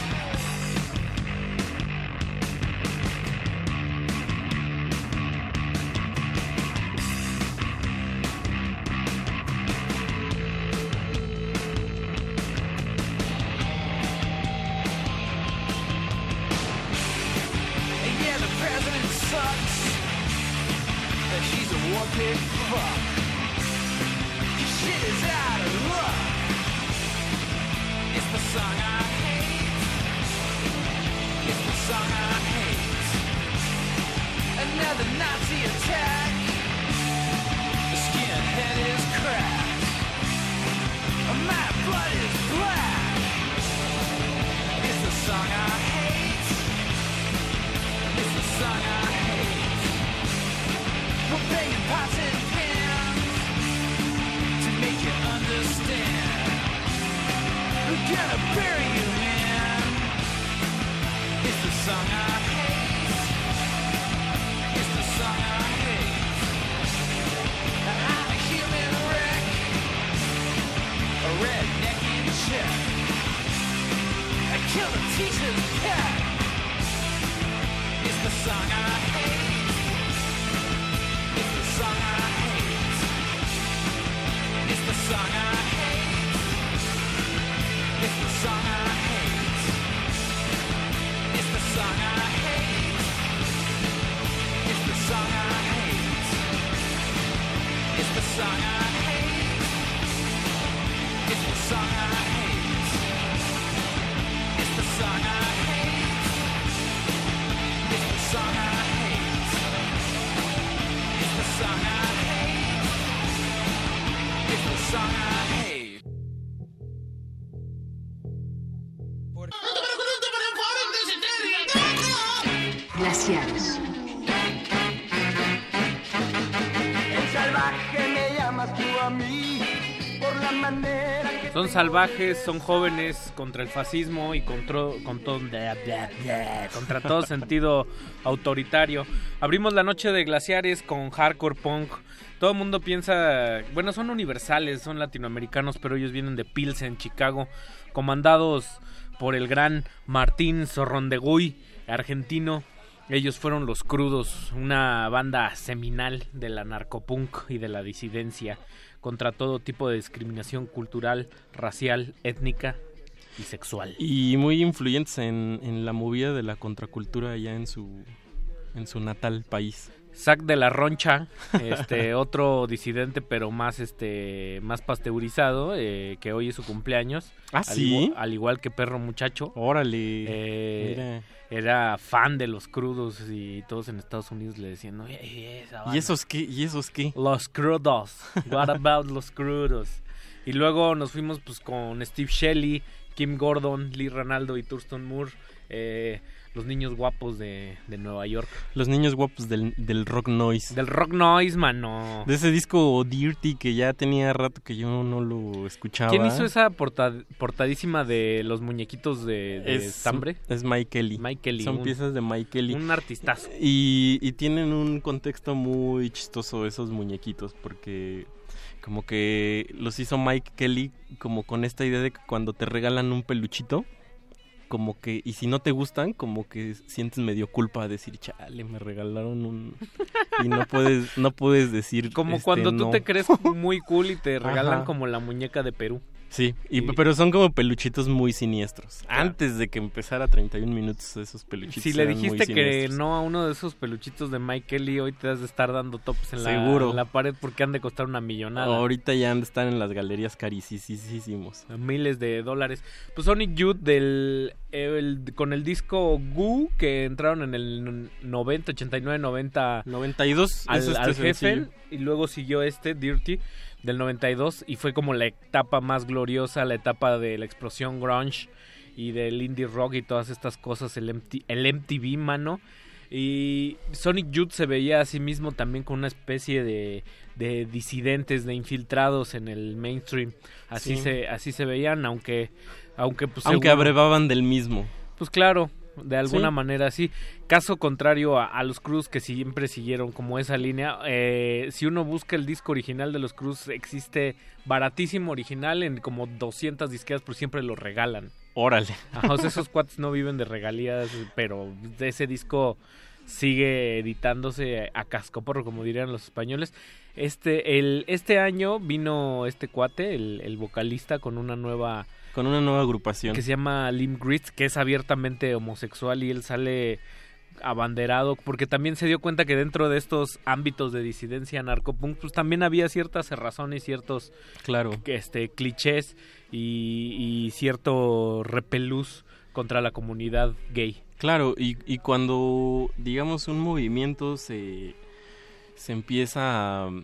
Yeah, the president sucks. But she's a war pig fuck. Shit is out of luck. It's the song I hate. It's the song I hate. Another Nazi attack. The skinhead is cracked. My blood is black. It's the song I hate. It's the song I hate. We're banging pots and pans to make you understand. We're gonna bury you, man. It's the song I hate. It's the song I hate. I'm a human wreck, a redneck in check. I killed a teacher's cat. It's the song I hate. It's the song I hate. It's the song I hate. It's the song I hate. It's the song I hate. It's the song I hate. It's the song I hate. It's the song I hate. It's the song I hate. It's the song I hate. It's the song I hate. It's the song I hate. Glaciares. El salvaje me llamas tú a mí por la manera que Son salvajes, son jóvenes contra el fascismo y contra, contra, contra todo sentido autoritario. Abrimos la noche de Glaciares con hardcore punk. Todo el mundo piensa, bueno, son universales, son latinoamericanos, pero ellos vienen de Pilsen, Chicago, comandados por el gran Martín Zorrondeguy, argentino. Ellos fueron Los Crudos, una banda seminal de la narcopunk y de la disidencia contra todo tipo de discriminación cultural, racial, étnica y sexual. Y muy influyentes en, en la movida de la contracultura allá en su, en su natal país. Zac de la Roncha, este otro disidente pero más este más pasteurizado, eh, que hoy es su cumpleaños. ¿Ah, al sí? Igual, al igual que Perro Muchacho. Órale. Eh, Mira. Era fan de Los Crudos y todos en Estados Unidos le decían, no, esa banda. ¿Y esos qué? ¿Y esos qué? Los Crudos. What about Los Crudos? Y luego nos fuimos pues con Steve Shelley, Kim Gordon, Lee Ranaldo y Thurston Moore. Eh, los niños guapos de, de Nueva York. Los niños guapos del, del rock noise. Del rock noise, mano. De ese disco Dirty que ya tenía rato que yo no lo escuchaba. ¿Quién hizo esa porta, portadísima de los muñequitos de, de es, estambre? Es Mike Kelly. Mike Kelly. Son un, piezas de Mike Kelly. Un artistazo. Y, y tienen un contexto muy chistoso esos muñequitos porque como que los hizo Mike Kelly como con esta idea de que cuando te regalan un peluchito, como que, y si no te gustan, como que sientes medio culpa de decir, chale, me regalaron un... Y no puedes, no puedes decir... Como este, cuando no. tú te crees muy cool y te regalan Ajá. como la muñeca de Perú. Sí, y, y, pero son como peluchitos muy siniestros. Claro. Antes de que empezara treinta y un minutos, esos peluchitos si le eran dijiste muy que no a uno de esos peluchitos de Mike Kelly, hoy te has de estar dando topes en, la, Seguro. en la pared porque han de costar una millonada. Ahorita ya han de estar en las galerías carísimos. Miles de dólares. Pues Sonic Youth del, el, con el disco Goo, que entraron en el noventa, ochenta y nueve, noventa... noventa y dos al, es este al jefe, sencillo. Y luego siguió este, Dirty, del noventa y dos, y fue como la etapa más gloriosa, la etapa de la explosión grunge y del indie rock y todas estas cosas, el, M T, el M T V, mano. Y Sonic Youth se veía a sí mismo también con una especie de, de disidentes, de infiltrados en el mainstream. Así, sí. se, así se veían, aunque... Aunque, pues, aunque según, abrevaban del mismo. Pues claro, de alguna sí. manera sí. Caso contrario a, a los Cruz, que siempre siguieron como esa línea. Eh, si uno busca el disco original de los Cruz, existe baratísimo original en como doscientas disqueras, pero siempre lo regalan. Órale. Ajá, o sea, esos cuates no viven de regalías, pero de ese disco sigue editándose a cascoporro, como dirían los españoles. Este, el, este año vino este cuate, el, el vocalista, con una nueva... Con una nueva agrupación. Que se llama Limp Grit, que es abiertamente homosexual y él sale abanderado, porque también se dio cuenta que dentro de estos ámbitos de disidencia narcopunk, pues también había ciertas cerrazones y ciertos claro. este, clichés y, y cierto repelús contra la comunidad gay. Claro, y, y cuando, digamos, un movimiento se, se empieza a,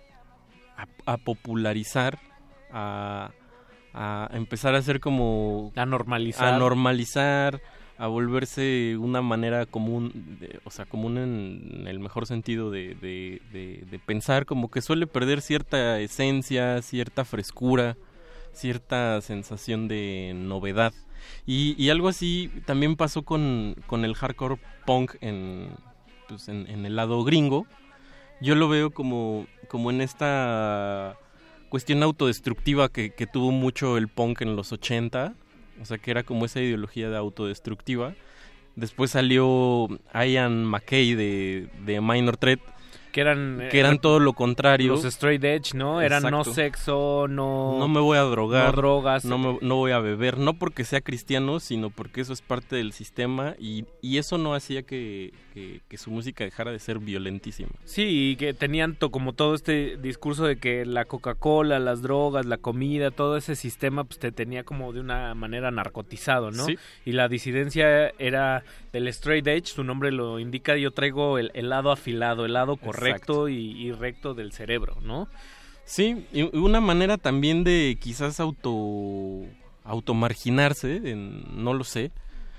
a, a popularizar, a... a empezar a hacer como... A normalizar. A normalizar, a volverse una manera común, de, o sea, común en, en el mejor sentido de, de, de, de pensar, como que suele perder cierta esencia, cierta frescura, cierta sensación de novedad. Y, y algo así también pasó con, con el hardcore punk en, pues en, en el lado gringo. Yo lo veo como, como en esta... cuestión autodestructiva que, que tuvo mucho el punk en los ochenta, o sea que era como esa ideología de autodestructiva. Después salió Ian MacKaye de, de Minor Threat, que eran que eran eh, todo lo contrario, los straight edge, ¿no? Eran Exacto. no sexo, no no me voy a drogar, no drogas, no, me, no voy a beber, no porque sea cristiano, sino porque eso es parte del sistema y, y eso no hacía que, que, que su música dejara de ser violentísima. Sí, y que tenían to, como todo este discurso de que la Coca-Cola, las drogas, la comida, todo ese sistema pues te tenía como de una manera narcotizado, ¿no? Sí. Y la disidencia era del straight edge, su nombre lo indica, yo traigo el, el lado afilado, el lado correcto. Recto y, y recto del cerebro, ¿no? Sí, y una manera también de quizás auto automarginarse, en, no lo sé,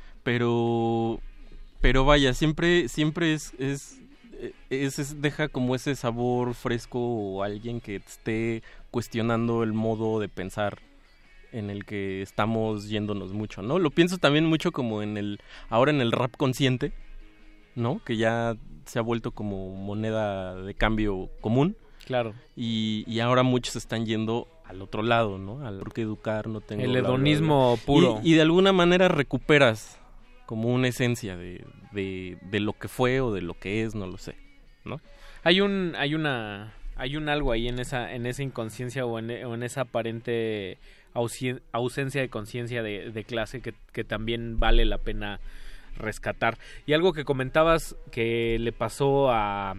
pero pero vaya, siempre siempre es es, es es deja como ese sabor fresco o alguien que esté cuestionando el modo de pensar en el que estamos yéndonos mucho, ¿no? Lo pienso también mucho como en el ahora en el rap consciente, ¿no? Que ya se ha vuelto como moneda de cambio común. Claro. Y, y ahora muchos están yendo al otro lado, ¿no? Al por qué educar, no tengo... El bla, hedonismo bla, bla. puro. Y, y de alguna manera recuperas como una esencia de, de, de lo que fue o de lo que es, no lo sé, ¿no? Hay un, hay una, hay un algo ahí en esa, en esa inconsciencia o en, o en esa aparente ausen, ausencia de conciencia de, de clase que, que también vale la pena rescatar. Y algo que comentabas que le pasó a...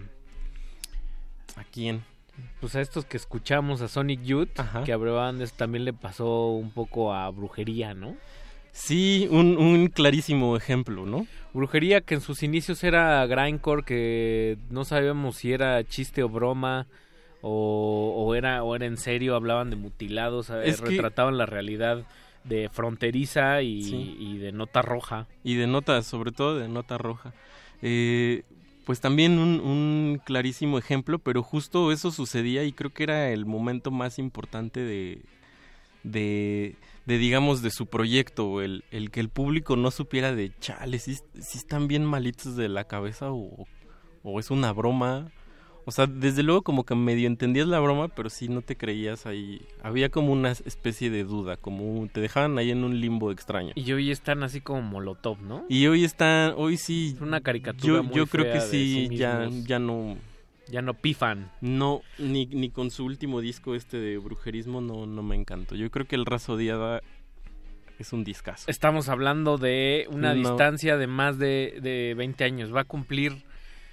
¿A quién? Pues a estos que escuchamos, a Sonic Youth, Ajá. que abrevaban, también le pasó un poco a Brujería, ¿no? Sí, un, un clarísimo ejemplo, ¿no? Brujería que en sus inicios era grindcore, que no sabíamos si era chiste o broma, o, o, era, o era en serio, hablaban de mutilados, es retrataban que... la realidad de fronteriza y, Sí. y de nota roja. Y de nota, sobre todo de nota roja. Eh, pues también un, un clarísimo ejemplo, pero justo eso sucedía y creo que era el momento más importante de, de, de digamos, de su proyecto, el, el que el público no supiera de, chale, si, si están bien malitos de la cabeza o, o es una broma. O sea, desde luego como que medio entendías la broma, pero sí no te creías ahí. Había como una especie de duda, como te dejaban ahí en un limbo extraño. Y hoy están así como Molotov, ¿no? Y hoy están, hoy sí. Es una caricatura Yo, muy yo creo fea que de sí, sí ya, mismos. ya no. Ya no pifan. No, ni, ni con su último disco este de brujerismo no, no me encantó. Yo creo que el Razodiada es un discazo. Estamos hablando de una No. distancia de más de, de veinte años. Va a cumplir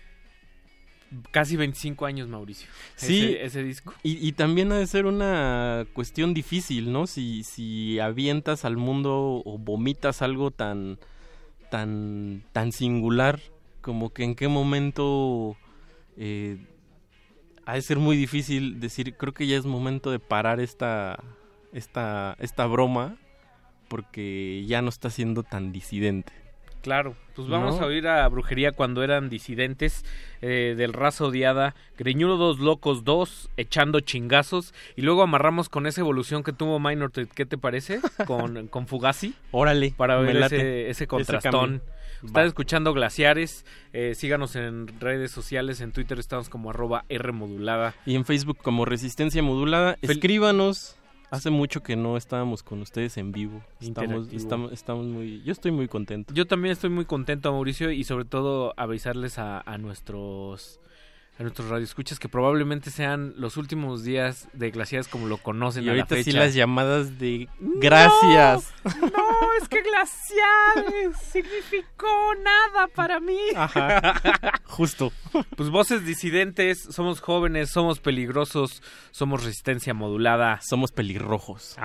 casi veinticinco años, Mauricio. Sí, ese, ese disco. Y, y también ha de ser una cuestión difícil, ¿no? Si, si avientas al mundo o vomitas algo tan, tan, tan singular, como que en qué momento eh, ha de ser muy difícil decir, creo que ya es momento de parar esta, esta, esta broma, porque ya no está siendo tan disidente. Claro, pues vamos ¿No? a oír a Brujería cuando eran disidentes, eh, del Raza Odiada, Greñudos Locos dos, Echando Chingazos, y luego amarramos con esa evolución que tuvo Minor Threat, ¿qué te parece? Con, con Fugazi. Órale, para me ver late. ese, ese contrastón. Ese Están Va. escuchando Glaciares, eh, síganos en redes sociales, en Twitter estamos como arroba R modulada. Y en Facebook como Resistencia Modulada. Fel- Escríbanos. Hace mucho que no estábamos con ustedes en vivo. Estamos, Interactivo. estamos, estamos muy... Yo estoy muy contento. Yo también estoy muy contento, Mauricio, y sobre todo avisarles a, a nuestros a nuestros radioescuchas que probablemente sean los últimos días de Glaciares como lo conocen Y a la ahorita fecha. sí las llamadas de gracias. No, es que Glaciares significó nada para mí. Ajá, justo. Pues voces disidentes, somos jóvenes, somos peligrosos, somos resistencia modulada. Somos pelirrojos.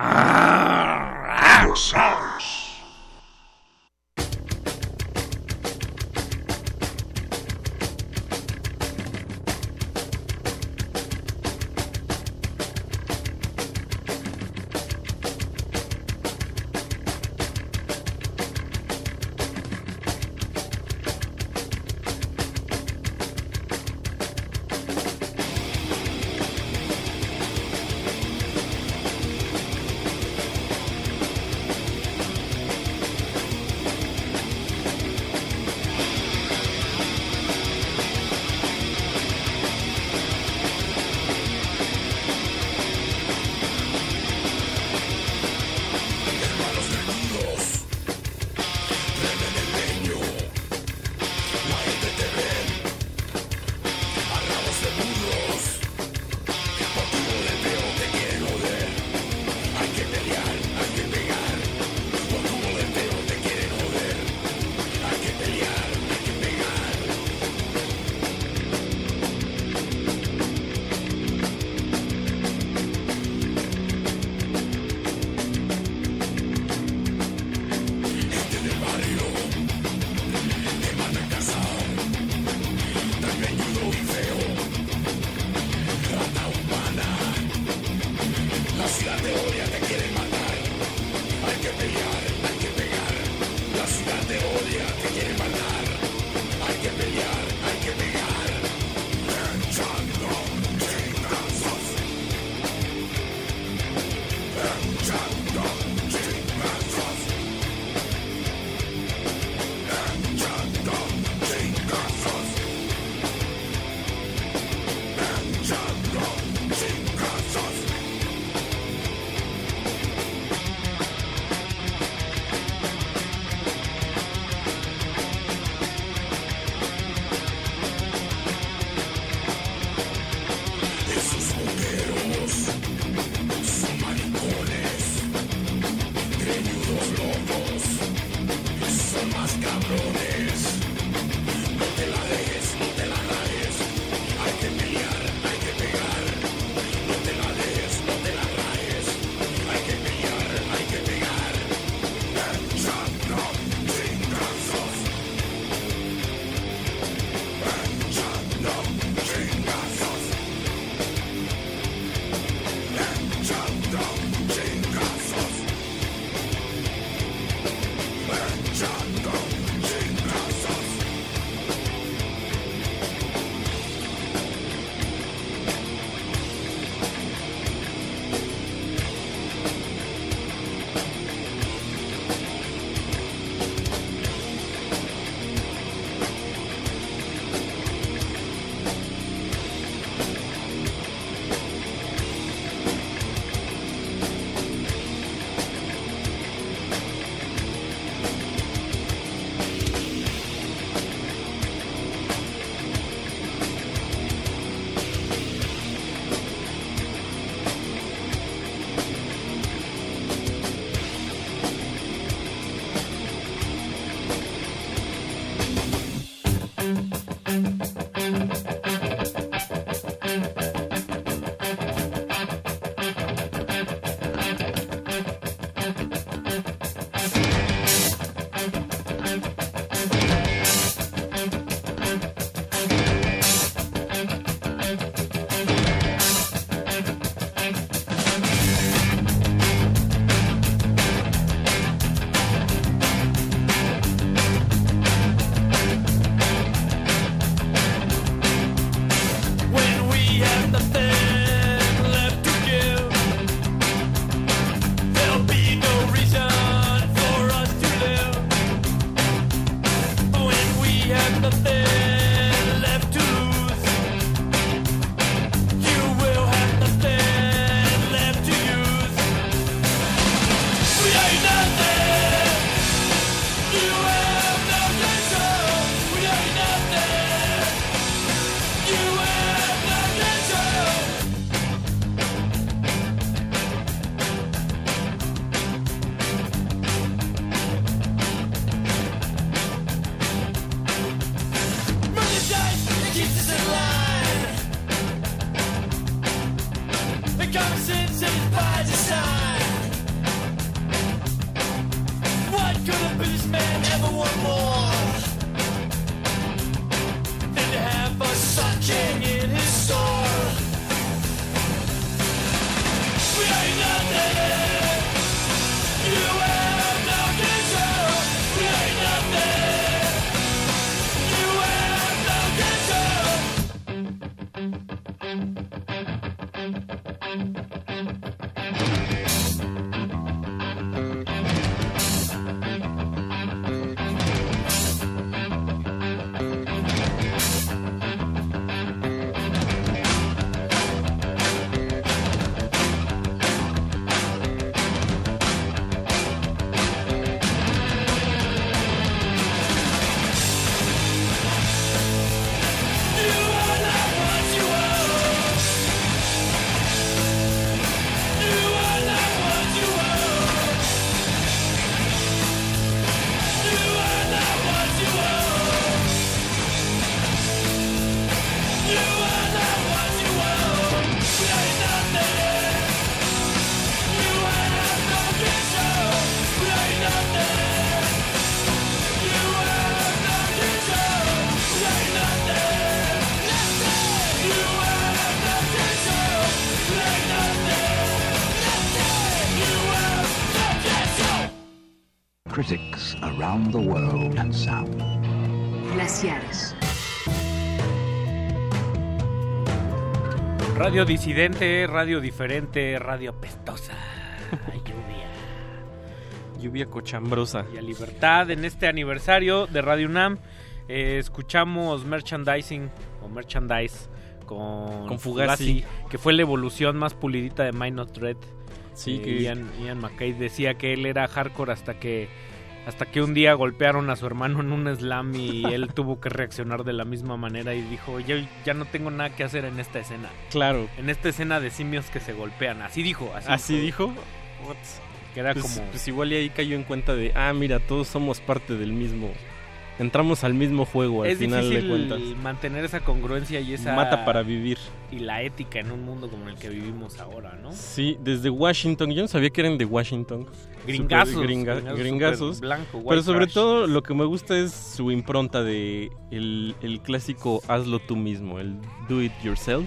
critics around the world and sound. Glaciares. Radio disidente, radio diferente, radio pestosa. Lluvia. Lluvia cochambrosa. Y a libertad en este aniversario de Radio UNAM. Eh, escuchamos merchandising o merchandise con, con Fugazi, Fugazi, que fue la evolución más pulidita de Mind Not Red. Sí, eh, que Ian, Ian MacKay decía que él era hardcore hasta que hasta que un día golpearon a su hermano en un slam y él tuvo que reaccionar de la misma manera y dijo, yo ya no tengo nada que hacer en esta escena. Claro. En esta escena de simios que se golpean. Así dijo. Así, ¿Así dijo? What? Que era pues, como... Pues igual y ahí cayó en cuenta de, ah, mira, todos somos parte del mismo... Entramos al mismo juego al es final de cuentas. Es difícil mantener esa congruencia y esa... Mata para vivir. Y la ética en un mundo como el que vivimos ahora, ¿no? Sí, desde Washington. Yo no sabía que eran de Washington. Gringazos. Gringa, gringazos. gringazos. Blanco, pero sobre trash. todo lo que me gusta es su impronta de el, el clásico hazlo tú mismo, el do it yourself.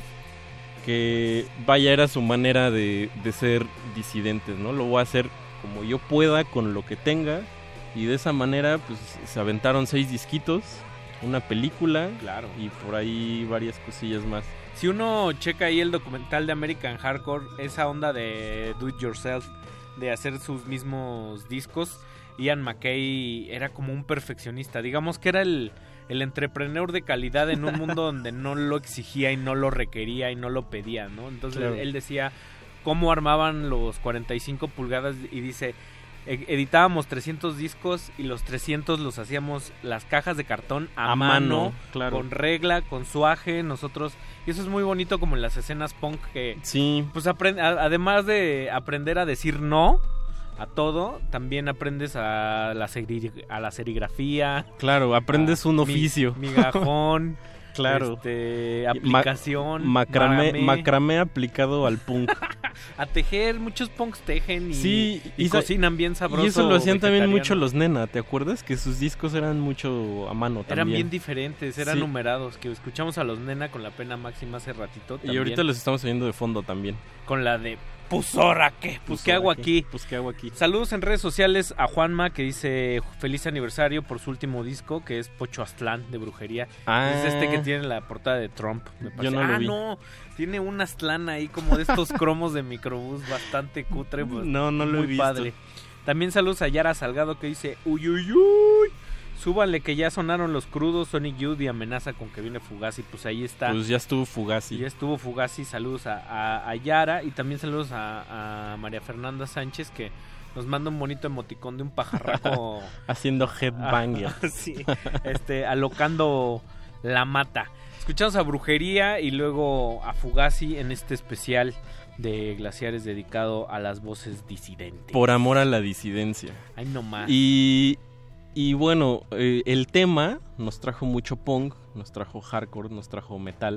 Que vaya, era su manera de, de ser disidentes, ¿no? Lo voy a hacer como yo pueda, con lo que tenga. Y de esa manera, pues, se aventaron seis disquitos, una película, claro, y por ahí varias cosillas más. Si uno checa ahí el documental de American Hardcore, esa onda de do it yourself, de hacer sus mismos discos, Ian MacKay era como un perfeccionista. Digamos que era el, el entrepreneur de calidad en un mundo donde no lo exigía y no lo requería y no lo pedía, ¿no? Entonces claro, él decía cómo armaban los cuarenta y cinco pulgadas y dice... editábamos trescientos discos y los trescientos los hacíamos las cajas de cartón a, a mano, mano claro, con regla, con suaje, nosotros, y eso es muy bonito como en las escenas punk que sí, pues aprend, a, además de aprender a decir no a todo, también aprendes a la seri, a la serigrafía, claro, aprendes un oficio, mi, migajón, claro, este, aplicación, Ma- macramé, macramé aplicado al punk. A tejer, muchos punks tejen y, sí, y, y cocinan bien sabroso. Y eso lo hacían también mucho los Nena, ¿te acuerdas? Que sus discos eran mucho a mano también. Eran bien diferentes, eran sí, numerados, que escuchamos a los Nena con la pena máxima hace ratito también. Y ahorita los estamos oyendo de fondo también. Con la de pues ahora qué, pues qué hago aquí. Pues qué hago aquí. Saludos en redes sociales a Juanma que dice feliz aniversario por su último disco que es Pocho Aztlán de brujería. Ah. Es este que tiene la portada de Trump, me parece. Yo no lo ah, vi. no, tiene un Aztlán ahí como de estos cromos de microbús bastante cutre, pues, no, no lo muy he visto. Padre. También saludos a Yara Salgado que dice uy uy uy. Súbanle que ya sonaron los crudos, Sonic Youth y amenaza con que viene Fugazi, pues ahí está. Pues ya estuvo Fugazi. Ya estuvo Fugazi, saludos a, a, a Yara y también saludos a, a María Fernanda Sánchez que nos manda un bonito emoticón de un pajarraco. Haciendo headbanger. Sí, este, alocando la mata. Escuchamos a Brujería y luego a Fugazi en este especial de Glaciares dedicado a las voces disidentes. Por amor a la disidencia. Ay, no más. Y... Y bueno, eh, el tema nos trajo mucho punk, nos trajo hardcore, nos trajo metal,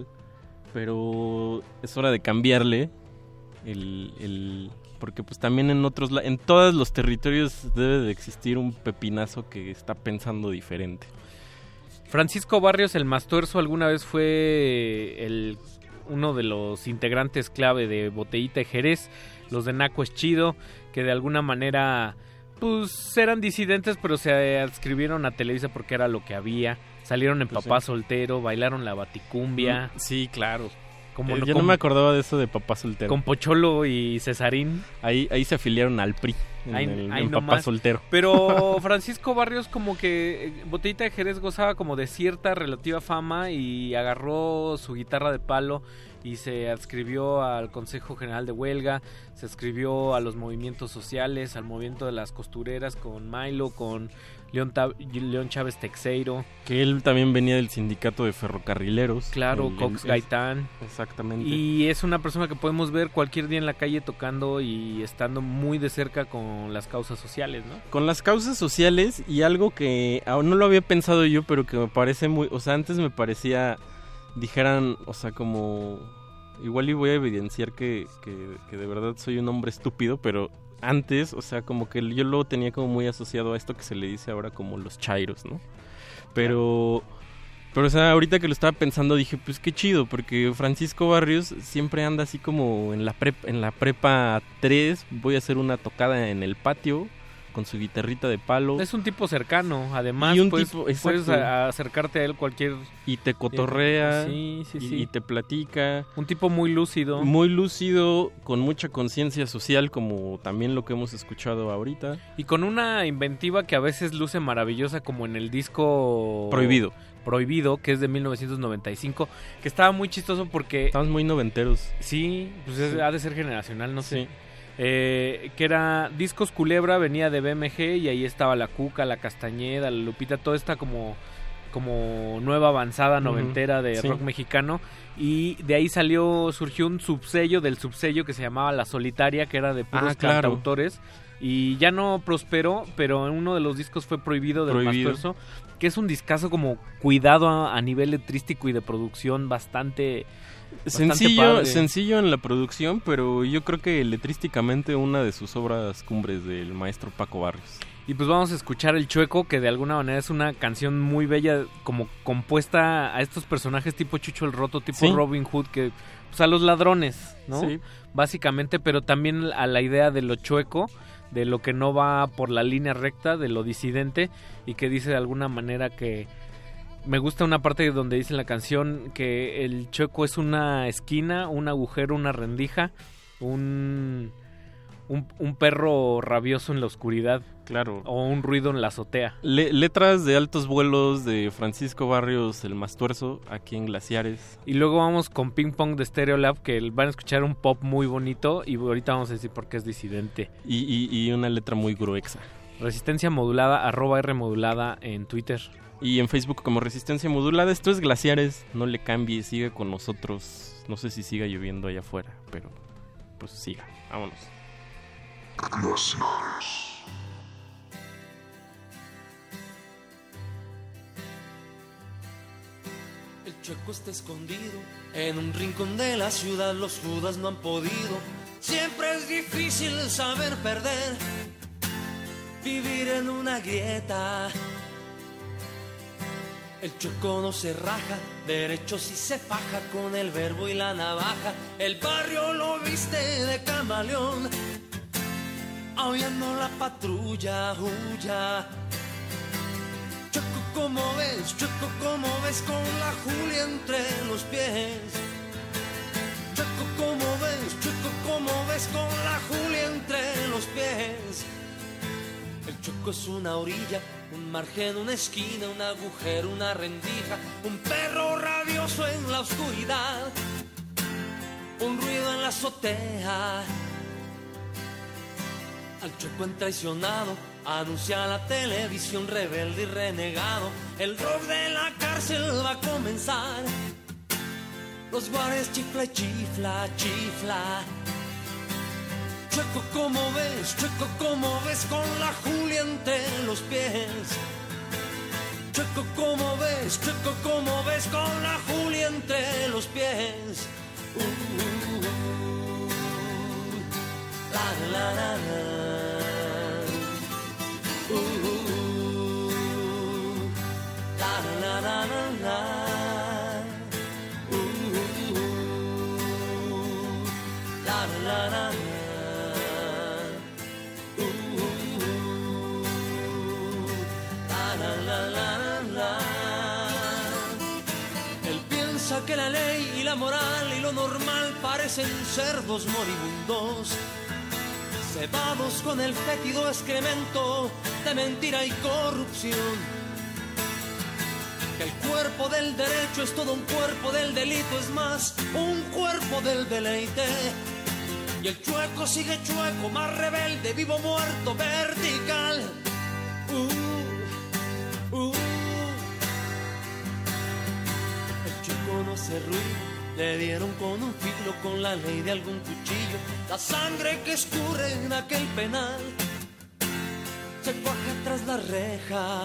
pero es hora de cambiarle, el, el, porque pues también en otros, en todos los territorios debe de existir un pepinazo que está pensando diferente. Francisco Barrios el Mastuerzo alguna vez fue el, uno de los integrantes clave de Botellita de Jerez, los de Naco es Chido, que de alguna manera... pues eran disidentes, pero se adscribieron a Televisa porque era lo que había. Salieron en pues Papá sí. Soltero, bailaron la Baticumbia. Sí, claro. Como eh, no, yo con, no me acordaba de eso de Papá Soltero. Con Pocholo y Cesarín. Ahí, ahí se afiliaron al P R I, en, ahí, el, ahí en no Papá más. Soltero. Pero Francisco Barrios como que Botellita de Jerez gozaba como de cierta relativa fama y agarró su guitarra de palo y se adscribió al Consejo General de Huelga, se adscribió a los movimientos sociales, al movimiento de las costureras con Milo, con León, Ta- León Chávez Texeiro. Que él también venía del sindicato de ferrocarrileros. Claro, el, Cox el, Gaitán. Exactamente. Y es una persona que podemos ver cualquier día en la calle tocando y estando muy de cerca con las causas sociales, ¿no? Con las causas sociales y algo que no lo había pensado yo, pero que me parece muy... O sea, antes me parecía... Dijeran, o sea, como... Igual y voy a evidenciar que, que, que de verdad soy un hombre estúpido, pero antes, o sea, como que yo lo tenía como muy asociado a esto que se le dice ahora como los chairos, ¿no? Pero, pero o sea, ahorita que lo estaba pensando dije, pues qué chido, porque Francisco Barrios siempre anda así como en la prepa, en la prepa tres, voy a hacer una tocada en el patio con su guitarrita de palo. Es un tipo cercano, además y un puedes, tipo, puedes a, acercarte a él cualquier... Y te cotorrea, sí, sí, y, sí. y te platica. Un tipo muy lúcido. Muy lúcido, con mucha conciencia social, como también lo que hemos escuchado ahorita. Y con una inventiva que a veces luce maravillosa, como en el disco... Prohibido. Prohibido, que es de mil novecientos noventa y cinco, que estaba muy chistoso porque... Estamos muy noventeros. Sí, pues es, sí. ha de ser generacional, no sé. Sí. Eh, que era Discos Culebra, venía de B M G y ahí estaba la Cuca, la Castañeda, la Lupita, toda esta como, como nueva avanzada noventera de sí. rock mexicano. Y de ahí salió, surgió un subsello del subsello que se llamaba La Solitaria, que era de puros ah, claro. cantautores. Y ya no prosperó, pero en uno de los discos fue Prohibido del Prohibido. Mastuerzo, que es un discazo como cuidado a, a nivel letrístico y de producción bastante... Sencillo, sencillo en la producción, pero yo creo que letrísticamente una de sus obras cumbres del maestro Paco Barrios. Y pues vamos a escuchar El Chueco, que de alguna manera es una canción muy bella, como compuesta a estos personajes tipo Chucho el Roto, tipo sí. Robin Hood, que pues a los ladrones, ¿no? Sí. Básicamente, pero también a la idea de lo chueco, de lo que no va por la línea recta, de lo disidente, y que dice de alguna manera que... Me gusta una parte donde dice en la canción que el chueco es una esquina, un agujero, una rendija, un, un, un perro rabioso en la oscuridad. Claro. O un ruido en la azotea. Le, letras de altos vuelos de Francisco Barrios el Mastuerzo, aquí en Glaciares. Y luego vamos con Ping Pong de Stereolab, que van a escuchar un pop muy bonito y ahorita vamos a decir por qué es disidente. Y, y, y una letra muy gruesa. Resistencia modulada, arroba R modulada en Twitter. Y en Facebook como Resistencia Modulada. Esto es Glaciares, no le cambie, siga con nosotros. No sé si siga lloviendo allá afuera, pero pues siga, vámonos. Glaciares. El chueco está escondido en un rincón de la ciudad, los judas no han podido. Siempre es difícil saber perder, vivir en una grieta. El chueco no se raja, derecho sí se faja con el verbo y la navaja. El barrio lo viste de camaleón, aullando la patrulla, huya. Chueco, ¿cómo ves? Chueco, ¿cómo ves con la Julia entre los pies? Chueco, ¿cómo ves? Chueco, ¿cómo ves con la Julia entre los pies? El chueco es una orilla, un margen, una esquina, un agujero, una rendija, un perro rabioso en la oscuridad, un ruido en la azotea. Al chueco han traicionado, anuncia la televisión, rebelde y renegado. El rock de la cárcel va a comenzar. Los bares chifla y chifla, chifla. Chueco, ¿cómo ves? Chueco, ¿cómo ves con la Julia entre los pies? Chueco, ¿cómo ves? Chueco, ¿cómo ves con la Julia entre los pies? Uh, uh, uh, la, la, la, la. Uh, uh, uh, la, la, la, la, la. Uh, uh, uh, la, la, la, la. Que la ley y la moral y lo normal parecen cerdos moribundos, cebados con el fétido excremento de mentira y corrupción. Que el cuerpo del derecho es todo un cuerpo del delito, es más, un cuerpo del deleite. Y el chueco sigue chueco, más rebelde, vivo, muerto, vertical. Uh, uh. No hace ruido, le dieron con un filo, con la ley de algún cuchillo. La sangre que escurre en aquel penal se cuaja tras la reja.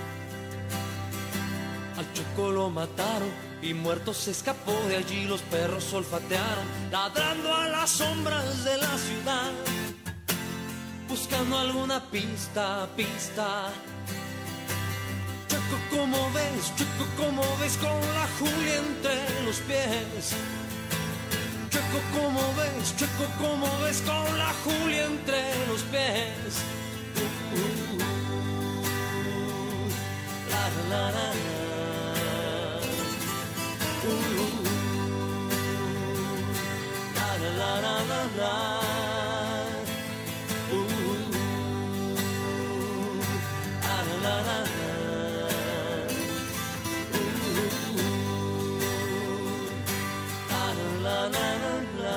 Al chueco lo mataron y muerto se escapó de allí. Los perros olfatearon, ladrando a las sombras de la ciudad, buscando alguna pista, pista. Chueco, ¿cómo ves? Chueco, ¿cómo ves con la Julia entre los pies? Chueco, ¿cómo ves? Chueco, ¿cómo ves con la Julia entre los pies? Uh, La la la la. La la la la la. La la la la. La la la la.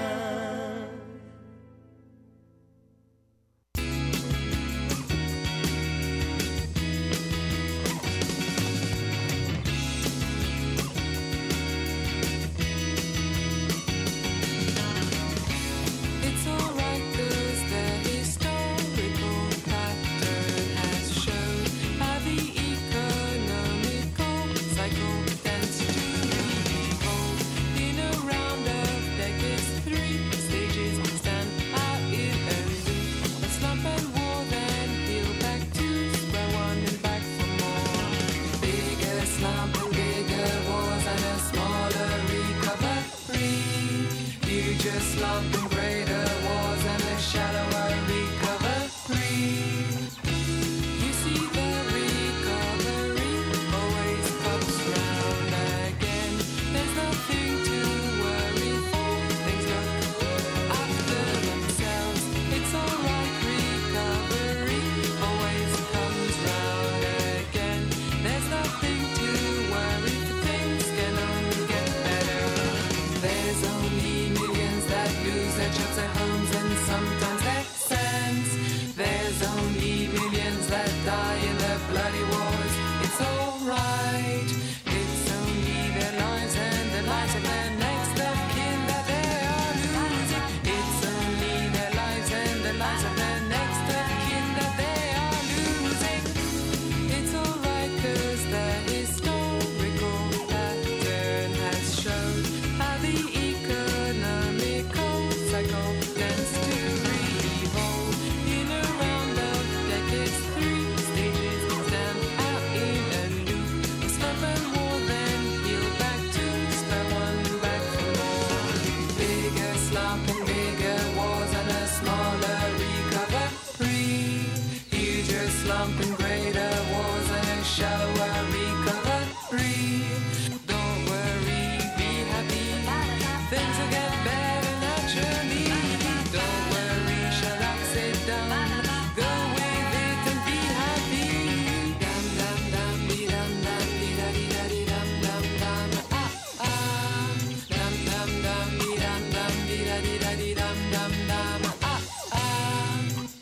It's alright 'cause the historical pattern has shown how the economical cycle tends to evolve. In a round of decades, three stages stand out in a loop. A slump and war, then heal back to square one and back for more. Bigger slump and bigger wars and a smaller recovery. Huger slump and greater wars and a shallower recovery. You see the recovery always comes round again. There's nothing to worry for. Things look after themselves. It's alright, recovery always comes round again. There's nothing to worry for. Things can only get better. There's only millions that lose their jobs, their homes, and sometimes their sense. There's only millions that die in their bloody wars. It's alright. It's only their lives and the lives of their next of kin that they are losing. It's only their lives and the lives of their next of kin that they are losing. It's alright 'cause the historical pattern has shown how the economical cycle tends to revolve. In a round of decades, three stages stand out in a loop. A slump and war, then heal back to square one, back for more. Bigger slump and bigger wars and a smaller recovery. Huger slump and greater wars and a shallower recovery. Don't worry, be happy. Things will get better naturally. Don't worry, shut up, sit down. Go with it and be happy. Dum dum dum dee dum dum dee da dee da dee dum dum dum. Ah ah. Dum dum dum dee dum dum dee da dee da dee dum dum dum. Ah ah.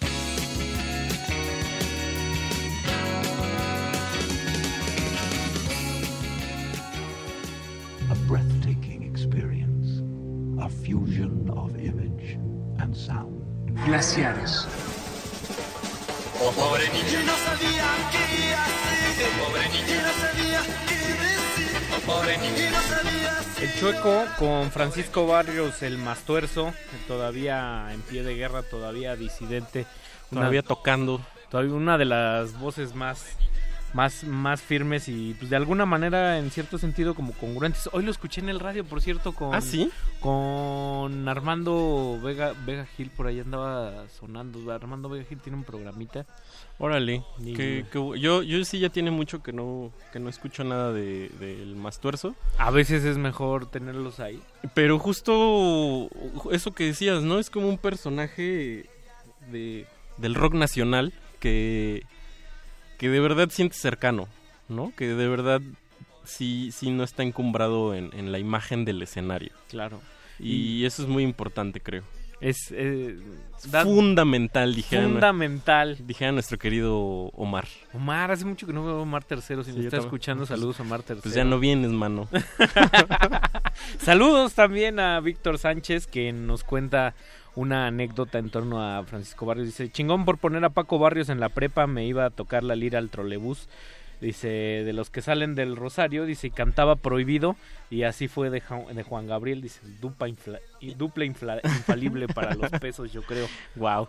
A breathtaking experience. A fusion of image and sound. Glaciares. Oh, pobre niño no sabía qué hacer. Oh, pobre niño no sabía qué decir. Oh, pobre niño no sabía. El Chueco con Francisco Barrios, el Mastuerzo, todavía en pie de guerra, todavía disidente, todavía una, tocando, todavía una de las voces más más más firmes y pues de alguna manera en cierto sentido como congruentes. Hoy lo escuché en el radio, por cierto, con ¿Ah, sí? con Armando Vega Vega Gil, por ahí andaba sonando. Armando Vega Gil tiene un programita. Órale, que, que yo yo sí ya tiene mucho que no que no escucho nada de del Mastuerzo. A veces es mejor tenerlos ahí. Pero justo eso que decías, ¿no? Es como un personaje de del rock nacional que que de verdad sientes cercano, ¿no? Que de verdad sí, sí no está encumbrado en, en la imagen del escenario. Claro. Y, y eso es muy importante, creo. Es eh, da, fundamental, dijera, fundamental. dijera nuestro querido Omar. Omar, hace mucho que no veo a Omar Tercero. Si sí, me está escuchando, pues, saludos a Omar Tercero. Pues ya no vienes, mano. Saludos también a Víctor Sánchez, que nos cuenta una anécdota en torno a Francisco Barrios. Dice: chingón por poner a Paco Barrios en la prepa, me iba a tocar la lira al trolebús. dice, de los que salen del Rosario, dice, y cantaba Prohibido, y así fue de, Ja- de Juan Gabriel, dice, dupla, infla, y dupla infla- infalible para los pesos, yo creo. Wow.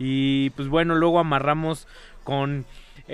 Y pues bueno, luego amarramos con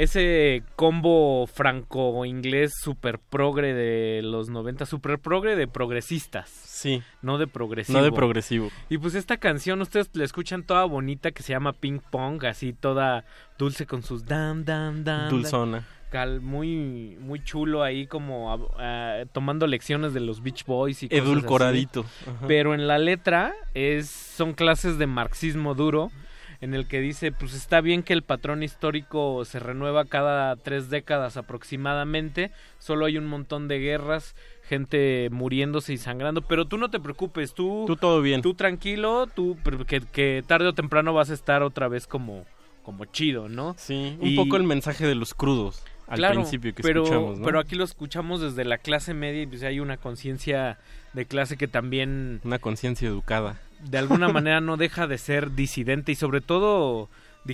ese combo franco-inglés super progre de los noventa, super progre de progresistas. Sí. No de progresivo. No de progresivo. Y pues esta canción, ustedes la escuchan toda bonita, que se llama Ping Pong, así toda dulce con sus dam, dam, dam. Dulzona. Cal, muy, muy chulo ahí como uh, tomando lecciones de los Beach Boys y cosas edulcoradito. así. Ajá. Pero en la letra es son clases de marxismo duro, en el que dice, pues está bien que el patrón histórico se renueva cada tres décadas aproximadamente, solo hay un montón de guerras, gente muriéndose y sangrando, pero tú no te preocupes, tú... Tú todo bien. Tú tranquilo, tú que, que tarde o temprano vas a estar otra vez como, como chido, ¿no? Sí, un Y- poco el mensaje de los crudos al Claro, principio que pero, escuchamos, ¿no? pero aquí lo escuchamos desde la clase media y pues hay una conciencia de clase que también... Una conciencia educada. De alguna manera no deja de ser disidente y sobre todo,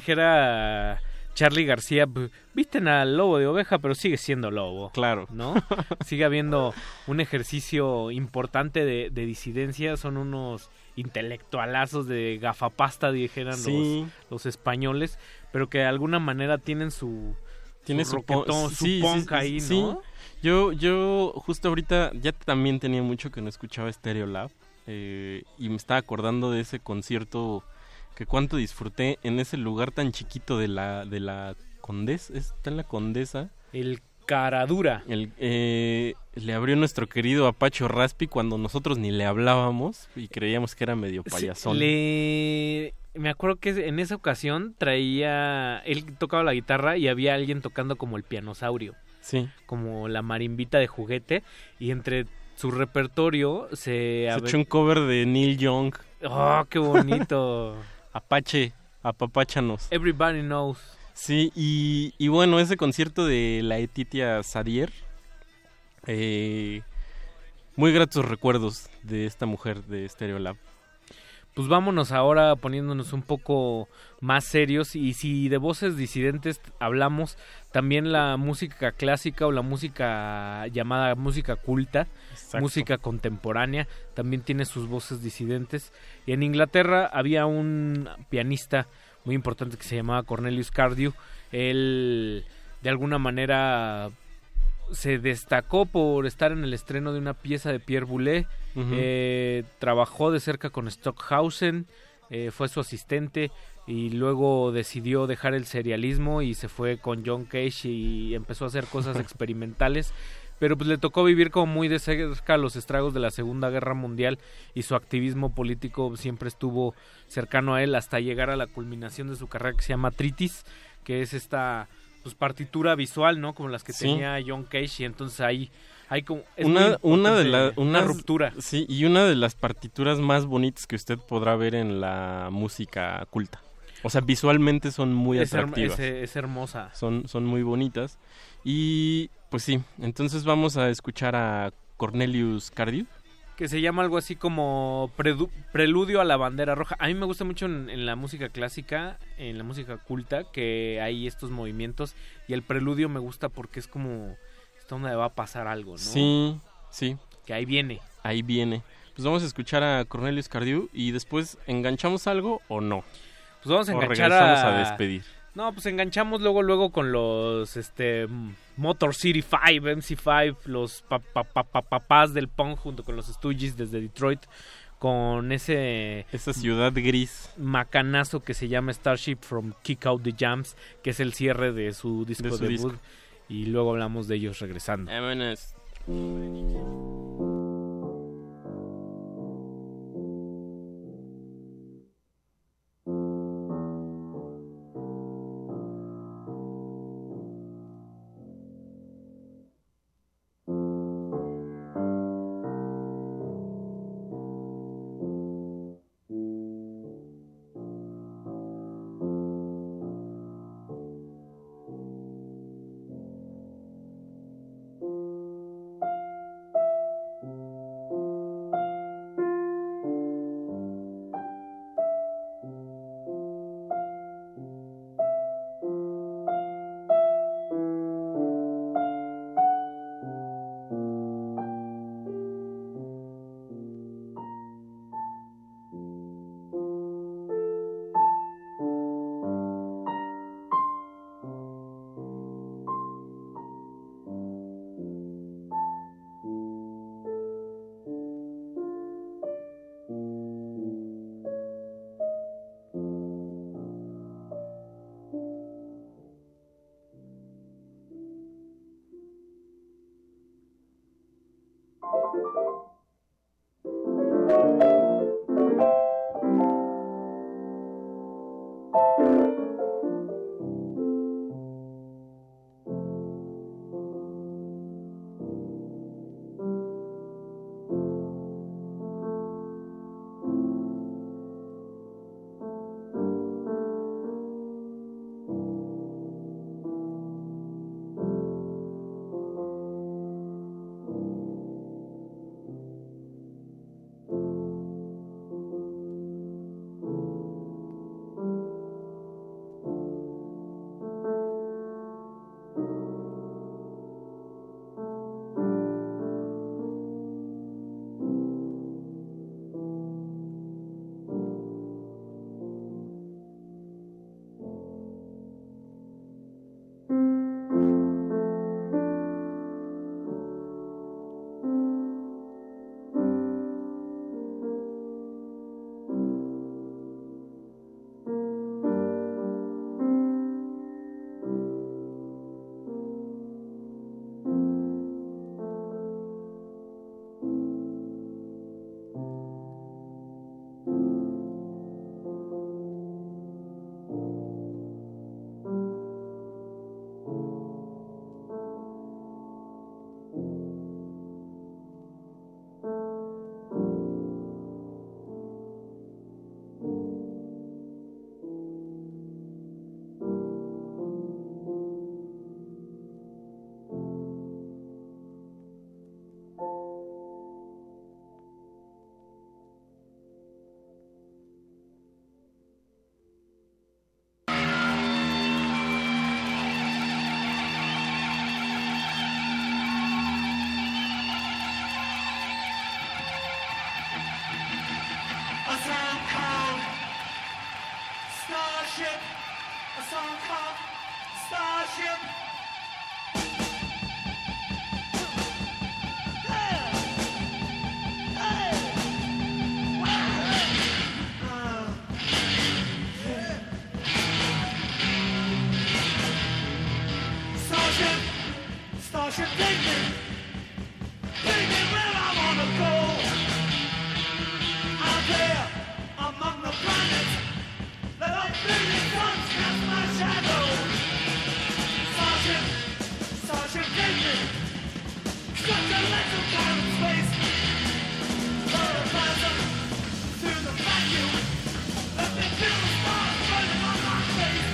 dijera Charly García, "B- visten al lobo de oveja, pero sigue siendo lobo". Claro. ¿No? Sigue habiendo un ejercicio importante de, de disidencia, son unos intelectualazos de gafapasta, dijeran Sí. los, los españoles, pero que de alguna manera tienen su... Tiene su su, pon- roquetón, su sí, sí, punk sí, ahí, sí. ¿no? Yo, yo justo ahorita ya también tenía mucho que no escuchaba Stereolab eh, y me estaba acordando de ese concierto que cuánto disfruté en ese lugar tan chiquito de la de la Condesa, está en la Condesa. El Caradura. El, eh, le abrió nuestro querido Apache Raspi cuando nosotros ni le hablábamos y creíamos que era medio payasón. Sí, le... Me acuerdo que en esa ocasión traía... Él tocaba la guitarra y había alguien tocando como el pianosaurio. Sí. Como la marimbita de juguete. Y entre su repertorio se... Se ave- echó un cover de Neil Young. ¡Oh, qué bonito! Apache, apapáchanos. Everybody knows. Sí, y, y bueno, ese concierto de la Etitia Sadier, eh, muy gratos recuerdos de esta mujer de Stereolab. Pues vámonos ahora poniéndonos un poco más serios y si de voces disidentes hablamos, también la música clásica o la música llamada música culta, Exacto. música contemporánea, también tiene sus voces disidentes. Y en Inglaterra había un pianista muy importante que se llamaba Cornelius Cardew. Él de alguna manera se destacó por estar en el estreno de una pieza de Pierre Boulez. Ujú. eh, trabajó de cerca con Stockhausen, eh, fue su asistente y luego decidió dejar el serialismo y se fue con John Cage y empezó a hacer cosas experimentales, pero pues le tocó vivir como muy de cerca los estragos de la Segunda Guerra Mundial y su activismo político siempre estuvo cercano a él hasta llegar a la culminación de su carrera que se llama Tritis, que es esta pues partitura visual, ¿no? Como las que Sí. tenía John Cage y entonces ahí hay como es una, muy una de importante, la, una unas- ruptura. Sí, y una de las partituras más bonitas que usted podrá ver en la música culta. O sea, visualmente son muy es, herm- atractivas. es, es hermosa. Son, son muy bonitas. Y pues sí, entonces vamos a escuchar a Cornelius Cardew. Que se llama algo así como predu- Preludio a la Bandera Roja. A mí me gusta mucho en, en la música clásica, en la música culta, que hay estos movimientos. Y el preludio me gusta porque es como esta onda de va a pasar algo, ¿no? Sí, sí. Que ahí viene. Ahí viene. Pues vamos a escuchar a Cornelius Cardew y después ¿enganchamos algo o no? Pues vamos a O enganchar regresamos a... a despedir. No, pues enganchamos luego luego con los este mm, Motor City cinco, M C cinco, los pa- pa- pa- pa- papás del punk junto con los Stooges desde Detroit, con ese esa ciudad gris macanazo que se llama Starship from Kick Out the Jams, que es el cierre de su disco De su debut, disco. y luego hablamos de ellos regresando. Vámonos. Starship, a song called Starship. Yeah. Hey. Wow. Uh, yeah. Starship, Starship, take me, take me where I wanna go. Out there among the planets. Let a billion suns cast my shadow. Starship, Starship, take me. Such a legend down in space. Plasm through the vacuum. Let me feel the stars burning on my face.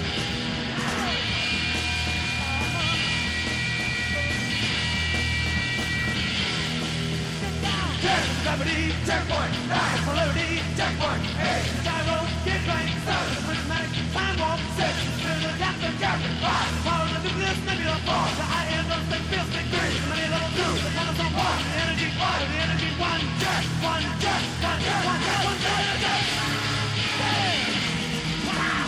Ten gravity, ten point nine polarity, ten point eight gyro, get right, seven prismatic, time warp, six to the depth of Captain five, power of the nucleus, nebula four, the I N of the field, stick three, money level two, the chromosom one, the energy five, the energy one, jet, one jet, one jet, one jet, one jet, one jet. Hey! Wow!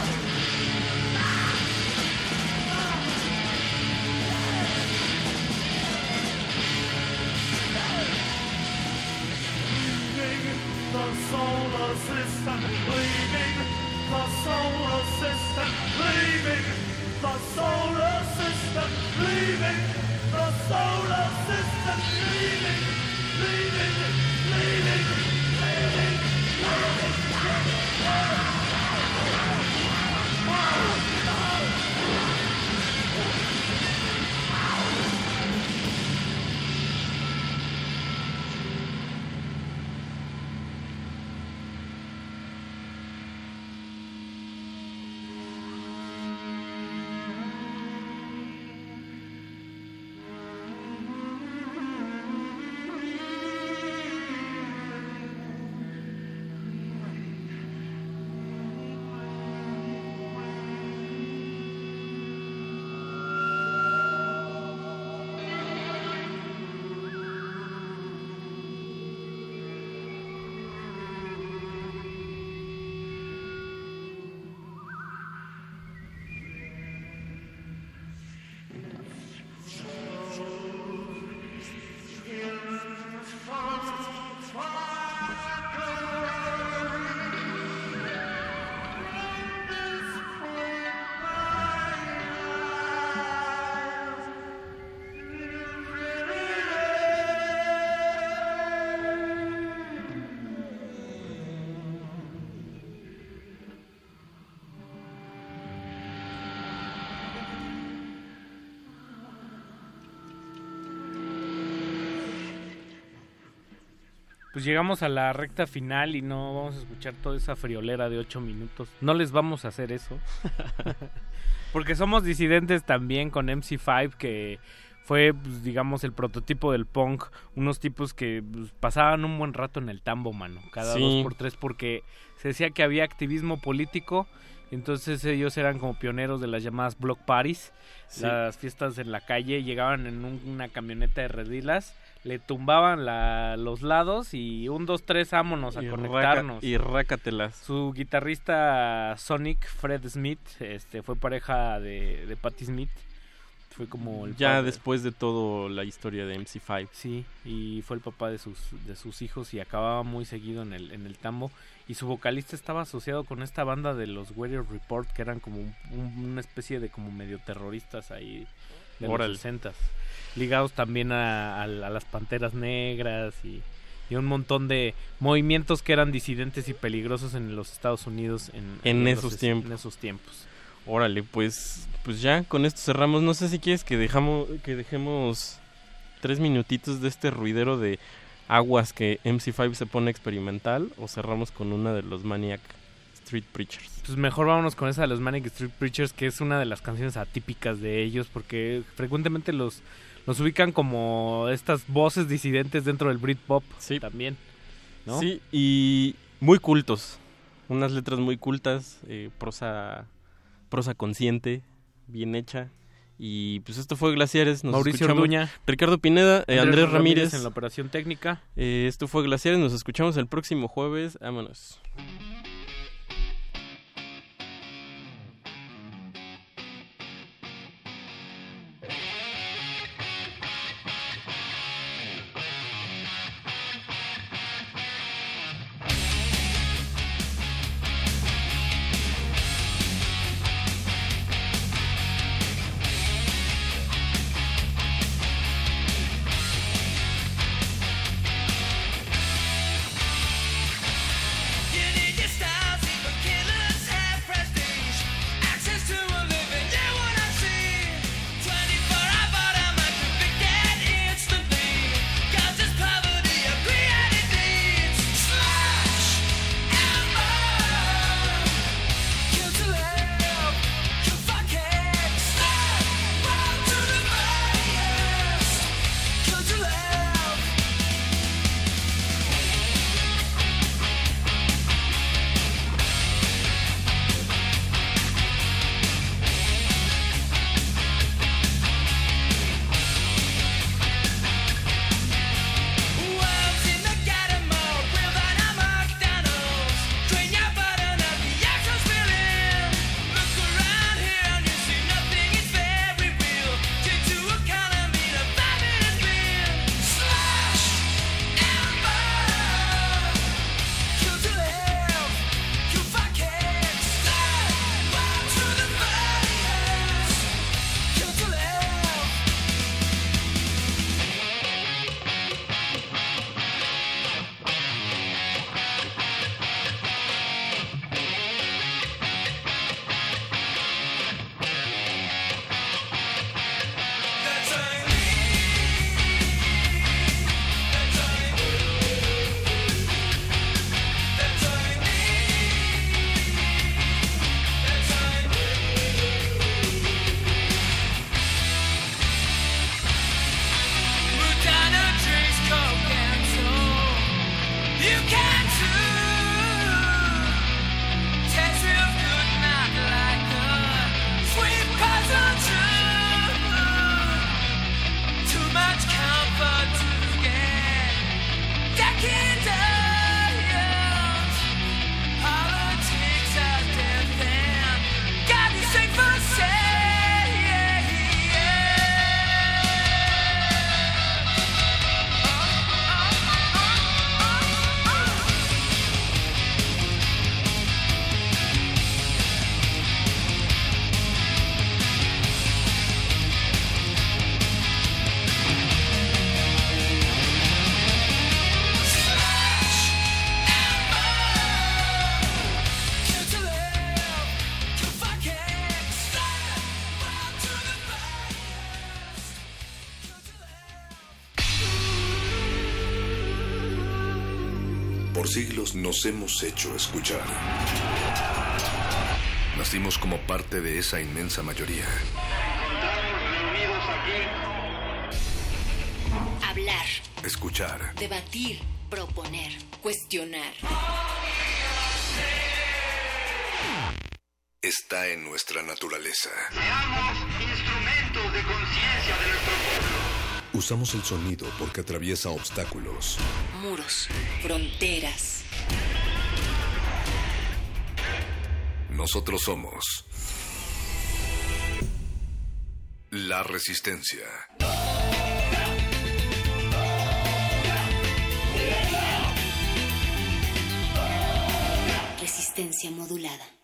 The solar system, leaving the solar system, leaving the solar system, leaving the solar system, leaving, leaving, leaving, leaving, leaving. pues llegamos a la recta final y no vamos a escuchar toda esa friolera de ocho minutos. No les vamos a hacer eso. Porque somos disidentes también con M C cinco, que fue, pues, digamos, el prototipo del punk. Unos tipos que pues, pasaban un buen rato en el tambo, mano. Cada Sí. dos por tres, porque se decía que había activismo político. Entonces ellos eran como pioneros de las llamadas block parties, Sí. las fiestas en la calle. Llegaban en un- una camioneta de redilas, le tumbaban la, los lados y un, dos, tres, vámonos a Y conectarnos. raca- y rácatelas. Su guitarrista Sonic, Fred Smith, este, fue pareja de, de Patti Smith. Fue como el Ya padre. después de todo la historia de M C cinco. Sí, y fue el papá de sus de sus hijos y acababa muy seguido en el en el tambo, y su vocalista estaba asociado con esta banda de los Warrior Report, que eran como un- un- una especie de como medio terroristas ahí de Órale. los sesentas, ligados también a, a- a las Panteras Negras y, y un montón de movimientos que eran disidentes y peligrosos en los Estados Unidos en, En los- esos tiempos. en esos tiempos. Órale, pues pues ya con esto cerramos. No sé si quieres que dejamos que dejemos tres minutitos de este ruidero de aguas que M C cinco se pone experimental, o cerramos con una de los Maniac Street Preachers. Pues mejor vámonos con esa de los Manic Street Preachers, que es una de las canciones atípicas de ellos, porque frecuentemente los, los ubican como estas voces disidentes dentro del Britpop también, ¿no? Sí, y muy cultos. Unas letras muy cultas, eh, prosa prosa consciente, bien hecha. Y pues esto fue Glaciares. Nos Mauricio escuchamos. Orduña. Ricardo Pineda, eh, Andrés, Ramírez. en la operación técnica. Eh, esto fue Glaciares. Nos escuchamos el próximo jueves. Vámonos. You need to Por siglos nos hemos hecho escuchar. Nacimos como parte de esa inmensa mayoría. Hablar, Escuchar. debatir, proponer, cuestionar. Está en nuestra naturaleza. Seamos instrumentos de conciencia de nuestro pueblo. Usamos el sonido porque atraviesa obstáculos. Muros, fronteras. Nosotros somos la Resistencia. Resistencia modulada.